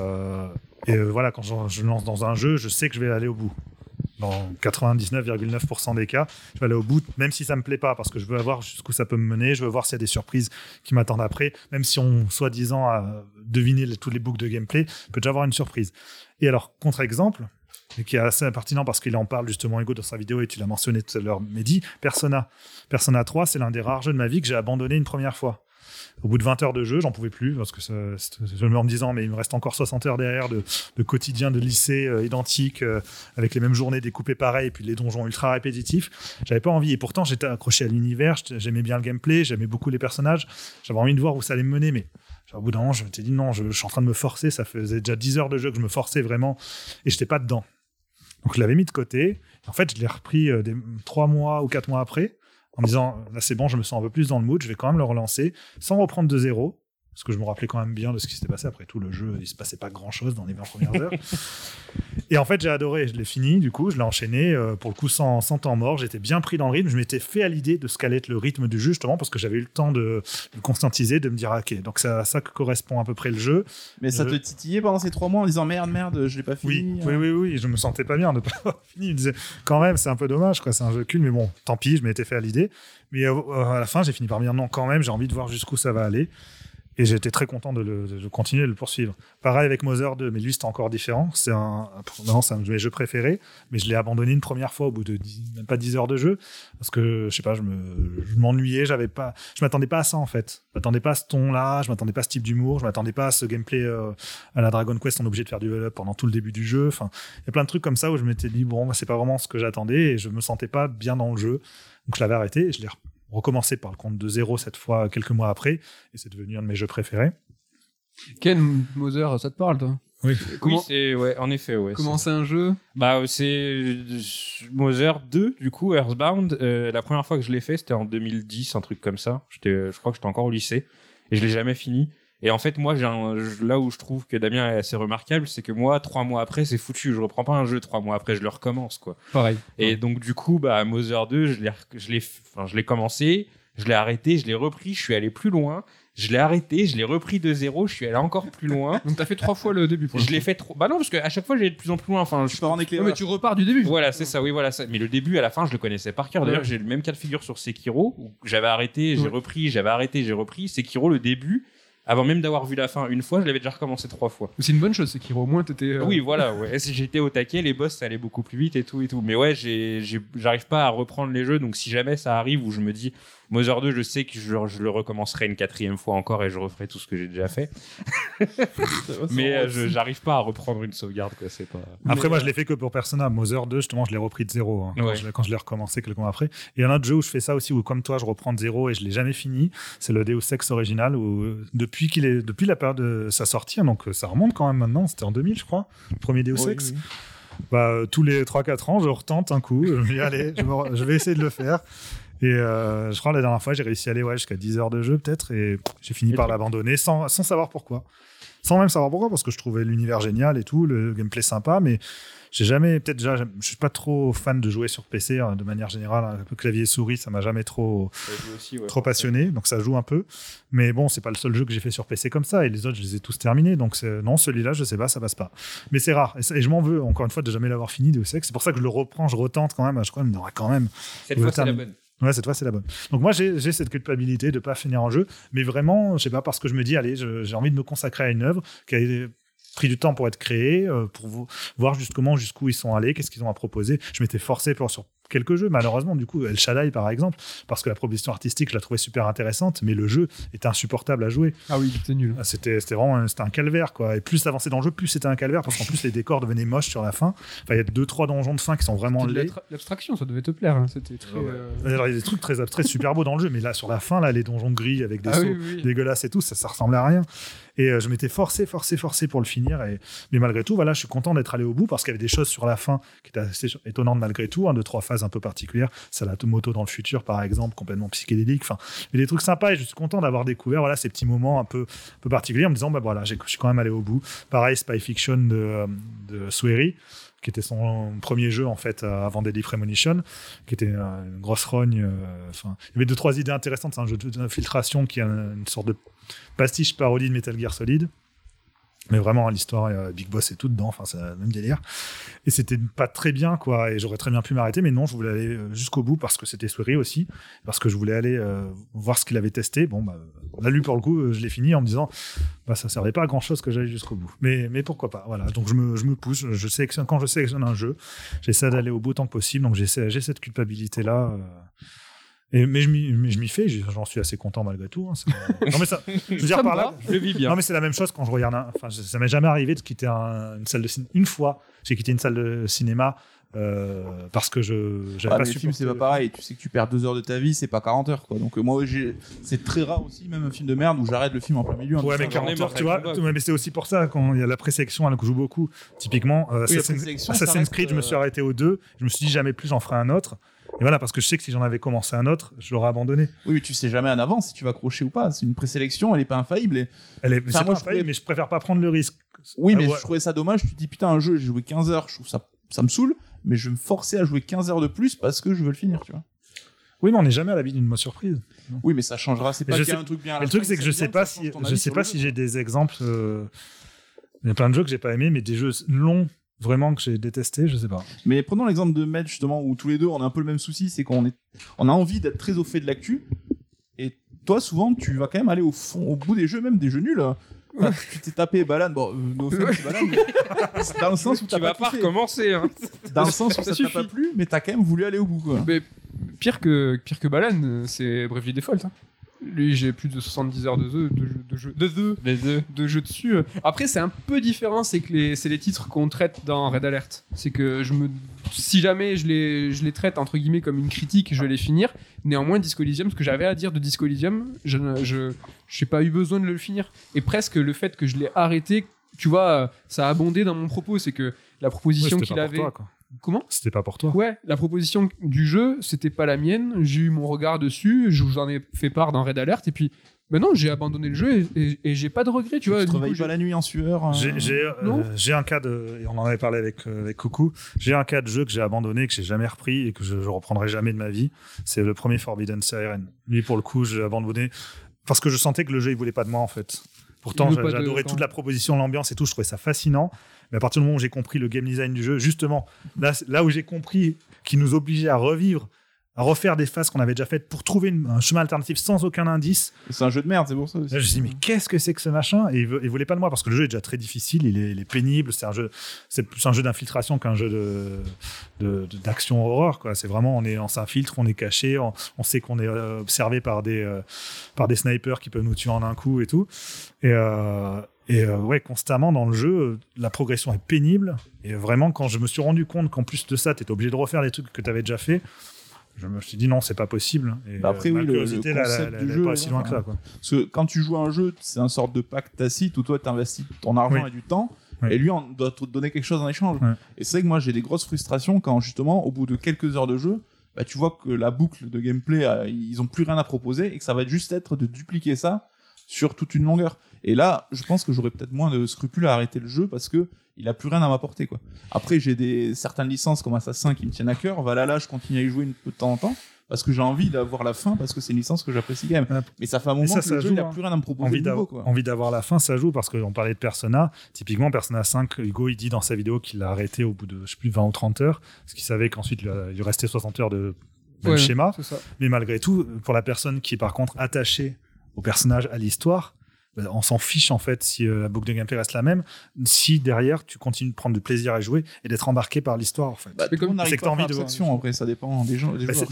voilà, quand je me lance dans un jeu, je sais que je vais aller au bout. Dans 99,9% des cas, je vais aller au bout, même si ça me plaît pas, parce que je veux voir jusqu'où ça peut me mener, je veux voir s'il y a des surprises qui m'attendent après, même si on, soi-disant, a deviné tous les boucles de gameplay, peut déjà avoir une surprise. Et alors, contre-exemple, et qui est assez pertinent parce qu'il en parle justement, Hugo, dans sa vidéo, et tu l'as mentionné tout à l'heure, Mehdi, Persona 3, c'est l'un des rares jeux de ma vie que j'ai abandonné une première fois. Au bout de 20 heures de jeu, j'en pouvais plus, parce que je me disant, mais il me reste encore 60 heures derrière de quotidien de lycée identique, avec les mêmes journées découpées pareil, et puis les donjons ultra répétitifs. J'avais pas envie, et pourtant j'étais accroché à l'univers, j'aimais bien le gameplay, j'aimais beaucoup les personnages, j'avais envie de voir où ça allait me mener, mais au bout d'un moment, je m'étais dit non, je suis en train de me forcer, ça faisait déjà 10 heures de jeu que je me forçais vraiment, et j'étais pas dedans. Donc je l'avais mis de côté, en fait je l'ai repris 3 mois ou 4 mois après, en me disant, là c'est bon, je me sens un peu plus dans le mood, je vais quand même le relancer, sans reprendre de zéro, parce que je me rappelais quand même bien de ce qui s'était passé. Après tout, le jeu, il se passait pas grand-chose dans les 20 premières heures. Et en fait, j'ai adoré, je l'ai fini, du coup, je l'ai enchaîné, pour le coup, sans temps mort, j'étais bien pris dans le rythme, je m'étais fait à l'idée de ce qu'allait être le rythme du jeu, justement, parce que j'avais eu le temps de conscientiser, de me dire, ok, donc ça correspond à peu près le jeu. Mais ça te titillait pendant ces 3 mois en disant, merde, je l'ai pas fini. Oui, je me sentais pas bien de pas avoir fini, je me disais, quand même, c'est un peu dommage, quoi, c'est un jeu cul, mais bon, tant pis, je m'étais fait à l'idée. Mais à la fin, j'ai fini par me dire, non, quand même, j'ai envie de voir jusqu'où ça va aller. Et j'étais très content de continuer de le poursuivre. Pareil avec Mother 2, mais lui, c'était encore différent. C'est un de mes jeux préférés, mais je l'ai abandonné une première fois au bout de même pas 10 heures de jeu, parce que, je sais pas, je m'ennuyais, je m'attendais pas à ça, en fait. Je m'attendais pas à ce ton-là, je m'attendais pas à ce type d'humour, je m'attendais pas à ce gameplay à la Dragon Quest, on est obligé de faire du level up pendant tout le début du jeu. Enfin, il y a plein de trucs comme ça où je m'étais dit, bon, c'est pas vraiment ce que j'attendais, et je me sentais pas bien dans le jeu. Donc je l'avais arrêté, et je l'ai recommencé par le compte de 0 cette fois, quelques mois après, et c'est devenu un de mes jeux préférés. Ken Mother, ça te parle, toi? Oui. Oui, en effet, ouais. Comment c'est un jeu? Bah, c'est Mother 2, du coup, Earthbound. La première fois que je l'ai fait, c'était en 2010, un truc comme ça. Je crois que j'étais encore au lycée, et je l'ai jamais fini. Et en fait, moi, là où je trouve que Damien est assez remarquable, c'est que moi, 3 mois après, c'est foutu. Je reprends pas un jeu 3 mois après, je le recommence, quoi. Pareil. Et donc, du coup, bah, Mother 2, je l'ai commencé, je l'ai arrêté, je l'ai repris, je suis allé plus loin. Je l'ai arrêté, je l'ai repris de 0, je suis allé encore plus loin. Donc t'as fait 3 fois le début. Je l'ai fait trop. Bah non, parce qu'à chaque fois j'allais de plus en plus loin. Enfin, Je pars en éclairage. mais tu repars du début. Voilà, c'est ça. Oui, voilà. Ça. Mais le début, à la fin, je le connaissais par cœur. D'ailleurs, j'ai le même cas de figure sur Sekiro, où j'avais arrêté, j'ai repris, j'avais arrêté, j'ai repris. Sekiro, le début, avant même d'avoir vu la fin une fois, je l'avais déjà recommencé 3 fois. C'est une bonne chose, c'est qu'au moins t'étais. Oui, voilà. Ouais. Si j'étais au taquet, les boss, ça allait beaucoup plus vite et tout et tout. Mais ouais, j'arrive pas à reprendre les jeux. Donc si jamais ça arrive où je me dis Mother 2, je sais que je le recommencerai une 4e fois encore et je referai tout ce que j'ai déjà fait. Mais j'arrive pas à reprendre une sauvegarde, quoi. C'est pas. Après, moi, je l'ai fait que pour Persona. Mother 2, justement, je l'ai repris de 0 hein, quand je l'ai recommencé quelques mois après. Et il y a un autre jeu où je fais ça aussi, où comme toi, je reprends de 0 et je l'ai jamais fini. C'est le Deus Ex original, où depuis la période de sa sortie, donc ça remonte quand même maintenant. C'était en 2000, je crois, le premier Deus Ex. Oui. Bah, tous les 3-4 ans, je retente un coup. Je me dis, allez, je vais essayer de le faire. Et je crois la dernière fois, j'ai réussi à aller jusqu'à 10 heures de jeu peut-être, et j'ai fini par l'abandonner sans savoir pourquoi. Sans même savoir pourquoi, parce que je trouvais l'univers génial et tout, le gameplay sympa, mais j'ai jamais, peut-être déjà, je suis pas trop fan de jouer sur PC de manière générale, un peu clavier et souris, ça m'a jamais trop passionné, donc ça joue un peu. Mais bon, c'est pas le seul jeu que j'ai fait sur PC comme ça, et les autres, je les ai tous terminés, donc non, celui-là, je sais pas, ça passe pas. Mais c'est rare, et je m'en veux, encore une fois, de jamais l'avoir fini, Deus Ex. C'est pour ça que je le reprends, je retente quand même, je crois qu'il y en aura quand même. Cette fois, c'est la bonne. Ouais, cette fois, c'est la bonne. Donc moi, j'ai cette culpabilité de pas finir un jeu, mais vraiment, je sais pas, parce que je me dis, allez, j'ai envie de me consacrer à une œuvre qui a pris du temps pour être créée, pour voir jusqu'où ils sont allés, qu'est-ce qu'ils ont à proposer. Je m'étais forcé sur quelques jeux, malheureusement, du coup, El Shaddai, par exemple, parce que la proposition artistique, je la trouvais super intéressante, mais le jeu était insupportable à jouer. Ah oui, c'était nul. C'était vraiment un calvaire, quoi. Et plus t'avançais dans le jeu, plus c'était un calvaire, parce qu'en plus, les décors devenaient moches sur la fin. Enfin, il y a 2-3 donjons de fin qui sont vraiment laids. L'abstraction, ça devait te plaire. Hein. C'était très. Alors, il y a des trucs très abstraits, super beaux dans le jeu, mais là, sur la fin, là, les donjons gris avec des sauts dégueulasses et tout, ça ressemblait à rien. Et je m'étais forcé pour le finir. Mais malgré tout, voilà, je suis content d'être allé au bout, parce qu'il y avait des choses sur la fin qui étaient assez étonnantes malgré tout. 2-3 phases un peu particulières. C'est la moto dans le futur, par exemple, complètement psychédélique. Enfin, il y a des trucs sympas, et je suis content d'avoir découvert ces petits moments un peu particuliers, en me disant, bah voilà, je suis quand même allé au bout. Pareil, Spy Fiction de Swery, qui était son premier jeu en fait avant Deadly Premonition, qui était une grosse rogne. Il y avait 2-3 idées intéressantes. C'est un jeu d'infiltration qui a une sorte de pastiche parodie de Metal Gear Solid. Mais vraiment, l'histoire, Big Boss et tout dedans, enfin, c'est le même délire. Et c'était pas très bien, quoi, et j'aurais très bien pu m'arrêter, mais non, je voulais aller jusqu'au bout, parce que c'était Swery aussi, parce que je voulais aller voir ce qu'il avait testé. Bon, bah, là, lui, pour le coup, je l'ai fini en me disant, bah, ça servait pas à grand chose que j'aille jusqu'au bout. Mais pourquoi pas, voilà. Donc, je me pousse, quand je sélectionne un jeu, j'essaie d'aller au bout tant que possible, donc j'ai cette culpabilité-là. Mais je m'y fais, j'en suis assez content malgré tout. Hein. Non, mais ça, je veux dire par là, je le vis bien. Non, mais c'est la même chose quand je regarde. Enfin, ça m'est jamais arrivé de quitter une salle de cinéma. Une fois, j'ai quitté une salle de cinéma parce que j'avais pas supporté. Le film, c'est pas pareil. Tu sais que tu perds 2 heures de ta vie, c'est pas 40 heures, quoi. Donc moi, c'est très rare aussi, même un film de merde où j'arrête le film en plein milieu. Ouais, mais 40 heures, tu vois. Mais c'est aussi pour ça quand il y a la présélection, elle joue beaucoup. Typiquement, Assassin's Creed, je me suis arrêté au 2. Je me suis dit jamais plus, j'en ferai un autre. Et voilà, parce que je sais que si j'en avais commencé un autre, je l'aurais abandonné. Oui, mais tu sais jamais en avance si tu vas accrocher ou pas. C'est une présélection, elle est pas infaillible. C'est pas infaillible, mais je préfère pas prendre le risque. Oui, mais je trouvais ça dommage. Tu te dis, putain, un jeu, j'ai joué 15 heures, je trouve ça me saoule, mais je vais me forcer à jouer 15 heures de plus parce que je veux le finir, tu vois. Oui, mais on n'est jamais à l'abri d'une mauvaise surprise. Oui, mais ça changera. C'est pas qu'il y a un truc bien. Le truc, c'est que je sais pas si j'ai des exemples. Il y a plein de jeux que j'ai pas aimés, mais des jeux longs. Vraiment que j'ai détesté, je sais pas. Mais prenons l'exemple de Med, justement, où tous les deux on a un peu le même souci, c'est qu'on a envie d'être très au fait de l'actu, et toi souvent tu vas quand même aller au bout des jeux, même des jeux nuls. Enfin, tu t'es tapé Balan, bon, Balan, mais dans le sens où tu vas pas recommencer, hein. Dans le sens où ça t'a pas plu, mais t'as quand même voulu aller au bout, quoi. Mais pire que Balan, c'est Bravely Default. Hein. Lui, j'ai plus de 70 heures de jeu dessus. Après, c'est un peu différent, c'est que c'est les titres qu'on traite dans Red Alert. C'est que si jamais je les traite entre guillemets comme une critique, je vais les finir. Néanmoins, Disco Elysium, ce que j'avais à dire de Disco Elysium, je n'ai pas eu besoin de le finir. Et presque le fait que je l'ai arrêté, tu vois, ça a abondé dans mon propos. C'est que la proposition qu'il avait... Comment ? C'était pas pour toi. Ouais, la proposition du jeu, c'était pas la mienne. J'ai eu mon regard dessus, je vous en ai fait part dans Red Alert, et puis non, j'ai abandonné le jeu et j'ai pas de regret, tu vois. Tu travailles pas la nuit en sueur. J'ai un cas et on en avait parlé avec Coucou. J'ai un cas de jeu que j'ai abandonné, que j'ai jamais repris et que je reprendrai jamais de ma vie. C'est le premier Forbidden Siren. Lui, pour le coup, j'ai abandonné parce que je sentais que le jeu il voulait pas de moi en fait. Pourtant, j'adorais toute la proposition, l'ambiance et tout. Je trouvais ça fascinant. Mais à partir du moment où j'ai compris le game design du jeu, justement, là où j'ai compris qu'il nous obligeait à revivre, à refaire des phases qu'on avait déjà faites pour trouver un chemin alternatif sans aucun indice. C'est un jeu de merde, c'est pour ça aussi. Là, je me suis dit, mais qu'est-ce que c'est que ce machin ? Et il voulait pas de moi parce que le jeu est déjà très difficile, il est pénible. C'est plus un jeu d'infiltration qu'un jeu d'action horreur, quoi. C'est vraiment, on s'infiltre, on est caché, on sait qu'on est observé par des snipers qui peuvent nous tuer en un coup et tout. Ouais, constamment dans le jeu, la progression est pénible. Et vraiment, quand je me suis rendu compte qu'en plus de ça, tu étais obligé de refaire les trucs que tu avais déjà fait, je me suis dit non, c'est pas possible. Et après, oui, le concept du jeu pas si loin que ça, quoi. Parce que quand tu joues à un jeu, c'est une sorte de pacte tacite où toi, tu investis ton argent et du temps. Et lui, on doit te donner quelque chose en échange. Et c'est vrai que moi, j'ai des grosses frustrations quand, justement, au bout de quelques heures de jeu, tu vois que la boucle de gameplay, ils ont plus rien à proposer et que ça va juste être de dupliquer ça sur toute une longueur. Et là, je pense que j'aurais peut-être moins de scrupules à arrêter le jeu parce que il a plus rien à m'apporter, quoi. Après, j'ai certaines licences comme Assassin qui me tiennent à cœur. Valhalla, je continue à y jouer de temps en temps parce que j'ai envie d'avoir la fin, parce que c'est une licence que j'apprécie quand même. Mais ça fait un moment que le jeu, il a plus rien à me proposer de nouveau, quoi. Envie d'avoir la fin, ça joue, parce qu'on parlait de Persona. Typiquement, Persona 5, Hugo, il dit dans sa vidéo qu'il l'a arrêté au bout de, je sais plus, 20 ou 30 heures, parce qu'il savait qu'ensuite, il lui restait 60 heures de même schéma. Mais malgré tout, pour la personne qui est par contre attachée au personnage, à l'histoire, on s'en fiche en fait si la boucle de gameplay reste la même, si derrière tu continues de prendre du plaisir à jouer et d'être embarqué par l'histoire en fait. Tout le monde n'arrive pas à faire abstraction, après ça dépend des gens.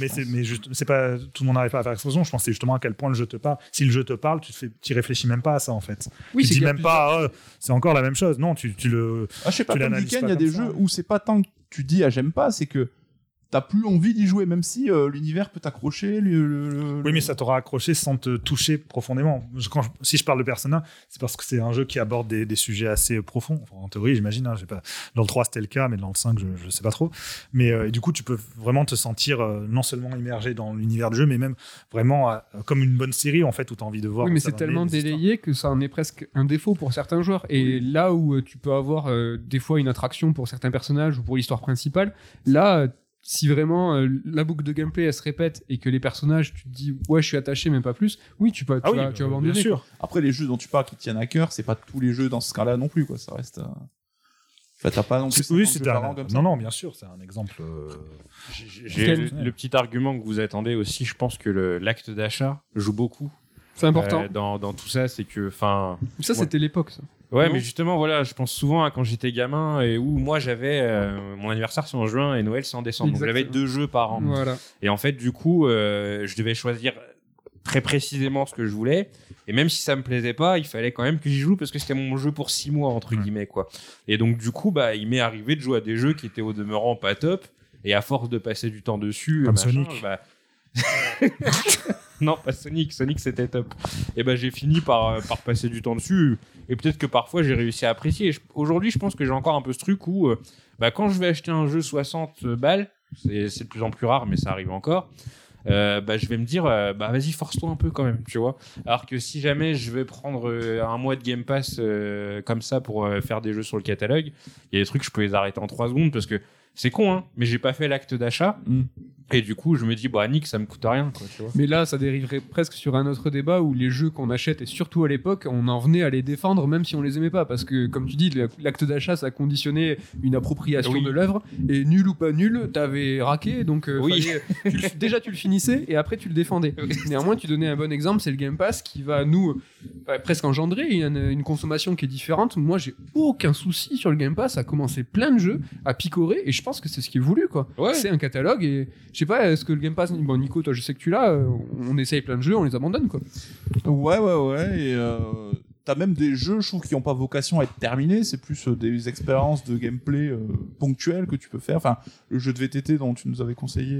C'est pas tout le monde n'arrive pas à faire abstraction. Je pense que c'est justement à quel point le jeu te parle. Si le jeu te parle, tu réfléchis même pas à ça en fait. Oui, tu dis même pas c'est encore la même chose. Non, tu le. Je sais pas. Comme Weekend, il y a des jeux où c'est pas tant que tu dis j'aime pas, c'est que t'as plus envie d'y jouer, même si l'univers peut t'accrocher. Oui, mais ça t'aura accroché sans te toucher profondément. Si je parle de Persona, c'est parce que c'est un jeu qui aborde des sujets assez profonds. Enfin, en théorie, j'imagine. J'ai pas... Dans le 3, c'était le cas, mais dans le 5, je sais pas trop. Mais du coup, tu peux vraiment te sentir non seulement immergé dans l'univers du jeu, mais même vraiment comme une bonne série, en fait, où t'as envie de voir. Oui, mais c'est tellement délayé que ça en est presque un défaut pour certains joueurs. Et là où tu peux avoir des fois une attraction pour certains personnages ou pour l'histoire principale, là... Si vraiment la boucle de gameplay elle se répète et que les personnages tu te dis ouais je suis attaché mais pas plus, oui tu vas abandonner. Bien sûr. Après les jeux dont tu parles qui tiennent à cœur, c'est pas tous les jeux dans ce cas-là non plus, quoi. Ça reste. T'as pas non plus. Oui, c'est non, bien sûr, c'est un exemple. J'ai le petit argument que vous attendez aussi. Je pense que l'acte d'achat joue beaucoup. C'est important. Dans tout ça, c'est que ça c'était l'époque ça. Ouais, mais justement, voilà, je pense souvent à quand j'étais gamin et où moi j'avais mon anniversaire c'est en juin et Noël c'est en décembre. Exactement. Donc j'avais 2 jeux par an. Voilà. Et en fait, du coup, je devais choisir très précisément ce que je voulais. Et même si ça me plaisait pas, il fallait quand même que j'y joue parce que c'était mon jeu pour 6 mois, entre guillemets, quoi. Et donc, du coup, il m'est arrivé de jouer à des jeux qui étaient au demeurant pas top. Et à force de passer du temps dessus. Comme Sonic. Non, pas Sonic. Sonic, c'était top. Et j'ai fini par passer du temps dessus. Et peut-être que parfois, j'ai réussi à apprécier. Aujourd'hui, je pense que j'ai encore un peu ce truc où, quand je vais acheter un jeu 60 balles, c'est de plus en plus rare, mais ça arrive encore, je vais me dire, vas-y, force-toi un peu quand même, tu vois. Alors que si jamais je vais prendre un mois de Game Pass comme ça pour faire des jeux sur le catalogue, il y a des trucs, je peux les arrêter en 3 secondes parce que c'est con, hein, mais j'ai pas fait l'acte d'achat. Et du coup, je me dis, Nick, ça me coûte rien, quoi, tu vois. Mais là, ça dériverait presque sur un autre débat où les jeux qu'on achète, et surtout à l'époque, on en venait à les défendre même si on les aimait pas. Parce que, comme tu dis, l'acte d'achat, ça conditionnait une appropriation de l'œuvre. Et nul ou pas nul, t'avais raqué. Donc, déjà, tu le finissais et après, tu le défendais. Néanmoins, tu donnais un bon exemple, c'est le Game Pass qui va nous presque engendrer une consommation qui est différente. Moi, j'ai aucun souci sur le Game Pass à commencer plein de jeux, à picorer. Et je pense que c'est ce qui est voulu, quoi. Ouais. C'est un catalogue et je sais pas, est-ce que le Game Pass, Nico, toi je sais que tu l'as, on essaye plein de jeux, on les abandonne, quoi. Ouais, et t'as même des jeux, je trouve, qui n'ont pas vocation à être terminés. C'est plus des expériences de gameplay ponctuelles que tu peux faire. Enfin, le jeu de VTT dont tu nous avais conseillé,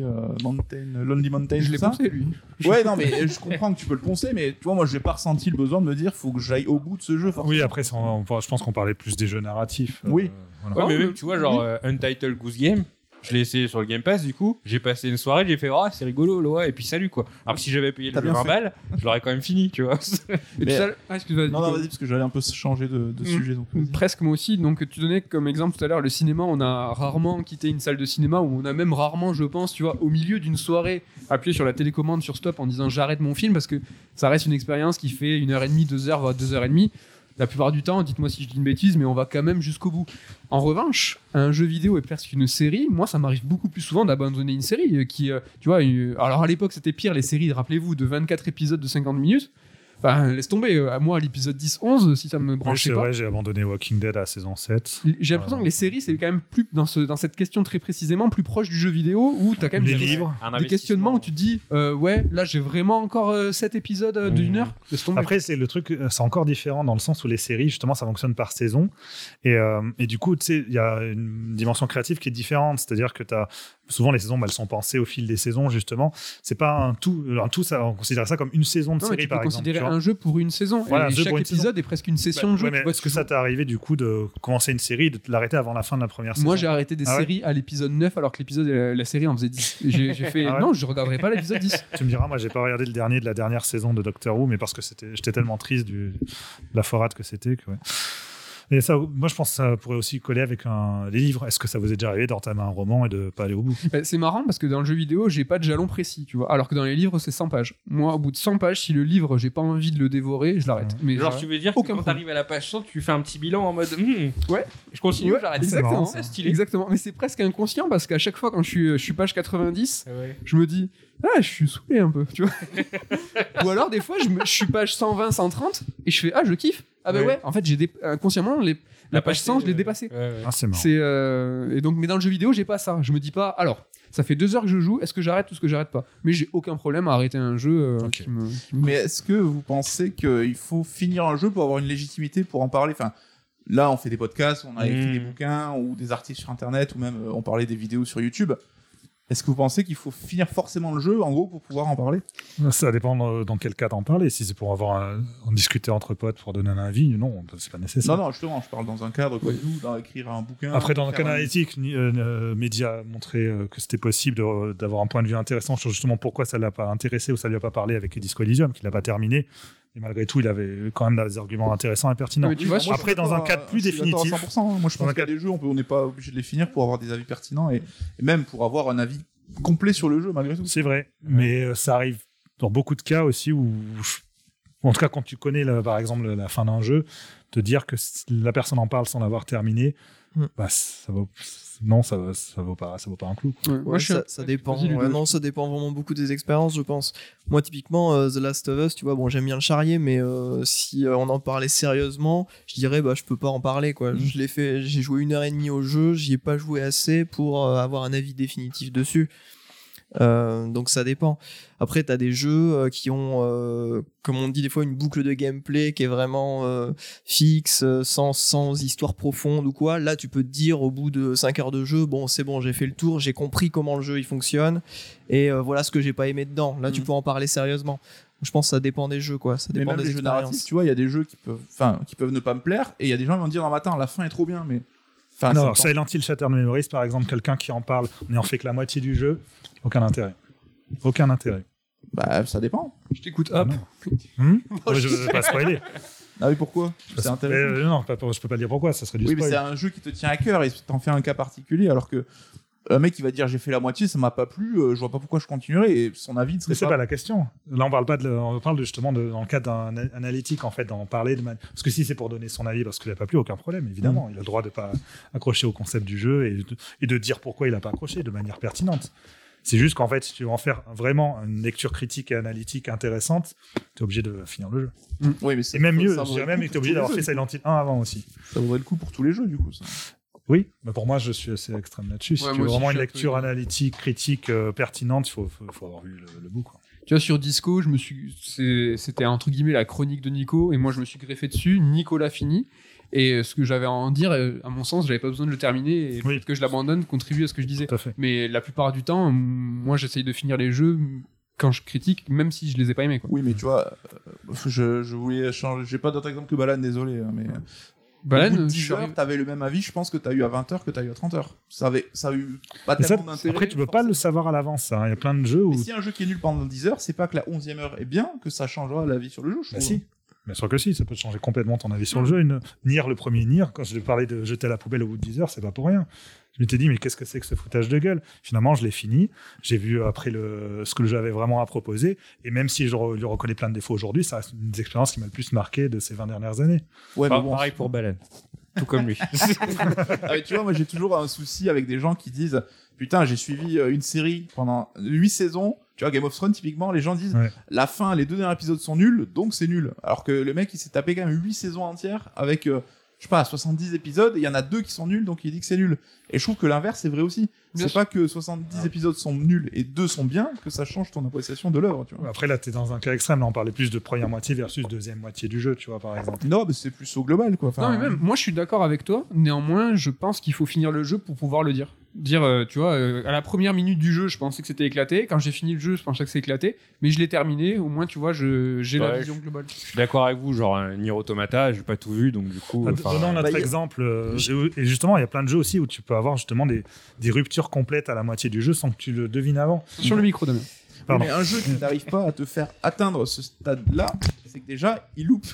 Lonely Mountain. Je l'ai poncé, lui. Ouais, non, mais je comprends que tu peux le poncer, mais tu vois, moi, j'ai pas ressenti le besoin de me dire, faut que j'aille au bout de ce jeu. Forcément. Oui, après, je pense qu'on parlait plus des jeux narratifs. Oui. Voilà. Ouais, mais même, tu vois, genre Untitled Goose Game. Je l'ai essayé sur le Game Pass, du coup. J'ai passé une soirée, j'ai fait, oh, c'est rigolo, ouais, et puis salut, quoi. Alors que si j'avais payé le jeu 20 balles, je l'aurais quand même fini, tu vois. Excuse-moi. Non, vas-y, parce que j'allais un peu changer de sujet. Donc, presque moi aussi. Donc, tu donnais comme exemple tout à l'heure le cinéma. On a rarement quitté une salle de cinéma, ou on a même rarement, je pense, tu vois, au milieu d'une soirée, appuyé sur la télécommande sur stop en disant j'arrête mon film, parce que ça reste une expérience qui fait 1h30, 2h, voire 2h30. La plupart du temps, dites-moi si je dis une bêtise, mais on va quand même jusqu'au bout. En revanche, un jeu vidéo et presque une série, moi, ça m'arrive beaucoup plus souvent d'abandonner une série qui, tu vois, alors à l'époque, c'était pire, les séries, rappelez-vous, de 24 épisodes de 50 minutes. Enfin, laisse tomber. Moi, à l'épisode 10-11, si ça me branchait pas. C'est vrai, j'ai abandonné Walking Dead à la saison 7. J'ai l'impression que les séries, c'est quand même plus, dans cette question très précisément, plus proche du jeu vidéo, où t'as quand même des livres, des questionnements où tu te dis, ouais, là, j'ai vraiment encore 7 épisodes d'une heure. Laisse tomber. Après, c'est le truc, c'est encore différent dans le sens où les séries, justement, ça fonctionne par saison. Et du coup, tu sais, il y a une dimension créative qui est différente. C'est-à-dire que souvent, les saisons, elles sont pensées au fil des saisons, justement. C'est pas un tout, ça, on considère ça comme une saison de série, par exemple. Un jeu pour une saison. Voilà, et chaque épisode est presque une session de jeu. Est-ce que ça t'est arrivé du coup de commencer une série et de l'arrêter avant la fin de la première saison? Moi, j'ai arrêté des séries à l'épisode 9 alors que la série en faisait 10. J'ai fait non, je regarderai pas l'épisode 10. Tu me diras, moi j'ai pas regardé le dernier de la dernière saison de Doctor Who, mais parce que j'étais tellement triste de la forate que c'était que. Ouais. Et ça, moi, je pense que ça pourrait aussi coller avec les livres. Est-ce que ça vous est déjà arrivé d'entamer un roman et de pas aller au bout? C'est marrant parce que dans le jeu vidéo, j'ai pas de jalon précis, tu vois. Alors que dans les livres, c'est 100 pages. Moi, au bout de 100 pages, si le livre, j'ai pas envie de le dévorer, je l'arrête. Mais genre, tu veux dire que quand t'arrives à la page 100, tu fais un petit bilan en mode ouais, je continue, j'arrête. Exactement. C'est stylé. Exactement. Mais c'est presque inconscient parce qu'à chaque fois, quand je suis page 90, je me dis, je suis saoulé un peu, tu vois. Ou alors, des fois, je suis page 120, 130 et je fais, je kiffe. Ah bah ouais, en fait, inconsciemment, la page 100, je l'ai dépassée. C'est marrant. Et donc, mais dans le jeu vidéo, j'ai pas ça. Je me dis pas, alors, ça fait 2 heures que je joue, est-ce que j'arrête ou est-ce que j'arrête pas? Mais j'ai aucun problème à arrêter un jeu qui me... Mais est-ce que vous pensez qu'il faut finir un jeu pour avoir une légitimité pour en parler? Enfin, là, on fait des podcasts, on a écrit des bouquins ou des articles sur Internet, ou même on parlait des vidéos sur YouTube. Est-ce que vous pensez qu'il faut finir forcément le jeu, en gros, pour pouvoir en parler? Ça dépend dans quel cas t'en parler. Si c'est pour en discuter entre potes, pour donner un avis, non, c'est pas nécessaire. Non, justement, je parle dans un cadre comme nous, d'écrire un bouquin. Après, dans le cas analytique, Média a montré que c'était possible d'avoir un point de vue intéressant sur justement pourquoi ça l'a pas intéressé ou ça lui a pas parlé avec Disco Elysium, qu'il a pas terminé. Et malgré tout, il avait quand même des arguments intéressants et pertinents. Mais tu vois, après, dans un cadre plus définitif... 100%, moi, je pense qu'il y a des jeux, on n'est pas obligé de les finir pour avoir des avis pertinents et même pour avoir un avis complet sur le jeu, malgré tout. C'est vrai, mais ça arrive dans beaucoup de cas aussi où... En tout cas, quand tu connais, par exemple, la fin d'un jeu, te dire que la personne en parle sans l'avoir terminé, ça vaut... Non, ça vaut pas un clou. Ça dépend. Non, ça dépend vraiment beaucoup des expériences, je pense. Moi, typiquement, The Last of Us, tu vois, bon, j'aime bien le charrier, mais si on en parlait sérieusement, je dirais, je peux pas en parler, quoi. Je l'ai fait, j'ai joué 1h30 au jeu, j'y ai pas joué assez pour avoir un avis définitif dessus. Donc ça dépend. Après t'as des jeux qui ont comme on dit des fois une boucle de gameplay qui est vraiment fixe, sans histoire profonde ou quoi. Là tu peux te dire au bout de 5 heures de jeu, bon c'est bon, j'ai fait le tour, j'ai compris comment le jeu il fonctionne et voilà ce que j'ai pas aimé dedans. Là tu peux en parler sérieusement. Je pense que ça dépend des jeux, quoi. Ça dépend des jeux narratifs. Tu vois, il y a des jeux qui peuvent ne pas me plaire et il y a des gens qui vont me dire non attends, la fin est trop bien, mais non, Silent Hill Shattered Memories, par exemple, quelqu'un qui en parle, on n'en fait que la moitié du jeu, aucun intérêt. Ça dépend. Je t'écoute, hop. Je veux pas spoiler. Ah oui, pourquoi? C'est intéressant. Non, je peux pas dire pourquoi, ça serait du spoil. Oui, mais c'est un jeu qui te tient à cœur et t'en fais un cas particulier, alors que un mec qui va dire j'ai fait la moitié, ça m'a pas plu, je vois pas pourquoi je continuerai, et son avis ne serait pas... Mais c'est pas la question. Là, on parle justement dans le cadre d'un analytique, en fait, d'en parler. Parce que si c'est pour donner son avis parce qu'il a pas plu, aucun problème, évidemment. Il a le droit de pas accrocher au concept du jeu et de dire pourquoi il a pas accroché de manière pertinente. C'est juste qu'en fait, si tu veux en faire vraiment une lecture critique et analytique intéressante, tu es obligé de finir le jeu. Oui, mais et même mieux, je dirais même que tu es obligé d'avoir fait Silent Hill 1 avant aussi. Ça vaudrait le coup pour tous les jeux, du coup, ça. Oui, mais pour moi, je suis assez extrême là-dessus. Si tu veux vraiment une lecture analytique, critique, pertinente, il faut avoir vu le bout, quoi. Tu vois, sur Disco, c'était entre guillemets la chronique de Nico, et moi je me suis greffé dessus. Nico l'a fini. Et ce que j'avais à en dire, à mon sens, j'avais pas besoin de le terminer. Et le fait que je l'abandonne contribue à ce que je disais. Tout à fait. Mais la plupart du temps, moi, j'essaye de finir les jeux quand je critique, même si je les ai pas aimés. Quoi. Oui, mais tu vois, je voulais changer. J'ai pas d'autre exemple que Balan, désolé. Mais Balan, au bout de 10 heures, t'avais le même avis, je pense, que t'as eu à 20h que t'as eu à 30h. Ça a eu pas tellement d'intérêt. Après, tu peux pas le savoir à l'avance. Il y a plein de jeux où. Mais si un jeu qui est nul pendant 10 heures, c'est pas que la 11e heure est bien, que ça changera l'avis sur le jeu. Bah si. Bien sûr que si, ça peut changer complètement ton avis sur le jeu. Nier, le premier Nier, quand je parlais de jeter à la poubelle au bout de 10 heures, c'est pas pour rien. Je m'étais dit, mais qu'est-ce que c'est que ce foutage de gueule? Finalement, je l'ai fini. J'ai vu après ce que le jeu avait vraiment à proposer. Et même si je lui reconnais plein de défauts aujourd'hui, ça reste une des expériences qui m'a le plus marqué de ces 20 dernières années. Ouais, mais bon, pareil pour Balan. Tout comme lui. Tu vois, moi j'ai toujours un souci avec des gens qui disent putain, j'ai suivi une série pendant 8 saisons. Tu vois, Game of Thrones, typiquement, les gens disent la fin, les 2 derniers épisodes sont nuls, donc c'est nul. Alors que le mec, il s'est tapé quand même 8 saisons entières avec, je sais pas, 70 épisodes, et il y en a 2 qui sont nuls, donc il dit que c'est nul. Et je trouve que l'inverse est vrai aussi. C'est pas que 70 épisodes sont nuls et 2 sont bien, que ça change ton appréciation de l'œuvre, tu vois. Après, là, t'es dans un cas extrême. Là, on parlait plus de première moitié versus deuxième moitié du jeu, tu vois, par exemple. Non, mais c'est plus au global, quoi. Enfin, non, mais même, moi, je suis d'accord avec toi. Néanmoins, je pense qu'il faut finir le jeu pour pouvoir le dire. Tu vois, à la première minute du jeu, je pensais que c'était éclaté. Quand j'ai fini le jeu, je pensais que c'était éclaté. Mais je l'ai terminé. Au moins, tu vois, j'ai la vision globale. Je suis d'accord avec vous. Genre, Nier Automata, j'ai pas tout vu, donc du coup. Donnons notre exemple. Et justement, il y a plein de jeux aussi où tu peux avoir justement des ruptures complètes à la moitié du jeu sans que tu le devines avant. Sur le micro, Damien. Mais un jeu qui n'arrive pas à te faire atteindre ce stade-là, c'est que déjà, il loupe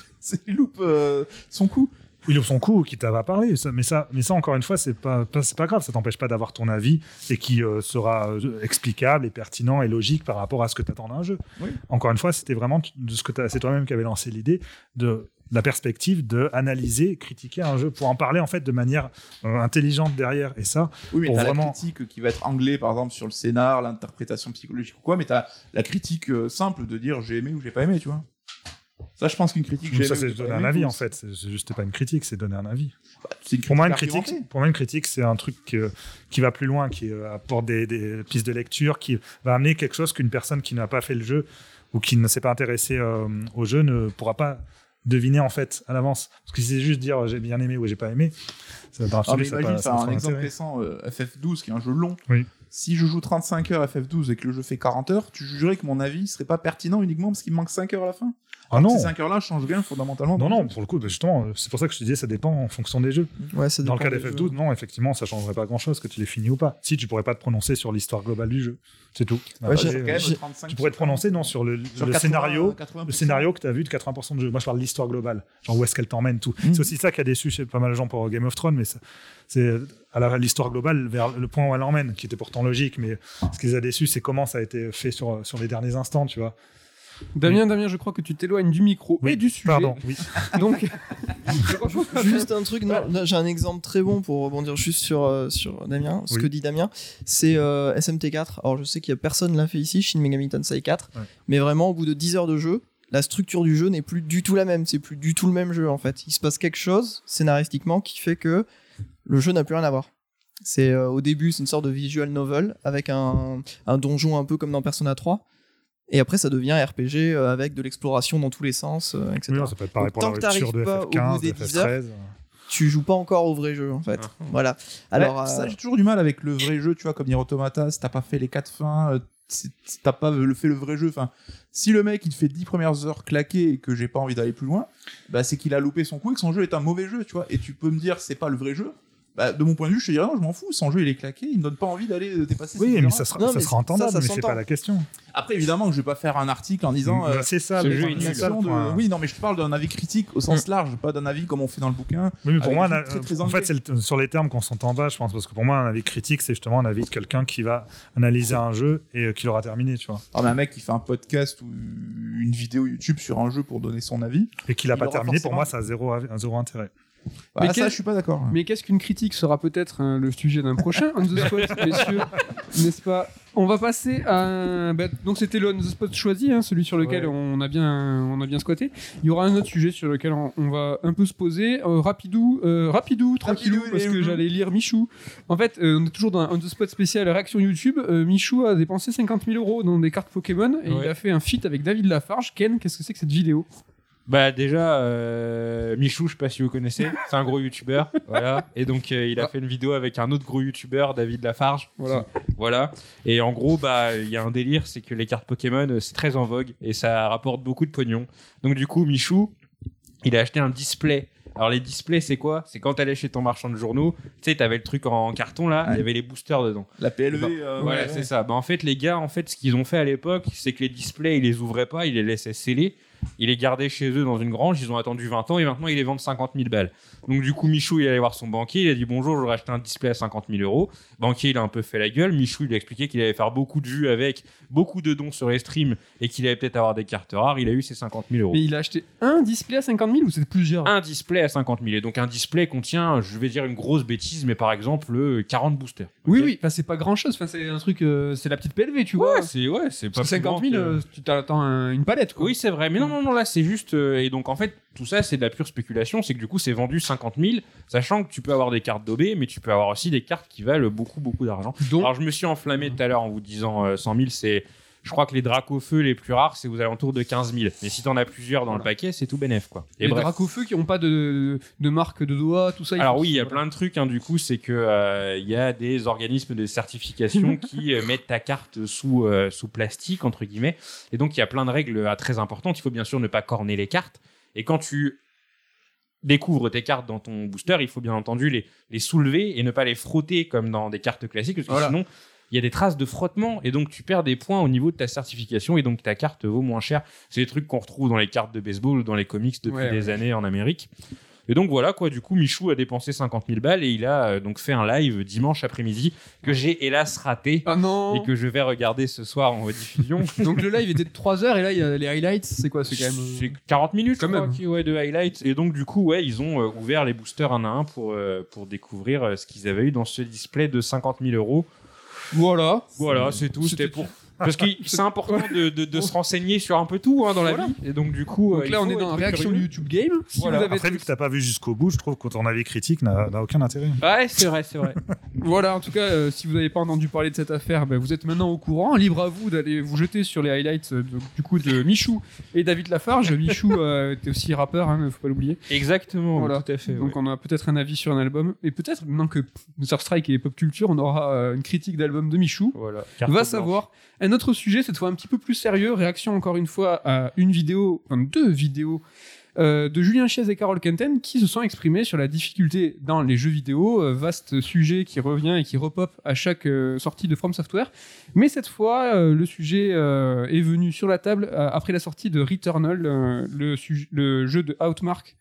son coup. Il loupe son coup, qui t'en va parler. Mais ça, encore une fois, c'est pas grave. Ça t'empêche pas d'avoir ton avis et qui sera explicable et pertinent et logique par rapport à ce que t'attends d'un jeu. Oui. Encore une fois, c'était vraiment c'est toi-même qui avais lancé l'idée de la perspective de analyser, critiquer un jeu pour en parler en fait de manière intelligente derrière. Et ça, oui, mais pour t'as vraiment... la critique qui va être anglais par exemple sur le scénar, l'interprétation psychologique ou quoi, mais t'as la critique simple de dire j'ai aimé ou j'ai pas aimé, tu vois. Ça, je pense qu'une critique. Ça, c'est donner un avis en fait. C'est juste pas une critique, c'est donner un avis. C'est pour moi, une critique, c'est un truc qui va plus loin, qui apporte des pistes de lecture, qui va amener quelque chose qu'une personne qui n'a pas fait le jeu ou qui ne s'est pas intéressée au jeu ne pourra pas deviner en fait à l'avance. Parce que si c'est juste dire j'ai bien aimé ou j'ai pas aimé, ça va pas un exemple récent, FF12 qui est un jeu long. Oui. Si je joue 35 heures FF12 et que le jeu fait 40 heures, tu jugerais que mon avis serait pas pertinent uniquement parce qu'il me manque 5 heures à la fin? Ah non. Ces 5 heures-là changent rien fondamentalement. Non, pour le coup, justement, c'est pour ça que je te disais, ça dépend en fonction des jeux. Ouais, ça dans le dépend cas d'FF12, non, effectivement, ça changerait pas grand-chose que tu l'aies fini ou pas. Si, tu pourrais pas te prononcer sur l'histoire globale du jeu. C'est tout. Ouais, tu pourrais te prononcer sur le 80, scénario, 80%. Le scénario que tu as vu de 80% de jeu. Moi, je parle de l'histoire globale. Genre, où est-ce qu'elle t'emmène, tout. C'est aussi ça qui a déçu chez pas mal de gens pour Game of Thrones, mais c'est à l'histoire globale vers le point où elle emmène, qui était pourtant logique, mais ce qui les a déçus, c'est comment ça a été fait sur les derniers instants, tu vois. Damien, je crois que tu t'éloignes du micro et du sujet. Pardon, oui. Donc, juste un truc, j'ai un exemple très bon pour rebondir juste sur Damien, ce que dit Damien, c'est SMT4. Alors je sais qu'il y a personne l'a fait ici, Shin Megami Tensei 4, mais vraiment au bout de 10 heures de jeu, la structure du jeu n'est plus du tout la même, c'est plus du tout le même jeu en fait. Il se passe quelque chose scénaristiquement qui fait que le jeu n'a plus rien à voir. C'est au début, c'est une sorte de visual novel avec un donjon un peu comme dans Persona 3. Et après, ça devient RPG avec de l'exploration dans tous les sens, etc. Oui, ça peut être pareil pour la rupture de FF15, de FF13. Tu joues pas encore au vrai jeu, en fait. Voilà. Alors, ça, j'ai toujours du mal avec le vrai jeu, tu vois, comme Nier Automata, si t'as pas fait les 4 fins, si t'as pas fait le vrai jeu, enfin, si le mec, il te fait 10 premières heures claquées et que j'ai pas envie d'aller plus loin, bah, c'est qu'il a loupé son coup et que son jeu est un mauvais jeu, tu vois. Et tu peux me dire, c'est pas le vrai jeu. Bah, de mon point de vue, je te dirais non, je m'en fous, son jeu il est claqué, il me donne pas envie d'aller dépasser. Oui, mais ça sera entendable, mais c'est pas la question. Après, évidemment, que je vais pas faire un article en disant. C'est ça, le jeu oui, non, mais je te parle d'un avis critique au sens large, pas d'un avis comme on fait dans le bouquin. Oui, mais pour moi, en fait, c'est sur les termes qu'on s'entend pas, je pense, parce que pour moi, un avis critique, c'est justement un avis de quelqu'un qui va analyser un jeu et qui l'aura terminé, tu vois. Alors, mais un mec qui fait un podcast ou une vidéo YouTube sur un jeu pour donner son avis et qui l'a pas terminé, pour moi, ça a zéro intérêt. Bah, ça, je suis pas d'accord. Mais qu'est-ce qu'une critique sera peut-être le sujet d'un prochain On the spot, messieurs, n'est-ce pas? On va passer à donc c'était le on the spot choisi, celui sur lequel on a bien squatté. Il y aura un autre sujet sur lequel on va un peu se poser. Rapidou, tranquillou, parce que j'allais lire Michou. En fait, on est toujours dans un on the spot spécial réaction YouTube. Michou a dépensé 50 000 € dans des cartes Pokémon et il a fait un feat avec David Lafarge. Ken, qu'est-ce que c'est que cette vidéo? Bah déjà, Michou, je sais pas si vous connaissez, c'est un gros youtubeur, voilà. Et donc il a fait une vidéo avec un autre gros youtubeur, David Lafarge, voilà. Et en gros, bah il y a un délire, c'est que les cartes Pokémon, c'est très en vogue et ça rapporte beaucoup de pognon. Donc du coup, Michou, il a acheté un display. Alors les displays, c'est quoi? C'est quand t'allais chez ton marchand de journaux, tu sais, t'avais le truc en carton là, il y avait les boosters dedans. La PLV. Voilà, c'est ça. Bah en fait, les gars, ce qu'ils ont fait à l'époque, c'est que les displays, ils les ouvraient pas, ils les laissaient sceller. Ils les gardaient chez eux dans une grange, ils ont attendu 20 ans et maintenant ils les vendent 50 000 balles. Donc du coup, Michou, il est allé voir son banquier, il a dit bonjour, je voudrais acheter un display à 50 000 €. Le banquier, il a un peu fait la gueule. Michou, il lui a expliqué qu'il allait faire beaucoup de vues avec, beaucoup de dons sur les streams et qu'il allait peut-être avoir des cartes rares. Il a eu ses 50 000 €. Mais il a acheté un display à 50 000 ou c'est plusieurs? Un display à 50 000. Et donc un display contient, je vais dire une grosse bêtise, mais par exemple 40 boosters. Oui, oui, enfin, c'est pas grand chose. Enfin, c'est un truc, c'est la petite PLV, tu vois. C'est pas 50 000, tu t'attends une palette, quoi. Oui, c'est vrai. Mais non, là, c'est juste. Et donc, en fait, tout ça, c'est de la pure spéculation. C'est que du coup, c'est vendu 50 000, sachant que tu peux avoir des cartes d'OB, mais tu peux avoir aussi des cartes qui valent beaucoup, beaucoup d'argent. Donc... Alors, je me suis enflammé tout à l'heure en vous disant 100 000, c'est. Je crois que les Dracofeu les plus rares, c'est aux alentours de 15 000. Mais si t'en as plusieurs dans le paquet, c'est tout bénef, quoi. Et les Dracofeu qui n'ont pas de marque de doigt, tout ça. Alors oui, il y a plein de trucs, du coup, c'est que il y a des organismes de certification qui mettent ta carte sous plastique, entre guillemets. Et donc, il y a plein de règles très importantes. Il faut bien sûr ne pas corner les cartes. Et quand tu découvres tes cartes dans ton booster, il faut bien entendu les soulever et ne pas les frotter comme dans des cartes classiques, parce que sinon... Il y a des traces de frottement et donc tu perds des points au niveau de ta certification et donc ta carte vaut moins cher. C'est des trucs qu'on retrouve dans les cartes de baseball ou dans les comics depuis des années en Amérique. Et donc voilà quoi, du coup Michou a dépensé 50 000 balles et il a donc fait un live dimanche après-midi que j'ai hélas raté et que je vais regarder ce soir en rediffusion. Donc le live était de 3 heures et là il y a les highlights, c'est quoi? C'est quand même... C'est 40 minutes quand même de highlights. Et donc du coup ils ont ouvert les boosters un à un pour découvrir ce qu'ils avaient eu dans ce display de 50 000 €. Voilà, c'est tout. C'était pour... Parce que c'est important de se renseigner sur un peu tout dans la vie. Et donc, du coup. Donc là, on est dans la réaction YouTube Game. Si vous avez après, vu que t'as pas vu jusqu'au bout, je trouve que ton avis critique n'a aucun intérêt. Ouais, c'est vrai. Voilà, en tout cas, si vous n'avez pas entendu parler de cette affaire, vous êtes maintenant au courant. Libre à vous d'aller vous jeter sur les highlights du coup de Michou et David Lafarge. Michou était aussi rappeur, faut pas l'oublier. Exactement, voilà. Tout à fait. Donc on a peut-être un avis sur un album. Et peut-être, maintenant que Surstrike et Pop Culture, on aura une critique d'album de Michou. Voilà. Va savoir. Un autre sujet, cette fois un petit peu plus sérieux, réaction encore une fois à deux vidéos de Julien Chiez et Carole Quenten qui se sont exprimés sur la difficulté dans les jeux vidéo, vaste sujet qui revient et qui repop à chaque sortie de From Software. Mais cette fois, le sujet est venu sur la table après la sortie de Returnal, le jeu de Housemarque,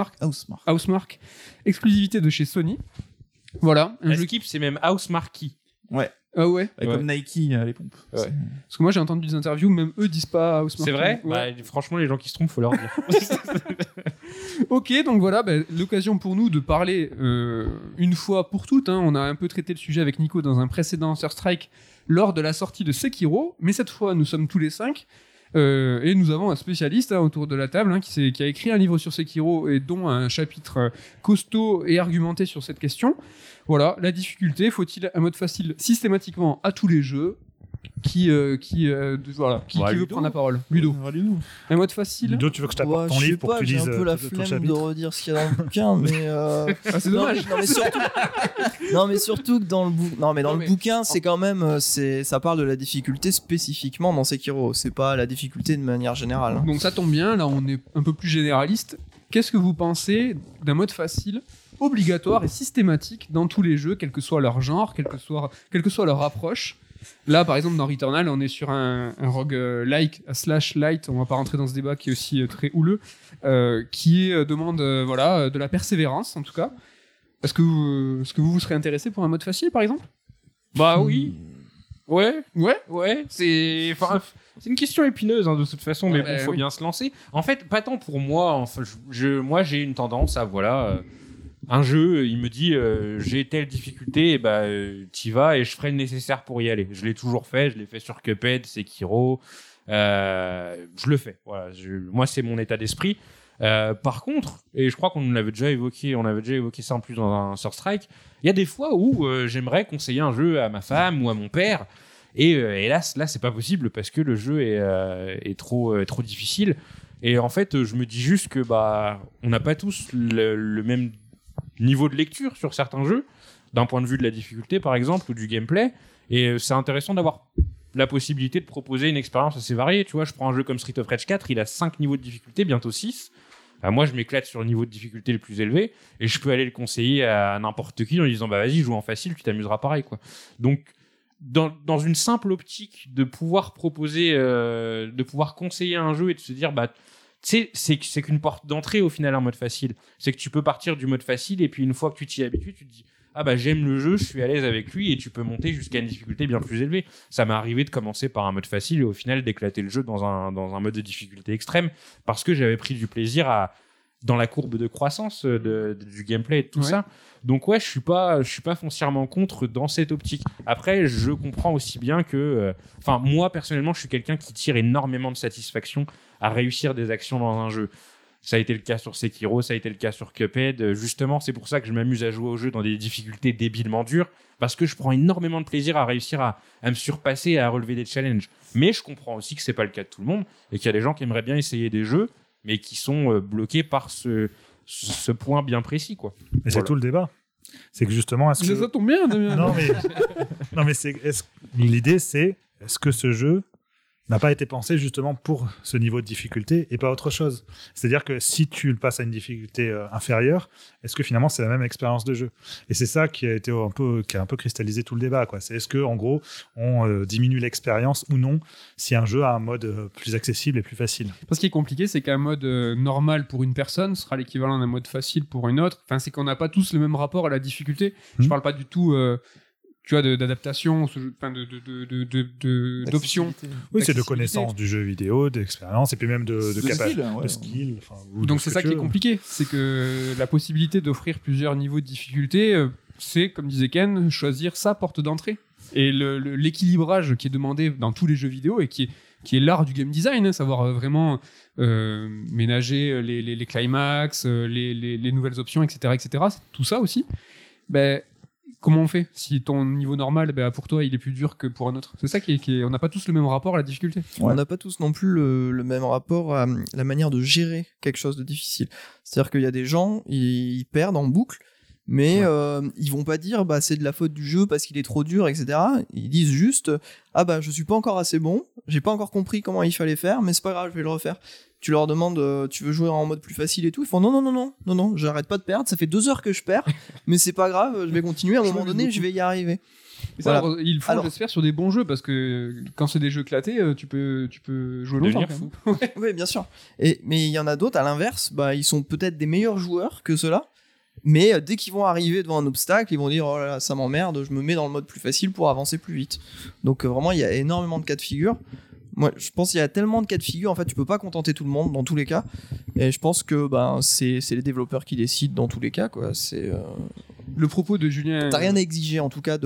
exclusivité de chez Sony. Voilà. Un jeu qui c'est même Housemarque. Ouais. Ah ouais. Comme Nike les pompes. Ouais. Parce que moi j'ai entendu des interviews, même eux disent pas Housemarque. C'est vrai. Franchement, les gens qui se trompent, faut leur dire. Ok, donc voilà, l'occasion pour nous de parler une fois pour toutes. On a un peu traité le sujet avec Nico dans un précédent Surstrike lors de la sortie de Sekiro, mais cette fois nous sommes tous les 5. Et nous avons un spécialiste autour de la table qui a écrit un livre sur Sekiro et dont un chapitre costaud et argumenté sur cette question. Voilà, la difficulté, faut-il un mode facile systématiquement à tous les jeux? Qui veut prendre la parole? Ludo. Un mode facile. Ludo, tu veux que je t'apporte ton livre pour que tu lises j'ai un peu la flemme de redire ce qu'il y a dans le bouquin, mais c'est dommage. Mais surtout que dans le bouquin, c'est quand même ça parle de la difficulté spécifiquement dans Sekiro, c'est pas la difficulté de manière générale. Donc ça tombe bien, là on est un peu plus généraliste. Qu'est-ce que vous pensez d'un mode facile obligatoire et systématique dans tous les jeux, quel que soit leur genre, quelle que soit leur approche? Là, par exemple, dans Returnal, on est sur un roguelike /light, on va pas rentrer dans ce débat qui est aussi très houleux, qui demande de la persévérance, en tout cas. Est-ce que vous serez intéressé pour un mode facile, par exemple? Bah oui. Ouais. C'est une question épineuse de toute façon, mais faut bien se lancer. En fait, pas tant pour moi. Moi, j'ai une tendance à un jeu, il me dit j'ai telle difficulté, et t'y vas et je ferai le nécessaire pour y aller. Je l'ai toujours fait, je l'ai fait sur Cuphead, Sekiro, je le fais. Voilà, moi c'est mon état d'esprit. Par contre, et je crois qu'on avait déjà évoqué ça en plus dans un Sur Strike, il y a des fois où j'aimerais conseiller un jeu à ma femme ou à mon père, et hélas là c'est pas possible parce que le jeu est trop difficile. Et en fait, je me dis juste que on n'a pas tous le même niveau de lecture sur certains jeux, d'un point de vue de la difficulté par exemple ou du gameplay, et c'est intéressant d'avoir la possibilité de proposer une expérience assez variée. Tu vois, je prends un jeu comme Street of Rage 4, il a 5 niveaux de difficulté, bientôt 6. Moi je m'éclate sur le niveau de difficulté le plus élevé et je peux aller le conseiller à n'importe qui en lui disant vas-y, joue en facile, tu t'amuseras pareil quoi. Donc dans une simple optique de pouvoir proposer de pouvoir conseiller un jeu et de se dire c'est qu'une porte d'entrée au final en mode facile. C'est que tu peux partir du mode facile et puis une fois que tu t'y habitues, tu te dis j'aime le jeu, je suis à l'aise avec lui, et tu peux monter jusqu'à une difficulté bien plus élevée. Ça m'est arrivé de commencer par un mode facile et au final d'éclater le jeu dans un mode de difficulté extrême parce que j'avais pris du plaisir dans la courbe de croissance du gameplay et de tout ça. Donc ouais, je suis pas foncièrement contre dans cette optique. Après, je comprends aussi bien que moi personnellement, je suis quelqu'un qui tire énormément de satisfaction à réussir des actions dans un jeu. Ça a été le cas sur Sekiro, ça a été le cas sur Cuphead. Justement, c'est pour ça que je m'amuse à jouer au jeu dans des difficultés débilement dures, parce que je prends énormément de plaisir à réussir à me surpasser et à relever des challenges. Mais je comprends aussi que c'est pas le cas de tout le monde, et qu'il y a des gens qui aimeraient bien essayer des jeux, mais qui sont bloqués par ce point bien précis, quoi. Mais c'est tout le débat. C'est que justement... Ça tombe bien, Damien. Non, mais l'idée, c'est est-ce que ce jeu n'a pas été pensé justement pour ce niveau de difficulté et pas autre chose. C'est-à-dire que si tu le passes à une difficulté inférieure, est-ce que finalement c'est la même expérience de jeu ? Et c'est ça qui a un peu cristallisé tout le débat, quoi. C'est est-ce que en gros on diminue l'expérience ou non si un jeu a un mode plus accessible et plus facile ? Ce qui est compliqué, c'est qu'un mode normal pour une personne sera l'équivalent d'un mode facile pour une autre. Enfin, c'est qu'on n'a pas tous le même rapport à la difficulté. Je parle pas du tout. Tu vois, d'adaptation, d'options. Oui, c'est de connaissance du jeu vidéo, d'expérience, et puis même de skill. Donc c'est ça qui est compliqué, c'est que la possibilité d'offrir plusieurs niveaux de difficulté, c'est, comme disait Ken, choisir sa porte d'entrée. Et l'équilibrage qui est demandé dans tous les jeux vidéo, et qui est l'art du game design, savoir vraiment ménager les climax, les nouvelles options, etc., c'est tout ça aussi. Comment on fait si ton niveau normal, pour toi, il est plus dur que pour un autre ? C'est ça on n'a pas tous le même rapport à la difficulté. On n'a pas tous non plus le même rapport à la manière de gérer quelque chose de difficile. C'est-à-dire qu'il y a des gens, ils perdent en boucle, mais ils vont pas dire c'est de la faute du jeu parce qu'il est trop dur, etc. Ils disent juste je suis pas encore assez bon, j'ai pas encore compris comment il fallait faire, mais c'est pas grave, je vais le refaire. Tu leur demandes tu veux jouer en mode plus facile et tout, ils font non, j'arrête pas de perdre, ça fait 2 heures que je perds, mais c'est pas grave, je vais continuer, à un moment donné je vais y arriver. Ça, voilà. Il faut le faire sur des bons jeux, parce que quand c'est des jeux éclatés, tu peux jouer longtemps. Oui, bien sûr. Mais il y en a d'autres à l'inverse, ils sont peut-être des meilleurs joueurs que ceux-là, mais dès qu'ils vont arriver devant un obstacle, ils vont dire oh là là, ça m'emmerde, je me mets dans le mode plus facile pour avancer plus vite. Donc vraiment il y a énormément de cas de figure. Moi, je pense qu'il y a tellement de cas de figure, en fait, tu peux pas contenter tout le monde dans tous les cas. Et je pense que c'est les développeurs qui décident dans tous les cas, quoi. C'est le propos de Julien. T'as rien à exiger, en tout cas,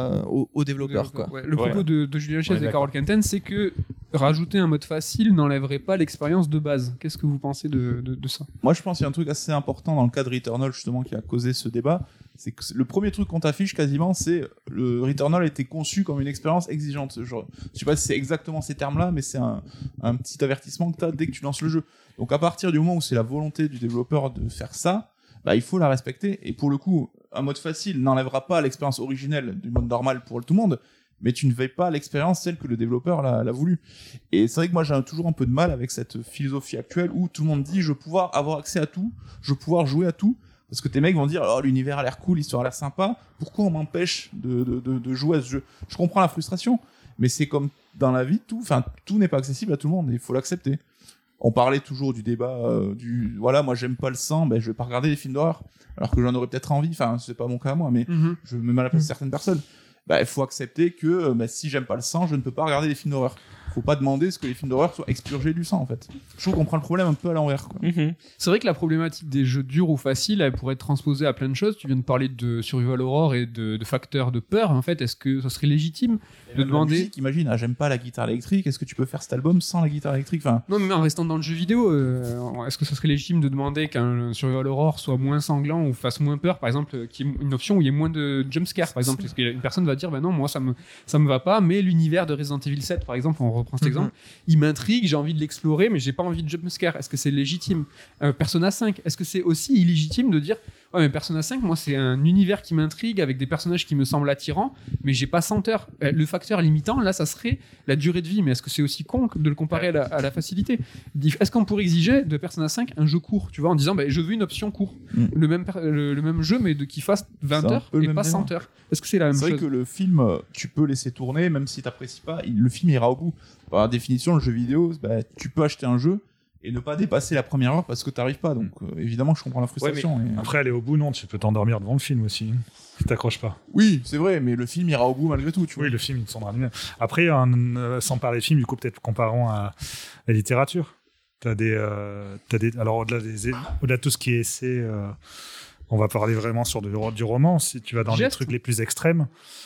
aux développeurs, quoi. Ouais, le propos de Julien Chiez et Carole Quinten, c'est que rajouter un mode facile n'enlèverait pas l'expérience de base. Qu'est-ce que vous pensez de ça ? Moi, je pense qu'il y a un truc assez important dans le cas de Returnal, justement, qui a causé ce débat. C'est que le premier truc qu'on t'affiche quasiment, c'est le Returnal a été conçu comme une expérience exigeante. Genre, je sais pas si c'est exactement ces termes-là, mais c'est un petit avertissement que t'as dès que tu lances le jeu. Donc à partir du moment où c'est la volonté du développeur de faire ça, il faut la respecter. Et pour le coup, un mode facile n'enlèvera pas l'expérience originelle du mode normal pour tout le monde, mais tu ne veilles pas l'expérience celle que le développeur l'a voulu. Et c'est vrai que moi j'ai toujours un peu de mal avec cette philosophie actuelle où tout le monde dit je vais pouvoir avoir accès à tout, je vais pouvoir jouer à tout. Parce que tes mecs vont dire l'univers a l'air cool, l'histoire a l'air sympa, pourquoi on m'empêche de jouer à ce jeu ? Je comprends la frustration, mais c'est comme dans la vie, tout n'est pas accessible à tout le monde, et il faut l'accepter. On parlait toujours du débat moi j'aime pas le sang, je vais pas regarder des films d'horreur, alors que j'en aurais peut-être envie, c'est pas mon cas à moi, mais je me mets à la place de certaines personnes. Il faut accepter que si j'aime pas le sang, je ne peux pas regarder des films d'horreur. faut pas demander ce que les films d'horreur soient expurgés du sang en fait. Je trouve qu'on prend le problème un peu à l'envers, quoi. C'est vrai que la problématique des jeux durs ou faciles, elle pourrait être transposée à plein de choses. Tu viens de parler de survival horror et de facteurs de peur. En fait, est-ce que ça serait légitime de demander... musique, imagine, j'aime pas la guitare électrique, est-ce que tu peux faire cet album sans la guitare électrique, enfin... Non, mais en restant dans le jeu vidéo, est-ce que ça serait légitime de demander qu'un survival horror soit moins sanglant ou fasse moins peur, par exemple, qu'il y ait une option où il y ait moins de jumpscare, par exemple, parce qu'une personne va dire, non, moi ça me va pas, mais l'univers de Resident Evil 7, par exemple, on reprend cet exemple, il m'intrigue, j'ai envie de l'explorer, mais j'ai pas envie de jumpscare. Est-ce que c'est légitime? Persona 5, est-ce que c'est aussi illégitime de dire, ouais, mais Persona 5, moi c'est un univers qui m'intrigue avec des personnages qui me semblent attirants, mais j'ai pas 100 heures. Le facteur limitant, là, ça serait la durée de vie, mais est-ce que c'est aussi con de le comparer à la facilité? Est-ce qu'on pourrait exiger de Persona 5 un jeu court, tu vois, en disant, je veux une option court, le même jeu, mais qui fasse 20 heures et pas 100 heures? Est-ce que c'est la même chose? C'est vrai que le film, tu peux laisser tourner, même si t'apprécies pas, le film ira au bout. Par définition, le jeu vidéo, tu peux acheter un jeu et ne pas dépasser la première heure parce que t'arrives pas. Donc évidemment, je comprends la frustration. Ouais, après, aller au bout, non, tu peux t'endormir devant le film aussi, si t'accroches pas. Oui, c'est vrai, mais le film ira au bout malgré tout. Tu vois. Oui, le film, il s'en bien. Après, sans parler de film, du coup, peut-être comparons à la littérature. T'as des, alors au-delà de tout ce qui est essai, on va parler vraiment sur du roman. Si tu vas dans les trucs les plus extrêmes,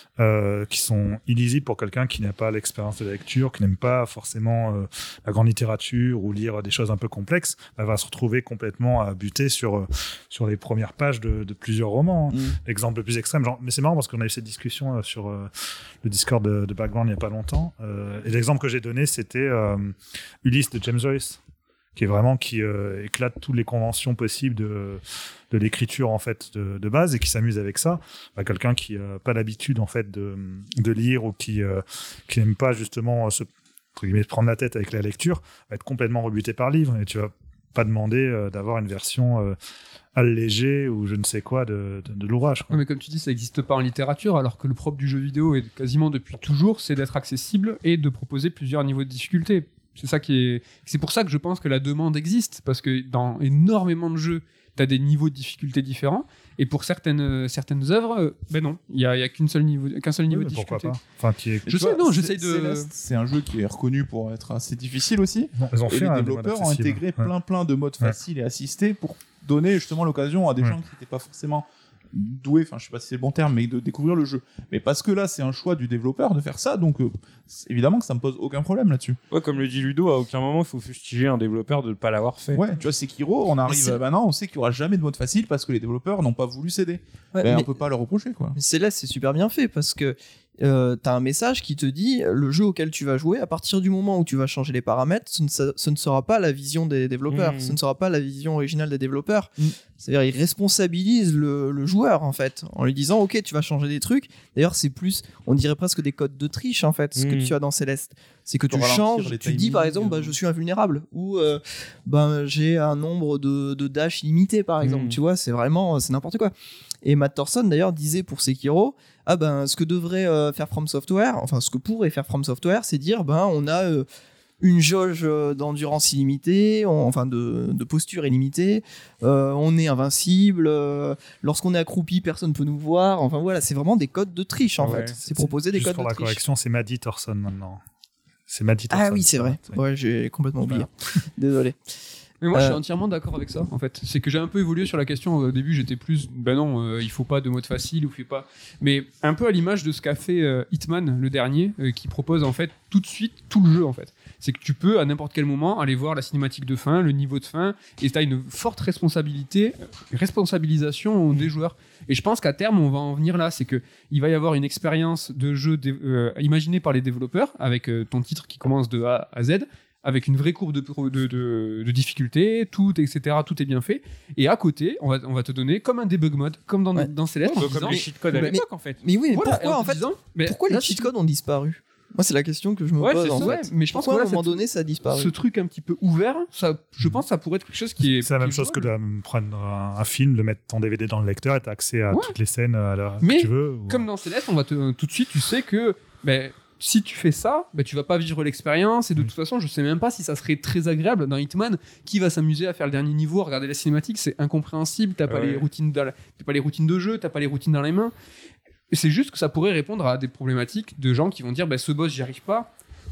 qui sont illisibles pour quelqu'un qui n'a pas l'expérience de la lecture, qui n'aime pas forcément la grande littérature ou lire des choses un peu complexes, va se retrouver complètement à buter sur les premières pages de plusieurs romans. L'exemple le plus extrême, mais c'est marrant parce qu'on a eu cette discussion sur le Discord de Background il n'y a pas longtemps. Et l'exemple que j'ai donné, c'était Ulysse de James Joyce, qui est vraiment qui éclate toutes les conventions possibles de l'écriture en fait de base et qui s'amuse avec ça. Quelqu'un qui n'a pas l'habitude en fait de lire ou qui n'aime pas justement se prendre la tête avec la lecture va être complètement rebuté par le livre, et tu vas pas demander d'avoir une version allégée ou je ne sais quoi de l'ouvrage, quoi. Ouais, mais comme tu dis, ça n'existe pas en littérature, alors que le propre du jeu vidéo est quasiment depuis toujours, c'est d'être accessible et de proposer plusieurs niveaux de difficulté. C'est pour ça que je pense que la demande existe, parce que dans énormément de jeux, tu as des niveaux de difficulté différents, et pour certaines œuvres, non, il y a qu'un seul niveau de difficulté. Pourquoi pas, enfin, j'essaye de... Céleste, c'est un jeu qui est reconnu pour être assez difficile aussi. Non, ils ont fait les développeurs ont intégré plein de modes faciles et assistés pour donner justement l'occasion à des gens qui n'étaient pas forcément doués, enfin je sais pas si c'est le bon terme, mais de découvrir le jeu. Mais parce que là c'est un choix du développeur de faire ça, donc évidemment que ça me pose aucun problème là-dessus. Ouais, comme le dit Ludo, à aucun moment il faut fustiger un développeur de ne pas l'avoir fait. Ouais, tu vois, Sekiro, on arrive maintenant, on sait qu'il y aura jamais de mode facile parce que les développeurs n'ont pas voulu céder. On peut pas leur reprocher, quoi. C'est super bien fait parce que t'as un message qui te dit le jeu auquel tu vas jouer, à partir du moment où tu vas changer les paramètres, ce ne sera pas la vision des développeurs, ce ne sera pas la vision originale des développeurs. C'est-à-dire, ils responsabilisent le joueur en fait, en lui disant ok, tu vas changer des trucs. D'ailleurs, c'est plus, on dirait presque des codes de triche en fait, ce que tu as dans Céleste. C'est que tu changes, tu dis par exemple, je suis invulnérable, ou j'ai un nombre de dash limité par exemple. Tu vois, c'est n'importe quoi. Et Matt Thorson d'ailleurs disait pour Sekiro, ce que devrait faire From Software, enfin ce que pourrait faire From Software, c'est dire on a une jauge d'endurance illimitée, de posture illimitée, on est invincible, lorsqu'on est accroupi, personne ne peut nous voir. Enfin voilà, c'est vraiment des codes de triche en fait. C'est proposer des codes de triche. Pour la correction, c'est Maddie Thorson maintenant. C'est Maddie Thorson. Ah oui, c'est vrai. Ouais, j'ai complètement oublié. Désolé. Mais moi, je suis entièrement d'accord avec ça, en fait. C'est que j'ai un peu évolué sur la question. Au début, j'étais plus, il faut pas de mode facile ou fait pas. Mais un peu à l'image de ce qu'a fait Hitman, le dernier, qui propose, en fait, tout de suite tout le jeu, en fait. C'est que tu peux, à n'importe quel moment, aller voir la cinématique de fin, le niveau de fin, et tu as une forte responsabilisation des joueurs. Et je pense qu'à terme, on va en venir là. C'est qu'il va y avoir une expérience de jeu imaginée par les développeurs, avec ton titre qui commence de A à Z, avec une vraie courbe de difficulté, etc. Tout est bien fait. Et à côté, on va te donner comme un debug mode, comme dans Céleste. Comme les cheat-codes à l'époque, en fait. Mais oui, mais pourquoi les cheat-codes ont disparu ? Moi, c'est la question que je me pose, en fait. Mais je pense qu'à un moment donné, ça a disparu. Ce truc un petit peu ouvert, je pense que ça pourrait être quelque chose qui est... C'est la même chose que de prendre un film, de mettre ton DVD dans le lecteur et t'as accès à toutes les scènes que tu veux. Comme dans Céleste, on va tout de suite, tu sais que... si tu fais ça, tu vas pas vivre l'expérience, et de toute façon, je sais même pas si ça serait très agréable dans Hitman. Qui va s'amuser à faire le dernier niveau, à regarder la cinématique, c'est incompréhensible. T'as pas les routines de jeu, t'as pas les routines dans les mains. Et c'est juste que ça pourrait répondre à des problématiques de gens qui vont dire ce boss, j'y arrive pas.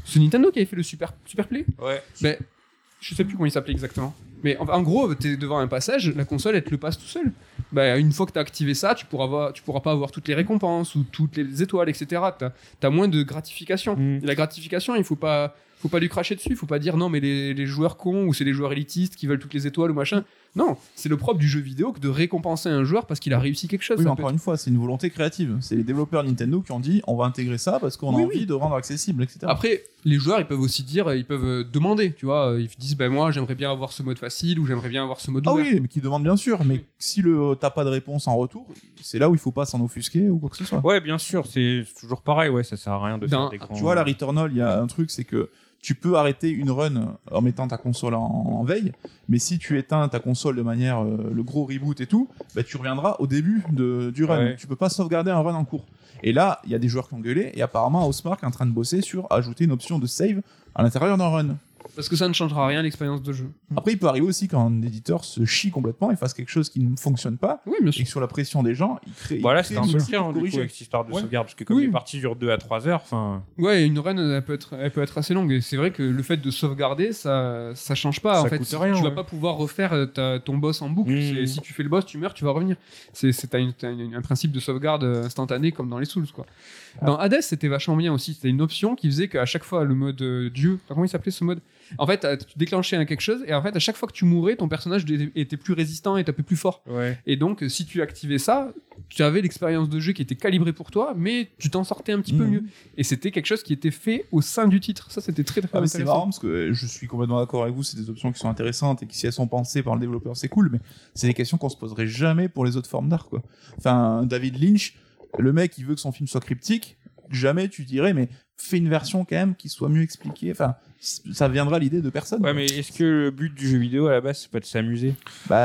C'est Nintendo qui avait fait le Super Play. Ouais. Ben, je sais plus comment il s'appelait exactement. Mais en gros, t'es devant un passage, la console, elle te le passe tout seul. Ben, une fois que t'as activé ça, tu pourras pas avoir toutes les récompenses ou toutes les étoiles, etc. T'as moins de gratification. Et la gratification, il faut pas lui cracher dessus. Il faut pas dire non, mais les joueurs cons ou c'est les joueurs élitistes qui veulent toutes les étoiles ou machin. Non, c'est le propre du jeu vidéo que de récompenser un joueur parce qu'il a réussi quelque chose. Oui, mais encore une fois, c'est une volonté créative. C'est les développeurs Nintendo qui ont dit on va intégrer ça parce qu'on a envie de rendre accessible, etc. Après, les joueurs, ils peuvent aussi dire, ils peuvent demander, tu vois. Ils disent, ben moi, j'aimerais bien avoir ce mode facile ou j'aimerais bien avoir ce mode ouvert. Ah oui, mais qui demandent bien sûr. Mais si t'as pas de réponse en retour, c'est là où il faut pas s'en offusquer ou quoi que ce soit. Ouais, bien sûr, c'est toujours pareil. Ouais, ça sert à rien de faire des grands. Tu vois, la Returnal, il y a un truc, c'est que tu peux arrêter une run en mettant ta console en veille, mais si tu éteins ta console de manière le gros reboot et tout, bah, tu reviendras au début du run. Ouais. Tu peux pas sauvegarder un run en cours. Et là, il y a des joueurs qui ont gueulé, et apparemment Housemarque est en train de bosser sur ajouter une option de save à l'intérieur d'un run. Parce que ça ne changera rien à l'expérience de jeu. Après, il peut arriver aussi quand un éditeur se chie complètement et fasse quelque chose qui ne fonctionne pas, et que sur la pression des gens, il crée. Voilà, c'est un peu le cas du coup, avec cette histoire de sauvegarde, parce que comme les parties durent 2 à 3 heures, enfin. Ouais, une run, elle peut être assez longue. Et c'est vrai que le fait de sauvegarder, ça change pas. Ça en fait, coûte rien, tu vas pas pouvoir refaire ton boss en boucle. Si tu fais le boss, tu meurs, tu vas revenir. T'as un principe de sauvegarde instantané comme dans les Souls, quoi. Dans Hades, c'était vachement bien aussi. C'était une option qui faisait qu'à chaque fois, le mode Dieu, comment il s'appelait ce mode ? En fait, tu déclenchais quelque chose et en fait, à chaque fois que tu mourais, ton personnage était plus résistant et tapait plus fort. Ouais. Et donc, si tu activais ça, tu avais l'expérience de jeu qui était calibrée pour toi, mais tu t'en sortais un petit peu mieux. Et c'était quelque chose qui était fait au sein du titre. Ça, c'était très intéressant. C'est marrant parce que je suis complètement d'accord avec vous. C'est des options qui sont intéressantes et qui, si elles sont pensées par le développeur, c'est cool. Mais c'est des questions qu'on se poserait jamais pour les autres formes d'art, quoi. Enfin, David Lynch, le mec, il veut que son film soit cryptique. Jamais tu dirais, mais fais une version quand même qui soit mieux expliquée. Enfin, ça viendra à l'idée de personne. Ouais, mais est-ce que le but du jeu vidéo à la base, c'est pas de s'amuser ?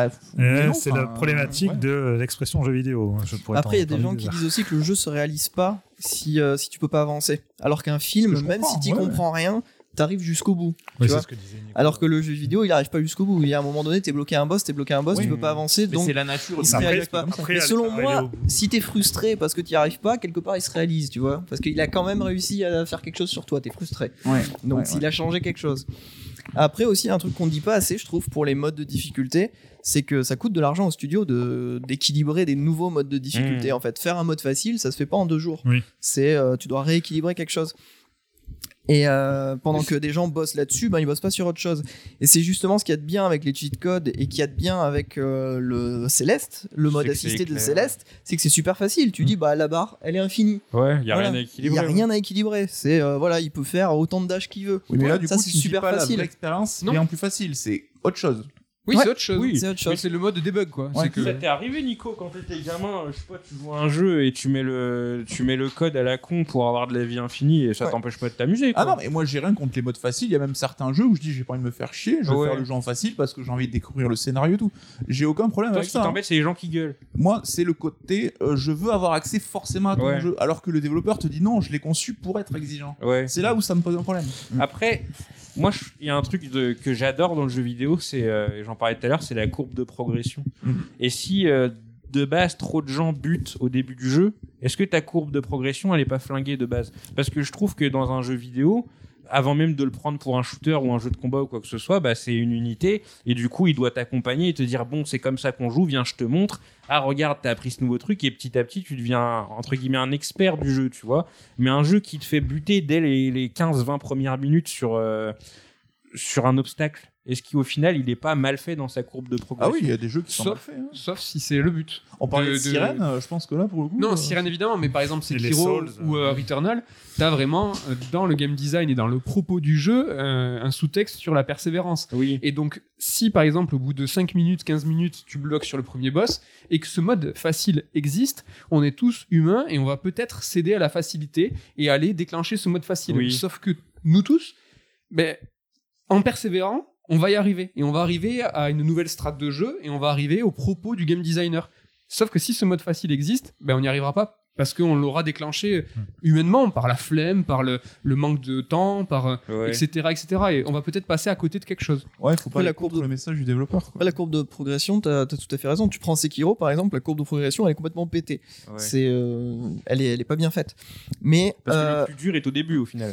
C'est la problématique de l'expression jeu vidéo. Après, il y a des gens qui disent aussi que le jeu se réalise pas si tu peux pas avancer. Alors qu'un film, même si tu comprends rien, t'arrives jusqu'au bout. Oui, tu vois, ce que disait Nico. Alors que le jeu vidéo, il arrive pas jusqu'au bout. Il y a un moment donné, t'es bloqué à un boss, tu peux pas avancer. Mais donc c'est la nature. Il se réalise pas. Mais selon moi, si t'es frustré parce que t'y arrives pas, quelque part il se réalise, tu vois. Parce qu'il a quand même réussi à faire quelque chose sur toi, t'es frustré. Donc s'il a changé quelque chose. Après aussi, un truc qu'on dit pas assez, je trouve, pour les modes de difficulté, c'est que ça coûte de l'argent au studio d'équilibrer des nouveaux modes de difficulté. En fait, faire un mode facile, ça se fait pas en 2 jours. Tu dois rééquilibrer quelque chose. Et pendant que des gens bossent là-dessus, ils bossent pas sur autre chose. Et c'est justement ce qu'il y a de bien avec les cheat codes et qu'il y a de bien avec le Céleste, le mode assisté de Céleste, c'est que c'est super facile. Tu dis, la barre, elle est infinie. Ouais, il y a rien à équilibrer. Il y a rien à équilibrer. C'est, il peut faire autant de dash qu'il veut. Oui, mais là, du ça, coup, c'est tu super dis pas facile. La vraie expérience est en plus facile, c'est autre chose. Oui, c'est autre chose. C'est autre chose. Mais c'est le mode de debug, quoi. Ça t'est arrivé, Nico, quand t'étais gamin, je sais pas, tu joues à un jeu et tu mets le code à la con pour avoir de la vie infinie et ça t'empêche pas de t'amuser, quoi. Ah non, mais moi j'ai rien contre les modes faciles. Il y a même certains jeux où je dis j'ai pas envie de me faire chier, je vais faire le jeu en facile parce que j'ai envie de découvrir le scénario et tout. J'ai aucun problème avec ça. Ce qui t'embête, c'est les gens qui gueulent. Moi, c'est le côté je veux avoir accès forcément à ton jeu, alors que le développeur te dit non, je l'ai conçu pour être exigeant. C'est là où ça me pose un problème. Après, moi, il y a un truc que j'adore dans le jeu vidéo, c'est, j'en parlais tout à l'heure, c'est la courbe de progression. Et si de base trop de gens butent au début du jeu, est-ce que ta courbe de progression elle est pas flinguée de base ? Parce que je trouve que dans un jeu vidéo, avant même de le prendre pour un shooter ou un jeu de combat ou quoi que ce soit, c'est une unité et du coup il doit t'accompagner et te dire bon c'est comme ça qu'on joue, viens je te montre, ah regarde t'as appris ce nouveau truc et petit à petit tu deviens entre guillemets un expert du jeu, tu vois. Mais un jeu qui te fait buter dès les 15-20 premières minutes sur un obstacle, est-ce qu'au final il est pas mal fait dans sa courbe de progression ? Ah oui, il y a des jeux qui sont mal faits. Sauf si c'est le but. On parlait de Sirène, je pense que là pour le coup. Non, Sirène évidemment, mais par exemple Sekiro ou Returnal, t'as vraiment dans le game design et dans le propos du jeu un sous-texte sur la persévérance. Oui. Et donc si par exemple au bout de 5 minutes, 15 minutes, tu bloques sur le premier boss et que ce mode facile existe, on est tous humains et on va peut-être céder à la facilité et aller déclencher ce mode facile. Oui. Sauf que nous tous, en persévérant, on va y arriver. Et on va arriver à une nouvelle strate de jeu et on va arriver au propos du game designer. Sauf que si ce mode facile existe, on n'y arrivera pas parce qu'on l'aura déclenché humainement par la flemme, par le manque de temps, par etc., etc. Et on va peut-être passer à côté de quelque chose. Ouais, il faut pas la courbe le message du développeur. La courbe de progression, t'as tout à fait raison. Tu prends Sekiro par exemple, la courbe de progression elle est complètement pétée. Elle est pas bien faite. Mais parce que le plus dur est au début au final.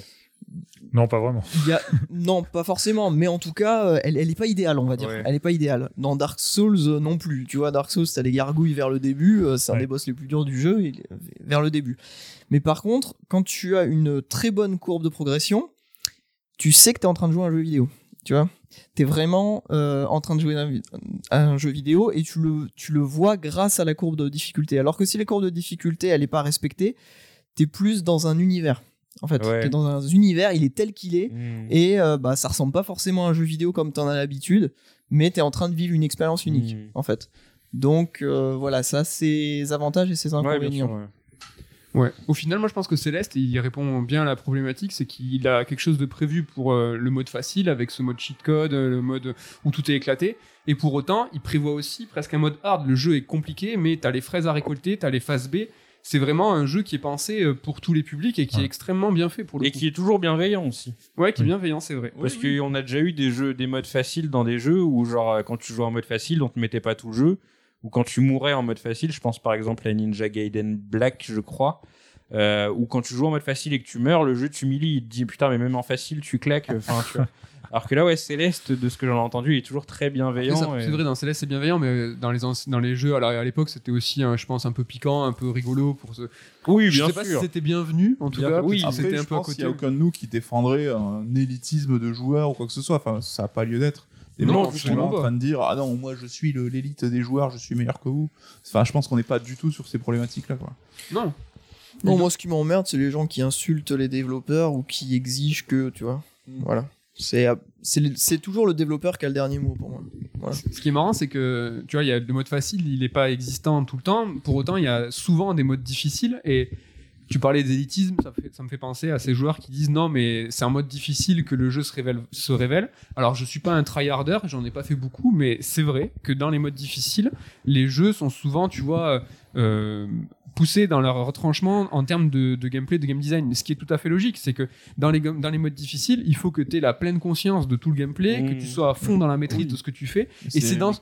Non, pas vraiment. Non, pas forcément, mais en tout cas, elle est pas idéale, on va dire. Ouais. Elle est pas idéale. Dans Dark Souls non plus. Tu vois, Dark Souls, t'as les gargouilles vers le début, c'est un des boss les plus durs du jeu, vers le début. Mais par contre, quand tu as une très bonne courbe de progression, tu sais que t'es en train de jouer à un jeu vidéo. Tu vois, t'es vraiment en train de jouer à un jeu vidéo et tu le vois grâce à la courbe de difficulté. Alors que si la courbe de difficulté, elle est pas respectée, t'es plus dans un univers. En fait, t'es dans un univers, il est tel qu'il est, et ça ressemble pas forcément à un jeu vidéo comme t'en as l'habitude, mais t'es en train de vivre une expérience unique, en fait. Donc voilà, ça, c'est ses avantages et ses inconvénients. Ouais. Au final, moi je pense que Céleste, il répond bien à la problématique, c'est qu'il a quelque chose de prévu pour le mode facile, avec ce mode cheat code, le mode où tout est éclaté, et pour autant, il prévoit aussi presque un mode hard. Le jeu est compliqué, mais t'as les fraises à récolter, t'as les phases B. C'est vraiment un jeu qui est pensé pour tous les publics et qui est extrêmement bien fait pour le coup. Et qui est toujours bienveillant aussi. Ouais, qui est bienveillant, c'est vrai. Parce qu'on a déjà eu des modes faciles dans des jeux où, genre, quand tu jouais en mode facile, on te mettait pas tout le jeu. Ou quand tu mourais en mode facile, je pense par exemple à Ninja Gaiden Black, je crois. Ou quand tu joues en mode facile et que tu meurs, le jeu t'humilie. Il te dit putain, mais même en facile, tu claques. Enfin, tu vois. Alors que là, Céleste, de ce que j'en ai entendu, il est toujours très bienveillant. C'est vrai, dans Céleste, c'est bienveillant, mais dans les jeux, alors, à l'époque, c'était aussi, je pense, un peu piquant, un peu rigolo pour ce. Oui, je bien sais sûr. pas si c'était bienvenu, en tout cas. Oui, après, c'était un peu à côté. Il n'y a aucun de nous qui défendrait un élitisme de joueurs ou quoi que ce soit. Enfin, ça n'a pas lieu d'être. Et non, je suis en train de dire, ah non, moi je suis l'élite des joueurs, je suis meilleur que vous. Enfin, je pense qu'on n'est pas du tout sur ces problématiques-là, quoi. Non. Non, moi, ce qui m'emmerde, c'est les gens qui insultent les développeurs ou qui exigent que, tu vois. Voilà. C'est toujours le développeur qui a le dernier mot pour moi. Voilà. Ce qui est marrant, c'est que tu vois, il y a le mode facile, il n'est pas existant tout le temps. Pour autant, il y a souvent des modes difficiles. Et tu parlais d'élitisme, ça me fait penser à ces joueurs qui disent non, mais c'est un mode difficile que le jeu se révèle. Alors, je suis pas un tryharder, j'en ai pas fait beaucoup, mais c'est vrai que dans les modes difficiles, les jeux sont souvent, tu vois, poussés dans leur retranchement en termes de gameplay, de game design. Ce qui est tout à fait logique, c'est que dans les modes difficiles, il faut que tu aies la pleine conscience de tout le gameplay, que tu sois à fond dans la maîtrise de ce que tu fais. Et c'est dans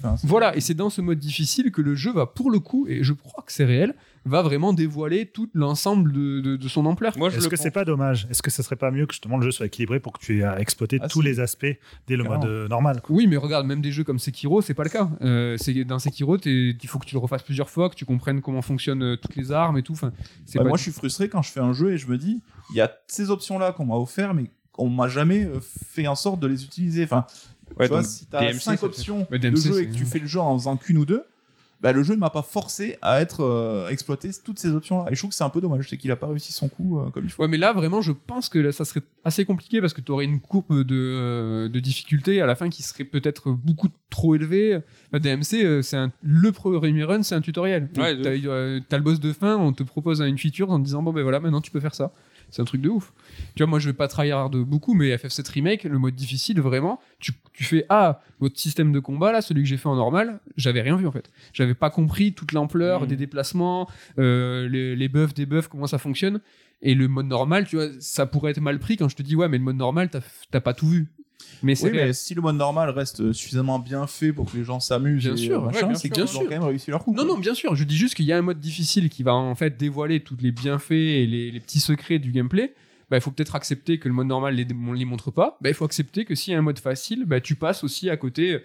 ce mode difficile que le jeu va, pour le coup, et je crois que c'est réel, va vraiment dévoiler tout l'ensemble de son ampleur. Est-ce que c'est pas dommage ? Est-ce que ça serait pas mieux que justement le jeu soit équilibré pour que tu aies exploité tous les aspects dès le mode normal, quoi. Oui, mais regarde, même des jeux comme Sekiro, c'est pas le cas. Dans Sekiro, il faut que tu le refasses plusieurs fois, que tu comprennes comment fonctionnent toutes les armes et tout. Enfin, moi, je suis frustré quand je fais un jeu et je me dis, il y a ces options-là qu'on m'a offert, mais on m'a jamais fait en sorte de les utiliser. Enfin, tu vois, si t'as 5 options de jeu et que tu fais le jeu en faisant qu'une ou deux, le jeu ne m'a pas forcé à exploiter toutes ces options-là. Et je trouve que c'est un peu dommage, c'est qu'il a pas réussi son coup comme il faut. Ouais, mais là, vraiment, je pense que là, ça serait assez compliqué parce que tu aurais une courbe de difficulté à la fin qui serait peut-être beaucoup trop élevée. DMC, le premier run, c'est un tutoriel. Ouais, t'as le boss de fin, on te propose une feature en te disant, bon, ben voilà, maintenant tu peux faire ça. C'est un truc de ouf. Tu vois, moi, je vais pas tryhard beaucoup, mais FF7 Remake, le mode difficile, vraiment, tu fais, votre système de combat, là, celui que j'ai fait en normal, j'avais rien vu, en fait. J'avais pas compris toute l'ampleur des déplacements, les buffs, debuffs, comment ça fonctionne. Et le mode normal, tu vois, ça pourrait être mal pris quand je te dis, ouais, mais le mode normal, t'as pas tout vu. Mais mais si le mode normal reste suffisamment bien fait pour que les gens s'amusent, bien sûr, c'est qu'ils ont quand même réussi leur coup. Non, bien sûr. Je dis juste qu'il y a un mode difficile qui va en fait dévoiler tous les bienfaits et les petits secrets du gameplay. Il faut peut-être accepter que le mode normal les montre pas. Il faut accepter que s'il y a un mode facile, tu passes aussi à côté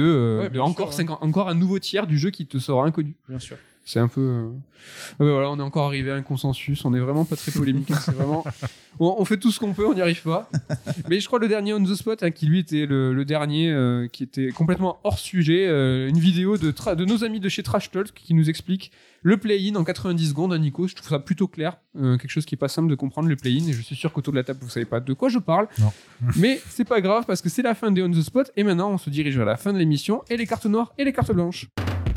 de encore un nouveau tiers du jeu qui te sera inconnu. Bien sûr. C'est un peu. Voilà, on est encore arrivé à un consensus. On est vraiment pas très polémique. C'est vraiment. On fait tout ce qu'on peut, on n'y arrive pas. Mais je crois le dernier On the Spot, qui lui était le dernier, qui était complètement hors sujet, une vidéo de nos amis de chez Trash Talk qui nous explique le play-in en 90 secondes. Nico, je trouve ça plutôt clair, quelque chose qui est pas simple de comprendre le play-in. Et je suis sûr qu'autour de la table vous savez pas de quoi je parle. Non. Mais c'est pas grave parce que c'est la fin des On the Spot et maintenant on se dirige vers la fin de l'émission et les cartes noires et les cartes blanches.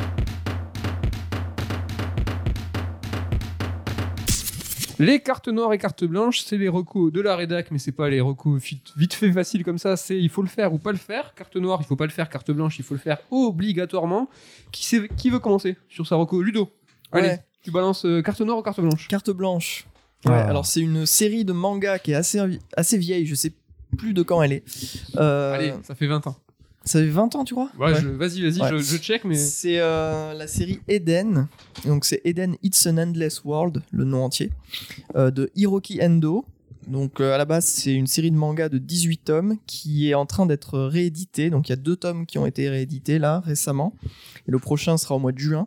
Les cartes noires et cartes blanches, c'est les recos de la rédac, mais c'est pas les recos vite fait facile comme ça, c'est il faut le faire ou pas le faire. Carte noire, il faut pas le faire, carte blanche, il faut le faire obligatoirement. Qui veut commencer sur sa reco ? Ludo, allez, tu balances carte noire ou carte blanche ? Carte blanche. Ouais, alors c'est une série de mangas qui est assez vieille, je sais plus de quand elle est. Allez, ça fait 20 ans. Ça fait 20 ans, tu crois ? Ouais. Vas-y, je check, mais... C'est la série Eden, donc c'est Eden It's an Endless World, le nom entier, de Hiroki Endo. Donc à la base, c'est une série de mangas de 18 tomes qui est en train d'être rééditée. Donc il y a 2 tomes qui ont été réédités là récemment. Et le prochain sera au mois de juin.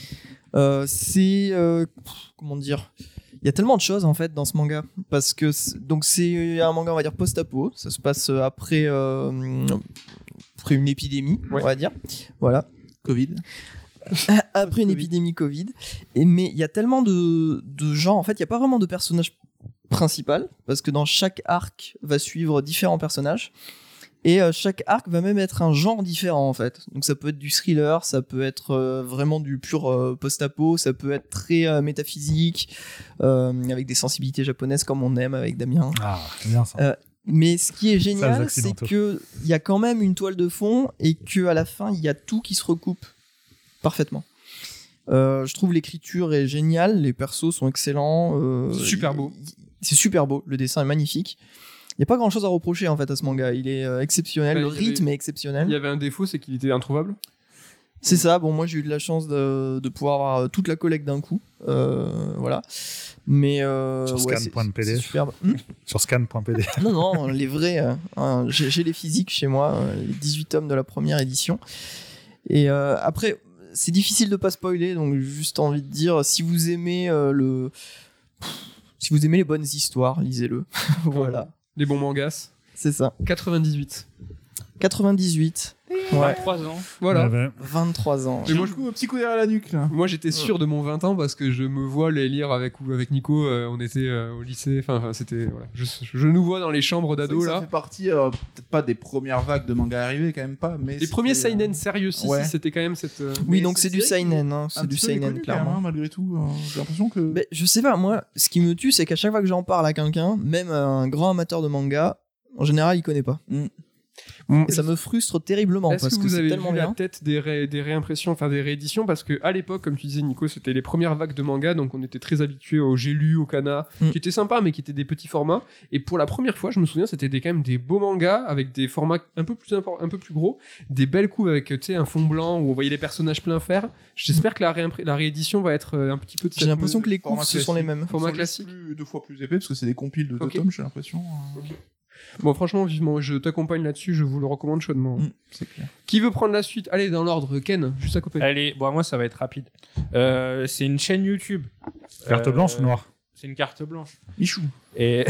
Comment dire, il y a tellement de choses en fait dans ce manga parce que c'est un manga on va dire post-apo, ça se passe après une épidémie, on va dire. Voilà, Covid. Après une épidémie Covid. Mais il y a tellement de gens en fait, il y a pas vraiment de personnage principal parce que dans chaque arc va suivre différents personnages. Et chaque arc va même être un genre différent en fait. Donc ça peut être du thriller, ça peut être vraiment du pur post-apo, ça peut être très métaphysique, avec des sensibilités japonaises comme on aime avec Damien. Ah, c'est bien ça. Mais ce qui est génial, c'est qu'il y a quand même une toile de fond et qu'à la fin, il y a tout qui se recoupe parfaitement. Je trouve l'écriture est géniale, les persos sont excellents. Super beau. C'est super beau, le dessin est magnifique. Il n'y a pas grand chose à reprocher en fait à ce manga, il est exceptionnel, le rythme est exceptionnel. Il y avait un défaut, c'est qu'il était introuvable. C'est ça, bon moi j'ai eu de la chance de pouvoir avoir toute la collecte d'un coup, voilà. Mais sur scan.pdf. C'est superbe. Sur scan.pdf. Non, les vrais, j'ai les physiques chez moi, les 18 tomes de la première édition. Et après, c'est difficile de pas spoiler, donc juste envie de dire, si vous aimez les bonnes histoires, lisez-le. Voilà. Les bons mangas. C'est ça. 98. 98. Ouais. 23 ans. Voilà. 23 ans. Et moi, un petit coup derrière la nuque, là. Moi, j'étais sûr de mon 20 ans parce que je me vois les lire avec Nico. On était au lycée. Enfin, c'était. Voilà. Je nous vois dans les chambres d'ados, là. Ça fait partie, peut-être pas des premières vagues de mangas arrivés, quand même pas. Mais les premiers seinen sérieux, si, c'était quand même cette. Oui, donc c'est du seinen. Hein. C'est du seinen, clairement. Même, malgré tout, j'ai l'impression que. Mais je sais pas, moi, ce qui me tue, c'est qu'à chaque fois que j'en parle à quelqu'un, même un grand amateur de manga, en général, il connaît pas. Et ça me frustre terriblement. Est-ce parce que vous avez tellement vu bien. la tête des réimpressions, enfin des rééditions, parce que à l'époque, comme tu disais Nico, c'était les premières vagues de manga, donc on était très habitués au J'ai lu, au Kana, qui étaient sympas, mais qui étaient des petits formats. Et pour la première fois, je me souviens, c'était quand même des beaux mangas avec des formats un peu plus gros, des belles couves avec un fond blanc où on voyait les personnages plein fer. J'espère que la réédition va être un petit peu. J'ai l'impression que les couves ce sont les mêmes. Format classique. 2 fois plus épais parce que c'est des compiles de 2 tomes, j'ai l'impression. Bon, franchement, vivement, je t'accompagne là-dessus, je vous le recommande chaudement. C'est clair. Qui veut prendre la suite? Allez, dans l'ordre, Ken, juste à côté. Allez, bon, moi ça va être rapide. C'est une chaîne YouTube. Carte blanche ou noire? C'est une carte blanche. Michou. Et.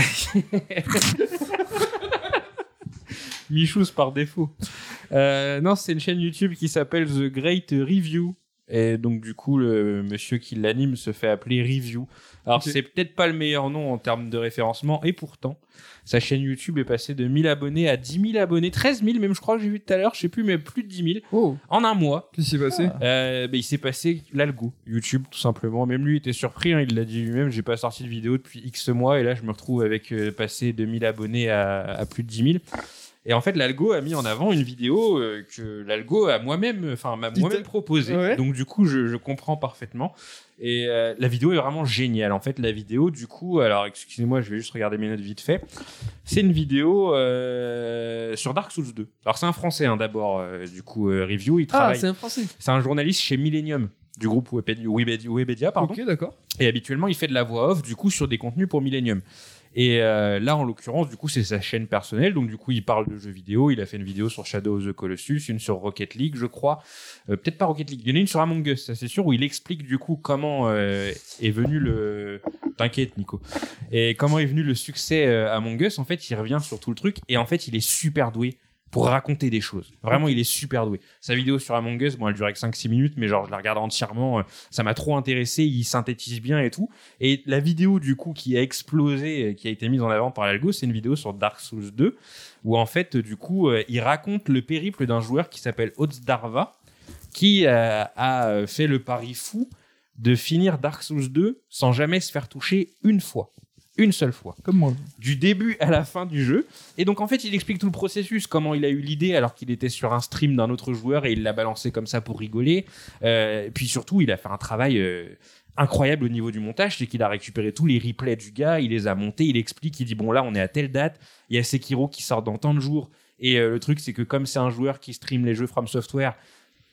Michou par défaut. Non, c'est une chaîne YouTube qui s'appelle The Great Review. Et donc, du coup, le monsieur qui l'anime se fait appeler Review. Alors, c'est peut-être pas le meilleur nom en termes de référencement. Et pourtant, sa chaîne YouTube est passée de 1000 abonnés à 10 000 abonnés. 13 000, même, je crois que j'ai vu tout à l'heure. Je sais plus, mais plus de 10 000. En un mois. Qu'est-ce qui s'est passé? Il s'est passé l'algo. YouTube, tout simplement. Même lui était surpris. Hein, il l'a dit lui-même. J'ai pas sorti de vidéo depuis X mois. Et là, je me retrouve avec passé de 1000 abonnés à plus de 10 000. Et en fait, l'algo a mis en avant une vidéo que l'algo m'a moi-même proposée. Ouais. Donc, du coup, je comprends parfaitement. Et la vidéo est vraiment géniale. En fait, la vidéo, du coup, alors excusez-moi, je vais juste regarder mes notes vite fait. C'est une vidéo sur Dark Souls 2. Alors, c'est un Français, hein, d'abord, du coup, Review. Il travaille. Ah, c'est un Français. C'est un journaliste chez Millennium, du groupe Webedia, pardon. Ok, d'accord. Et habituellement, il fait de la voix off, du coup, sur des contenus pour Millennium. Et là, en l'occurrence, du coup, c'est sa chaîne personnelle. Donc, du coup, il parle de jeux vidéo. Il a fait une vidéo sur Shadow of the Colossus, une sur Rocket League, je crois. Peut-être pas Rocket League. Il y en a une sur Among Us, ça c'est sûr, où il explique, du coup, comment est venu le... T'inquiète, Nico. Et comment est venu le succès Among Us. En fait, il revient sur tout le truc. Et en fait, il est super doué pour raconter des choses. Vraiment, il est super doué. Sa vidéo sur Among Us, bon, elle durait que 5-6 minutes, mais genre, je la regarde entièrement, ça m'a trop intéressé, il synthétise bien et tout. Et la vidéo, du coup, qui a explosé, qui a été mise en avant par l'algo, c'est une vidéo sur Dark Souls 2, où en fait, du coup, il raconte le périple d'un joueur qui s'appelle Otsdarva, qui a fait le pari fou de finir Dark Souls 2 sans jamais se faire toucher une fois. Une seule fois. Comme moi. Du début à la fin du jeu. Et donc, en fait, il explique tout le processus, comment il a eu l'idée alors qu'il était sur un stream d'un autre joueur et il l'a balancé comme ça pour rigoler. Et puis surtout, il a fait un travail incroyable au niveau du montage. C'est qu'il a récupéré tous les replays du gars, il les a montés, il explique, il dit bon, là, on est à telle date, il y a Sekiro qui sort dans tant de jours. Et le truc, c'est que comme c'est un joueur qui stream les jeux From Software,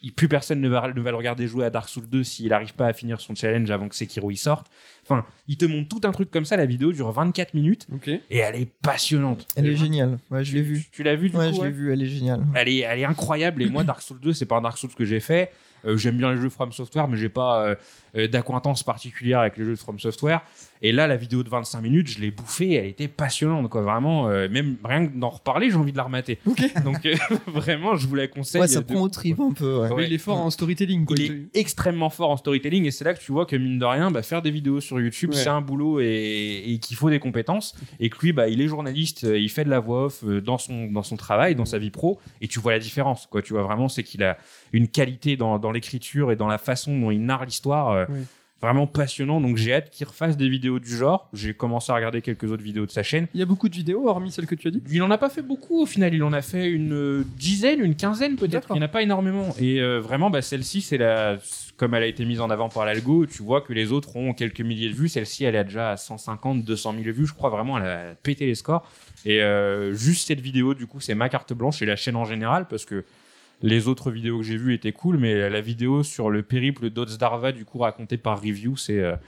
plus personne ne va le regarder jouer à Dark Souls 2 s'il n'arrive pas à finir son challenge avant que Sekiro y sorte. Enfin, il te montre tout un truc comme ça, la vidéo dure 24 minutes et elle est passionnante. Elle est géniale, ouais, je l'ai vue. Tu l'as vue du coup? Je l'ai vue, elle est géniale. Elle est incroyable et moi Dark Souls 2 c'est pas un Dark Souls que j'ai fait. J'aime bien les jeux From Software mais j'ai pas d'acquaintance particulière avec les jeux de From Software. Et là la vidéo de 25 minutes je l'ai bouffée, elle était passionnante quoi, vraiment même rien que d'en reparler j'ai envie de la remater. Donc vraiment je vous la conseille. Ouais, ça prend au trip un peu. Ouais. Ouais, il est fort en storytelling quoi. Il est extrêmement fort en storytelling et c'est là que tu vois que mine de rien faire des vidéos sur YouTube c'est un boulot et qu'il faut des compétences et que lui il est journaliste, il fait de la voix off dans son travail, dans sa vie pro et tu vois la différence quoi, tu vois vraiment c'est qu'il a une qualité dans l'écriture et dans la façon dont il narre l'histoire vraiment passionnant, donc j'ai hâte qu'il refasse des vidéos du genre. J'ai commencé à regarder quelques autres vidéos de sa chaîne. Il y a beaucoup de vidéos hormis celles que tu as dit? Il en a pas fait beaucoup au final, il en a fait une dizaine, une quinzaine peut-être. Il n'y en a pas énormément et vraiment celle-ci c'est comme elle a été mise en avant par l'algo, tu vois que les autres ont quelques milliers de vues, celle-ci elle est déjà à 150, 200 000 vues, je crois vraiment elle a pété les scores et juste cette vidéo du coup c'est ma carte blanche et la chaîne en général parce que les autres vidéos que j'ai vues étaient cool, mais la vidéo sur le périple d'Odzdarva, du coup, racontée par Review,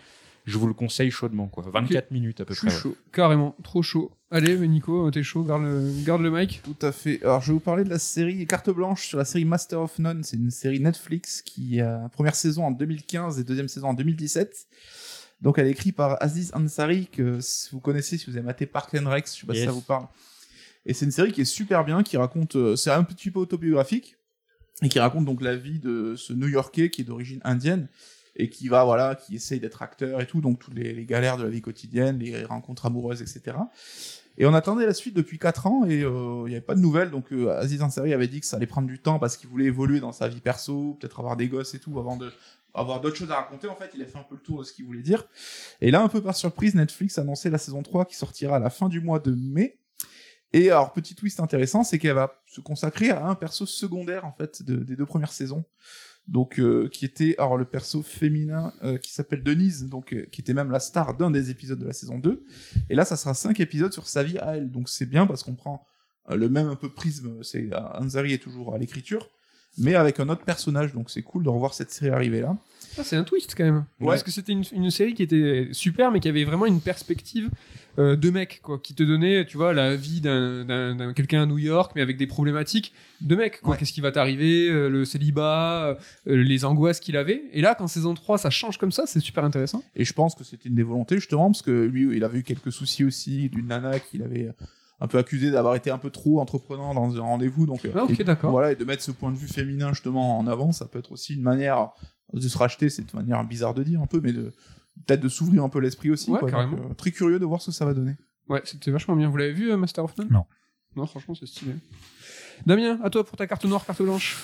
je vous le conseille chaudement, quoi. 24 minutes à peu près. Je suis chaud, carrément, trop chaud. Allez, mais Nico, t'es chaud, garde le mic. Tout à fait. Alors, je vais vous parler de la série carte blanche sur la série Master of None. C'est une série Netflix qui a première saison en 2015 et deuxième saison en 2017. Donc, elle est écrite par Aziz Ansari, que vous connaissez si vous avez maté Parks and Rec, je sais pas si ça vous parle. Et c'est une série qui est super bien, qui raconte, c'est un petit peu autobiographique, et qui raconte donc la vie de ce New-Yorkais qui est d'origine indienne, et qui qui essaye d'être acteur et tout, donc toutes les galères de la vie quotidienne, les rencontres amoureuses, etc. Et on attendait la suite depuis 4 ans, et il n'y avait pas de nouvelles, donc Aziz Ansari avait dit que ça allait prendre du temps, parce qu'il voulait évoluer dans sa vie perso, peut-être avoir des gosses et tout, avant de avoir d'autres choses à raconter. En fait, il a fait un peu le tour de ce qu'il voulait dire. Et là, un peu par surprise, Netflix a annoncé la saison 3 qui sortira à la fin du mois de mai. Et alors, petit twist intéressant, c'est qu'elle va se consacrer à un perso secondaire, en fait, des 2 premières saisons. Donc, qui était, le perso féminin, qui s'appelle Denise, donc, qui était même la star d'un des épisodes de la saison 2. Et là, ça sera 5 épisodes sur sa vie à elle. Donc, c'est bien parce qu'on prend le même un peu prisme, Ansari est toujours à l'écriture, mais avec un autre personnage, donc c'est cool de revoir cette série arriver là. C'est un twist quand même. Ouais. Parce que c'était une série qui était super, mais qui avait vraiment une perspective de mec, quoi, qui te donnait, tu vois, la vie d'un quelqu'un à New York, mais avec des problématiques de mec, quoi. Qu'est-ce qui va t'arriver, le célibat, les angoisses qu'il avait. Et là, quand saison 3, ça change comme ça, c'est super intéressant. Et je pense que c'était une des volontés, justement, parce que lui, il avait eu quelques soucis aussi d'une nana qu'il avait un peu accusé d'avoir été un peu trop entreprenant dans un rendez-vous, donc d'accord. Voilà, et de mettre ce point de vue féminin justement en avant, ça peut être aussi une manière de se racheter, c'est une manière bizarre de dire un peu, mais peut-être de s'ouvrir un peu l'esprit aussi. Ouais, carrément. Donc, très curieux de voir ce que ça va donner. Ouais, c'était vachement bien. Vous l'avez vu, Master of None? Non, franchement, c'est stylé. Damien, à toi pour ta carte noire, carte blanche.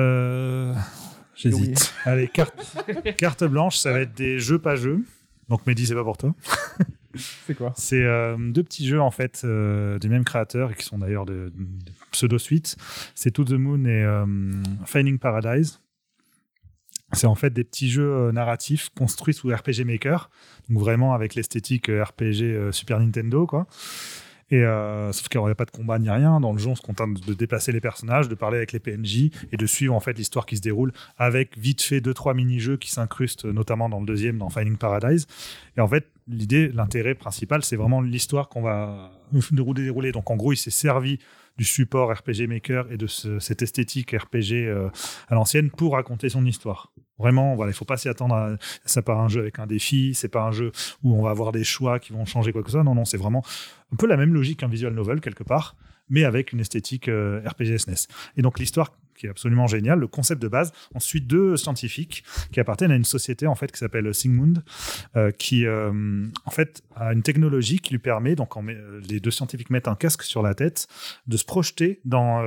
J'hésite. Allez, carte blanche, ça va être des jeux pas jeux. Donc Mehdi, c'est pas pour toi. C'est quoi? C'est 2 petits jeux en fait des mêmes créateurs et qui sont d'ailleurs de pseudo-suites. C'est To the Moon et Finding Paradise. C'est en fait des petits jeux narratifs construits sous RPG Maker, donc vraiment avec l'esthétique RPG Super Nintendo, quoi. Et sauf qu'il n'y aurait pas de combat ni rien. Dans le jeu, on se contente de déplacer les personnages, de parler avec les PNJ et de suivre en fait l'histoire qui se déroule avec vite fait 2-3 mini-jeux qui s'incrustent, notamment dans le deuxième, dans Finding Paradise. Et en fait, l'intérêt principal, c'est vraiment l'histoire qu'on va dérouler. Donc en gros, il s'est servi du support RPG Maker et de cette esthétique RPG à l'ancienne pour raconter son histoire. Vraiment, voilà, il faut pas s'y attendre c'est pas un jeu avec un défi, c'est pas un jeu où on va avoir des choix qui vont changer quoi que ce soit. Non, c'est vraiment un peu la même logique qu'un visual novel quelque part, mais avec une esthétique RPG SNES. Et donc l'histoire qui est absolument géniale, le concept de base. Ensuite, 2 scientifiques qui appartiennent à une société en fait qui s'appelle Sigmund, qui en fait a une technologie qui lui permet, donc les 2 scientifiques mettent un casque sur la tête, de se projeter dans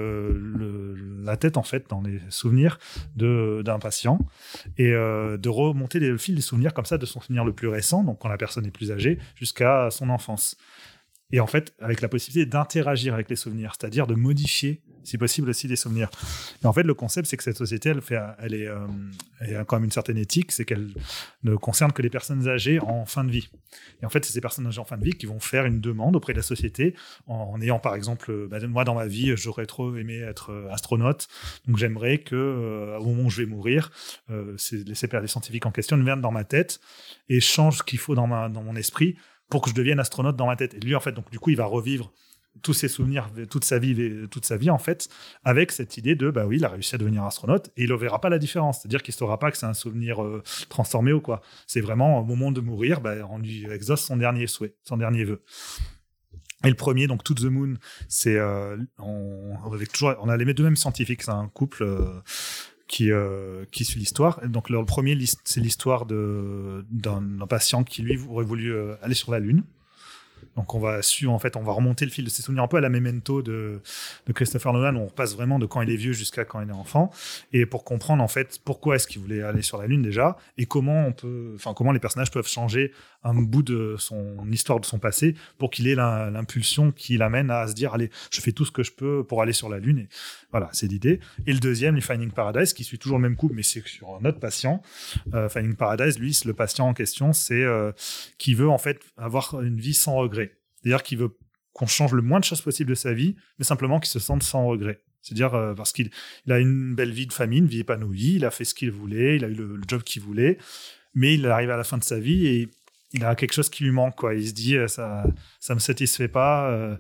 la tête en fait, dans les souvenirs d'un patient et de remonter le fil des souvenirs comme ça, de son souvenir le plus récent, donc quand la personne est plus âgée, jusqu'à son enfance. Et en fait, avec la possibilité d'interagir avec les souvenirs, c'est-à-dire de modifier, si possible, aussi des souvenirs. Et en fait, le concept, c'est que cette société, elle a quand même une certaine éthique, c'est qu'elle ne concerne que les personnes âgées en fin de vie. Et en fait, c'est ces personnes âgées en fin de vie qui vont faire une demande auprès de la société en ayant, par exemple, moi, dans ma vie, j'aurais trop aimé être astronaute, donc j'aimerais que, au moment où je vais mourir, les scientifiques en question viennent dans ma tête et changent ce qu'il faut dans mon esprit pour que je devienne astronaute dans ma tête. Et lui, en fait, donc du coup, il va revivre tous ses souvenirs, toute sa vie, en fait, avec cette idée de, bah oui, il a réussi à devenir astronaute, et il ne verra pas la différence. C'est-à-dire qu'il ne saura pas que c'est un souvenir transformé ou quoi. C'est vraiment, au moment de mourir, on lui exauce son dernier souhait, son dernier vœu. Et le premier, donc To the Moon, c'est on a les deux mêmes scientifiques, c'est un couple qui suit l'histoire. Donc le premier, c'est l'histoire d'un patient qui lui aurait voulu aller sur la Lune. Donc on va remonter le fil de ses souvenirs un peu à la Memento de Christopher Nolan, où on repasse vraiment de quand il est vieux jusqu'à quand il est enfant, et pour comprendre en fait pourquoi est-ce qu'il voulait aller sur la Lune déjà, et comment les personnages peuvent changer un bout de son histoire, de son passé, pour qu'il ait l'impulsion qui l'amène à se dire allez, je fais tout ce que je peux pour aller sur la Lune. Et voilà, c'est l'idée. Et le deuxième, les Finding Paradise, qui suit toujours le même couple, mais c'est sur un autre patient. Finding Paradise, lui, le patient en question, c'est qui veut en fait avoir une vie sans regret. C'est-à-dire qu'il veut qu'on change le moins de choses possible de sa vie, mais simplement qu'il se sente sans regret. C'est-à-dire parce qu'il a une belle vie de famille, une vie épanouie, il a fait ce qu'il voulait, il a eu le job qu'il voulait, mais il arrive à la fin de sa vie et il a quelque chose qui lui manque, quoi. Il se dit ça me satisfait pas.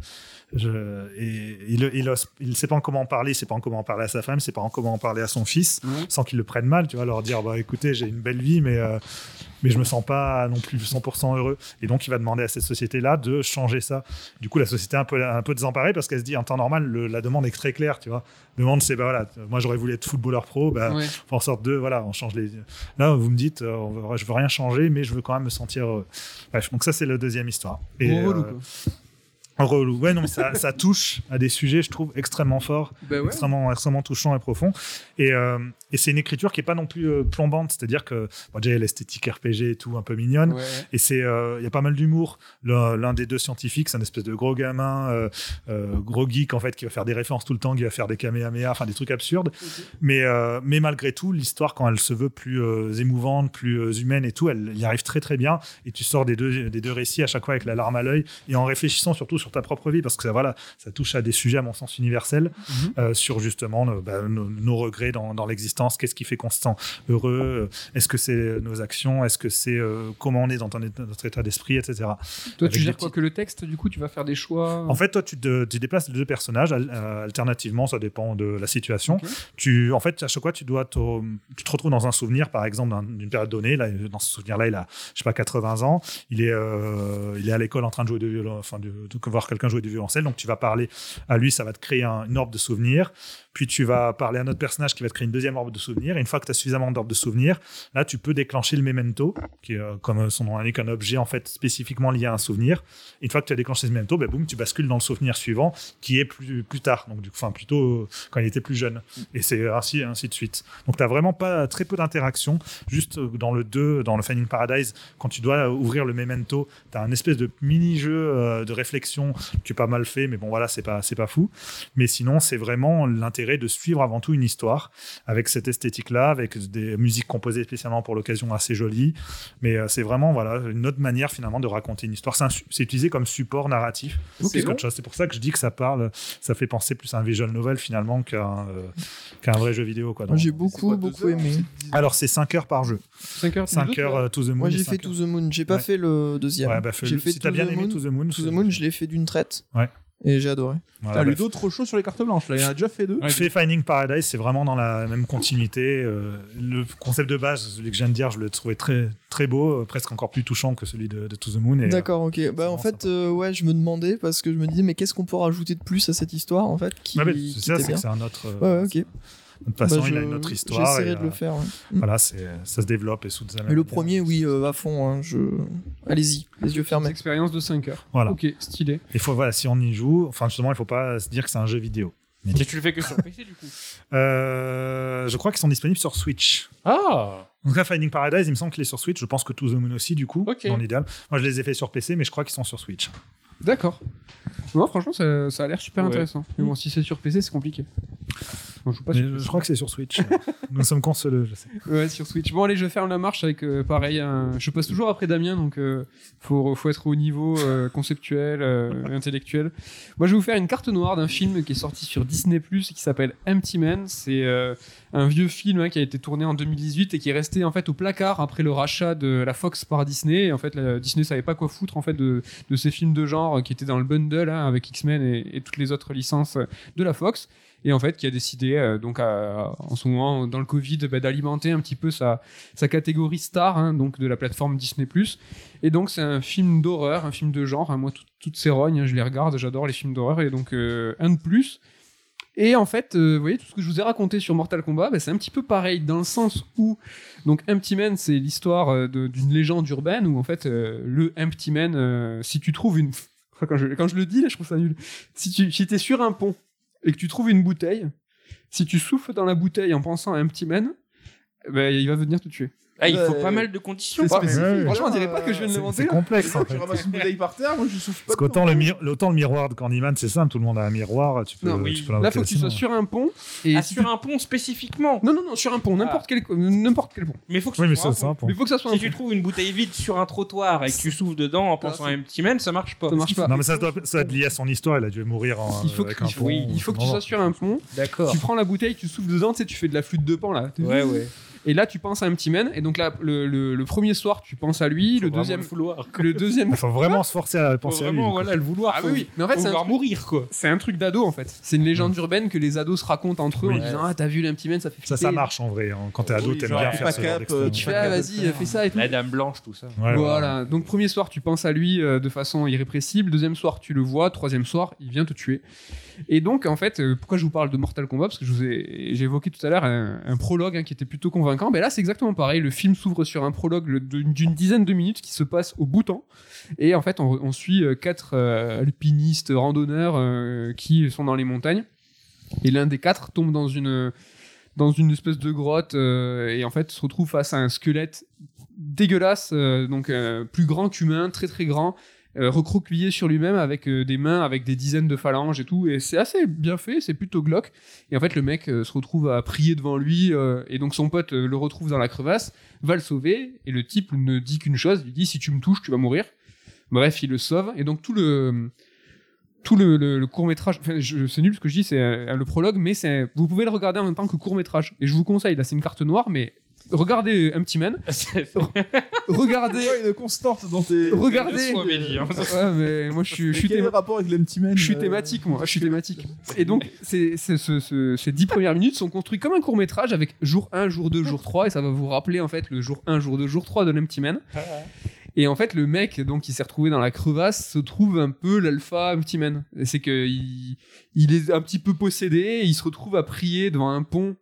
Il sait pas comment en parler, il sait pas comment en parler à sa femme, il sait pas comment en parler à son fils, sans qu'il le prenne mal, tu vois, leur dire écoutez, j'ai une belle vie, mais je me sens pas non plus 100% heureux. Et donc il va demander à cette société-là de changer ça. Du coup, la société est un peu désemparée parce qu'elle se dit en temps normal, la demande est très claire, tu vois. La demande, c'est voilà, moi j'aurais voulu être footballeur pro, en sorte de on change les. Là, vous me dites, je veux rien changer, mais je veux quand même me sentir heureux. Bref, donc ça c'est la deuxième histoire. Et relou. Ouais, non, mais ça touche à des sujets, je trouve, extrêmement forts, extrêmement touchants et profonds. Et c'est une écriture qui est pas non plus plombante, c'est-à-dire que déjà il y a l'esthétique RPG et tout, un peu mignonne, et il y a pas mal d'humour. L'un des deux scientifiques, c'est un espèce de gros gamin, gros geek en fait, qui va faire des références tout le temps, qui va faire des kamehameha, enfin des trucs absurdes. Mais malgré tout, l'histoire, quand elle se veut plus émouvante, plus humaine et tout, elle y arrive très très bien. Et tu sors des deux récits à chaque fois avec la larme à l'œil et en réfléchissant surtout sur ta propre vie, parce que ça touche à des sujets à mon sens universels, sur justement nos regrets dans l'existence. Qu'est-ce qui fait qu'on se sent heureux, est-ce que c'est nos actions, est-ce que c'est comment on est dans notre état d'esprit, etc. Toi, tu gères quoi que le texte, du coup tu vas faire des choix. En fait, toi tu déplaces les deux personnages alternativement, ça dépend de la situation. En fait, à chaque fois tu te retrouves dans un souvenir, par exemple d'une période donnée. Là, dans ce souvenir-là, il a 80 ans, il est à l'école en train de jouer de violon, de voir quelqu'un jouer du violoncelle, donc tu vas parler à lui, ça va te créer une orbe de souvenirs, puis tu vas parler à un autre personnage qui va te créer une deuxième orbe de souvenirs, et une fois que tu as suffisamment d'orbes de souvenirs, là tu peux déclencher le memento, qui est, comme son nom l'indique, un objet en fait spécifiquement lié à un souvenir. Et une fois que tu as déclenché ce memento, boum, tu bascules dans le souvenir suivant, qui est plus tard, donc plutôt quand il était plus jeune, et c'est ainsi de suite. Donc tu n'as vraiment pas très peu d'interaction, juste dans le Finding Paradise, quand tu dois ouvrir le memento, tu as un espèce de mini-jeu de réflexion qui est pas mal fait, mais bon voilà, c'est pas fou. Mais sinon, c'est vraiment l'intérêt de suivre avant tout une histoire avec cette esthétique-là, avec des musiques composées spécialement pour l'occasion assez jolies. Mais c'est vraiment une autre manière finalement de raconter une histoire. C'est utilisé comme support narratif. C'est autre chose. C'est pour ça que je dis que ça fait penser plus à un visual novel finalement qu'un vrai jeu vidéo, quoi. Donc, j'ai beaucoup aimé. Alors c'est 5 heures par jeu. 5 heures To the Moon. Moi j'ai fait To the Moon, j'ai pas fait le deuxième. Si t'as bien aimé To the Moon, je l'ai fait d'une traite. Ouais. Et j'ai adoré. T'as lu d'autres choses sur les cartes blanches, là, il y en a déjà fait 2. Fais Finding Paradise, c'est vraiment dans la même continuité. Le concept de base, celui que je viens de dire, je l'ai trouvé très, très beau, presque encore plus touchant que celui de To the Moon. D'accord, ok. En fait, je me demandais, parce que je me disais, mais qu'est-ce qu'on peut rajouter de plus à cette histoire, en fait, c'est que c'est un autre. Ok. De toute façon, il a une autre histoire. J'essaierai de le faire. Voilà, ça se développe et sous. Mais le premier, à fond. Hein, allez-y, les yeux fermés. Expérience de 5 heures. Voilà. Ok, stylé. Il faut, si on y joue, justement, il faut pas se dire que c'est un jeu vidéo. Mais tu le fais que sur PC, du coup. Je crois qu'ils sont disponibles sur Switch. Ah. En tout cas, Finding Paradise, il me semble qu'il est sur Switch. Je pense que To the Moon aussi, du coup, dans l'idéal. Moi, je les ai fait sur PC, mais je crois qu'ils sont sur Switch. D'accord. Non, franchement, ça a l'air super intéressant. Mais bon, si c'est sur PC, c'est compliqué. Bon, je crois que c'est sur Switch. Nous sommes consoleux, je sais. Ouais, sur Switch. Bon, allez, je vais faire la marche avec pareil. Je passe toujours après Damien, donc faut être au niveau conceptuel, intellectuel. Moi, je vais vous faire une carte noire d'un film qui est sorti sur Disney+ et qui s'appelle Empty Man. C'est un vieux film qui a été tourné en 2018 et qui est resté en fait au placard après le rachat de la Fox par Disney. Et en fait, Disney savait pas quoi foutre en fait de ces films de genre qui étaient dans le bundle avec X-Men et toutes les autres licences de la Fox. Et en fait, qui a décidé, donc en ce moment, dans le Covid, d'alimenter un petit peu sa catégorie star, donc de la plateforme Disney+. Et donc, c'est un film d'horreur, un film de genre. Moi, toutes ces rognes, je les regarde, j'adore les films d'horreur. Et donc, un de plus. Et en fait, vous voyez, tout ce que je vous ai raconté sur Mortal Kombat, c'est un petit peu pareil, dans le sens où, donc, Empty Man, c'est l'histoire d'une légende urbaine, où en fait, le Empty Man, si tu trouves une... Quand je le dis, là, je trouve ça nul. Si t'es sur un pont, et que tu trouves une bouteille, si tu souffles dans la bouteille en pensant à Empty Man, il va venir te tuer. Ah, il faut pas mal de conditions. Franchement, on dirait pas que je viens de l'inventer. C'est complexe. En fait. Tu ramasses une bouteille par terre, moi je souffle pas. Parce qu'autant le miroir de Candyman, c'est simple, tout le monde a un miroir, tu peux là, faut que tu sois sur un pont. Et sur un pont spécifiquement. Non, sur un pont, n'importe quel pont. Mais faut que ça soit un pont. Mais faut que ça soit si tu trouves une bouteille vide sur un trottoir et que tu souffles dedans en pensant à Empty Man, ça marche pas. Non, mais ça doit être lié à son histoire, il a dû mourir avec un pont. Il faut que tu sois sur un pont. D'accord. Tu prends la bouteille, tu souffles dedans, tu fais de la flûte de pan là. Ouais. Et là, tu penses à Empty Man. Et donc là, le premier soir, tu penses à lui. Le deuxième. Il faut vraiment se forcer à penser à lui. Le vouloir. Ah oui. Mais en fait, c'est mourir quoi. C'est un truc d'ado en fait. C'est une légende urbaine que les ados se racontent entre eux en disant t'as vu l'Empty Man, ça fait flipper. Ça marche en vrai. Quand t'es ado, t'aimes bien faire ce genre d'expérience. Tu fais vas-y, fais ça et tout. La Dame Blanche, tout ça. Voilà. Donc premier soir, tu penses à lui de façon irrépressible. Deuxième soir, tu le vois. Troisième soir, il vient te tuer. Et donc en fait, pourquoi je vous parle de Mortal Kombat, parce que j'ai évoqué tout à l'heure un prologue qui était plutôt convaincant. Là, c'est exactement pareil. Le film s'ouvre sur un prologue d'une dizaine de minutes qui se passe au Bhoutan. Et en fait, on suit 4 alpinistes, randonneurs qui sont dans les montagnes. Et l'un des 4 tombe dans une espèce de grotte et en fait se retrouve face à un squelette dégueulasse, donc plus grand qu'humain, très très grand. Recroquevillé sur lui-même avec des mains avec des dizaines de phalanges et tout, et c'est assez bien fait, c'est plutôt glauque. Et en fait le mec se retrouve à prier devant lui et donc son pote le retrouve dans la crevasse, va le sauver, et le type ne dit qu'une chose, il lui dit si tu me touches tu vas mourir. Bref, il le sauve, et donc tout le court-métrage, enfin, c'est nul ce que je dis, c'est le prologue, mais vous pouvez le regarder en même temps que court-métrage, et je vous conseille, là c'est une carte noire, mais regardez Empty Man. Regardez une constante dans tes. Regardez. Ouais, mais moi je suis. Quel est le rapport avec l'Empty Man? Je suis thématique, moi. Je suis thématique. Et donc ces 10 premières minutes sont construites comme un court métrage avec jour 1, jour 2, jour 3, et ça va vous rappeler en fait le jour 1, jour 2, jour 3 de l'Empty Man. Et en fait, le mec donc qui s'est retrouvé dans la crevasse se trouve un peu l'alpha Empty Man. C'est que il est un petit peu possédé, et il se retrouve à prier devant un pont.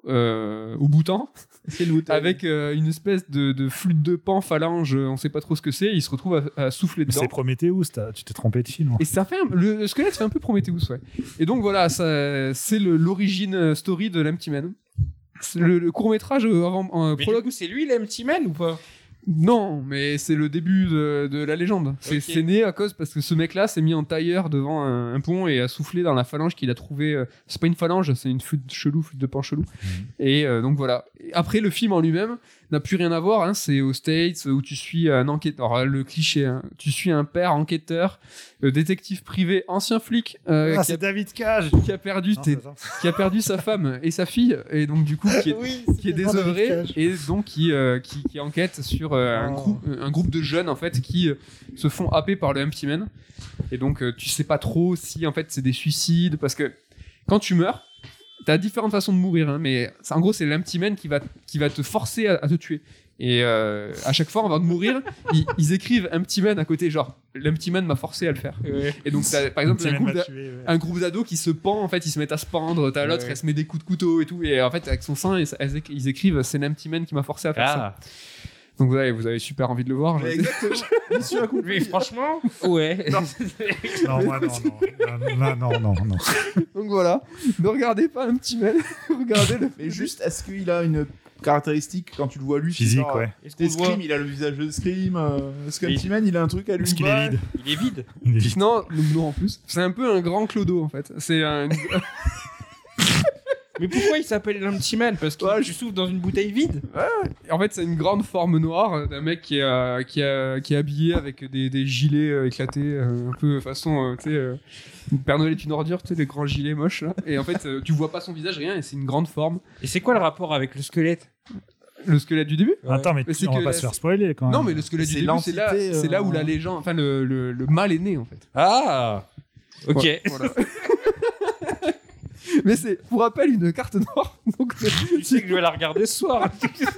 Au Bhoutan avec une espèce de flûte de pan phalange, on sait pas trop ce que c'est, il se retrouve à souffler dedans. C'est Prometheus, tu t'es trompé de film. Et ça fait le squelette fait un peu Prometheus, ouais. Et donc voilà, c'est l'origine story de l'Empty Man. Le court-métrage avant prologue. Du coup, c'est lui l'Empty Man ou pas? Non, mais c'est le début de la légende. C'est né parce que ce mec-là s'est mis en tailleur devant un pont et a soufflé dans la phalange qu'il a trouvé. C'est pas une phalange, c'est une flûte de pan chelou. Et donc voilà. Et après, le film en lui-même n'a plus rien à voir. C'est aux States où tu suis un enquêteur. Alors, le cliché, tu suis un père enquêteur, détective privé, ancien flic. C'est David Cage qui a perdu sa femme et sa fille, et donc du coup qui est désœuvré et donc qui enquête sur un groupe de jeunes en fait qui se font happer par le Empty Man. Et donc tu sais pas trop si en fait c'est des suicides, parce que quand tu meurs t'as différentes façons de mourir, mais en gros c'est l'Empty Man qui va te forcer à te tuer. Et à chaque fois avant de mourir ils écrivent Empty Man à côté, genre l'Empty Man m'a forcé à le faire. Et donc t'as par exemple un groupe d'ados qui se pend, en fait ils se mettent à se pendre, t'as l'autre elle se met des coups de couteau et tout, et en fait avec son sang ils écrivent c'est l'Empty Man qui m'a forcé à faire ça. Donc vous avez super envie de le voir. Exactement. Mais franchement, ouais. Non. Donc voilà, ne regardez pas Empty Man, regardez-le. Mais juste, est-ce qu'il a une caractéristiques quand tu le vois lui. Physique, genre, ouais. Scream, il a le visage de Scream. Scantyman, il a un truc à lui. Est-ce qu'il est vide? Il est vide. Il est vide. Non, en plus. C'est un peu un grand clodo en fait. C'est un. Mais pourquoi il s'appelle l'Antiman? Parce qu'il souffle dans une bouteille vide? En fait, c'est une grande forme noire d'un mec qui est habillé avec des gilets éclatés, un peu façon, tu sais, Père Noël est une ordure, tu sais, les grands gilets moches là. Et en fait, tu vois pas son visage, rien, et c'est une grande forme. Et c'est quoi le rapport avec le squelette? Le squelette du début? Attends, mais on va pas se faire spoiler quand même. Non, mais le squelette du début, c'est là où la légende, enfin le mal est né en fait. Ah, ok. Ouais, voilà. Mais c'est, pour rappel, une carte noire. Donc tu sais que je vais la regarder ce soir.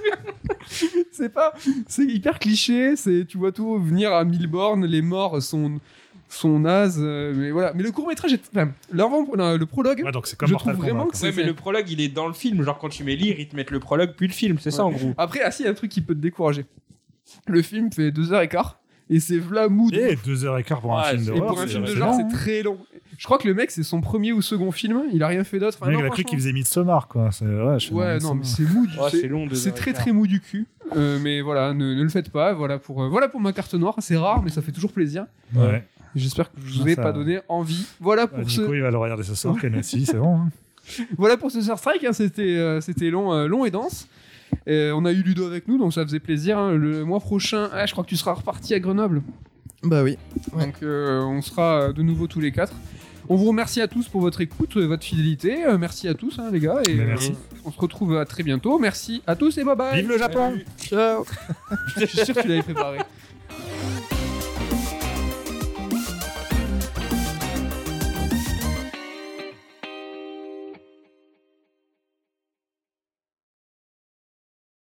C'est hyper cliché. Tu vois tout venir à 1000 bornes. Les morts sont nazes. Mais voilà. Mais le court métrage est, enfin, le prologue. Ouais, donc c'est comme je Mortal trouve vraiment Kombat, que Ouais, mais le prologue, il est dans le film. Genre quand tu mets lire, ils te mettent le prologue puis le film. C'est ça en gros. Après, il y a un truc qui peut te décourager. Le film fait 2h15 et c'est vlamou. Et 2h15 pour un film Et d'horreur. pour un film de genre, c'est très long. Je crois que le mec, c'est son premier ou second film. Il a rien fait d'autre. Le mec, il a cru qu'il faisait Midsommar, quoi. Ouais, non, mais c'est mou. C'est long. C'est très très mou du cul. Mais voilà, ne le faites pas. Voilà pour ma carte noire. C'est rare, mais ça fait toujours plaisir. Ouais. J'espère que je vous ai pas donné envie. Voilà pour Nico, il va le regarder ce soir. Kennedy, c'est bon. Hein. Voilà pour ce Star Strike. Hein, c'était long et dense. On a eu Ludo avec nous, donc ça faisait plaisir. Hein. Le mois prochain, je crois que tu seras reparti à Grenoble. Bah oui. Donc on sera de nouveau tous les 4. On vous remercie à tous pour votre écoute et votre fidélité. Merci à tous, hein, les gars. Et merci. On se retrouve à très bientôt. Merci à tous et bye bye. Vive le Japon. Ciao. Je suis sûr que tu l'avais préparé.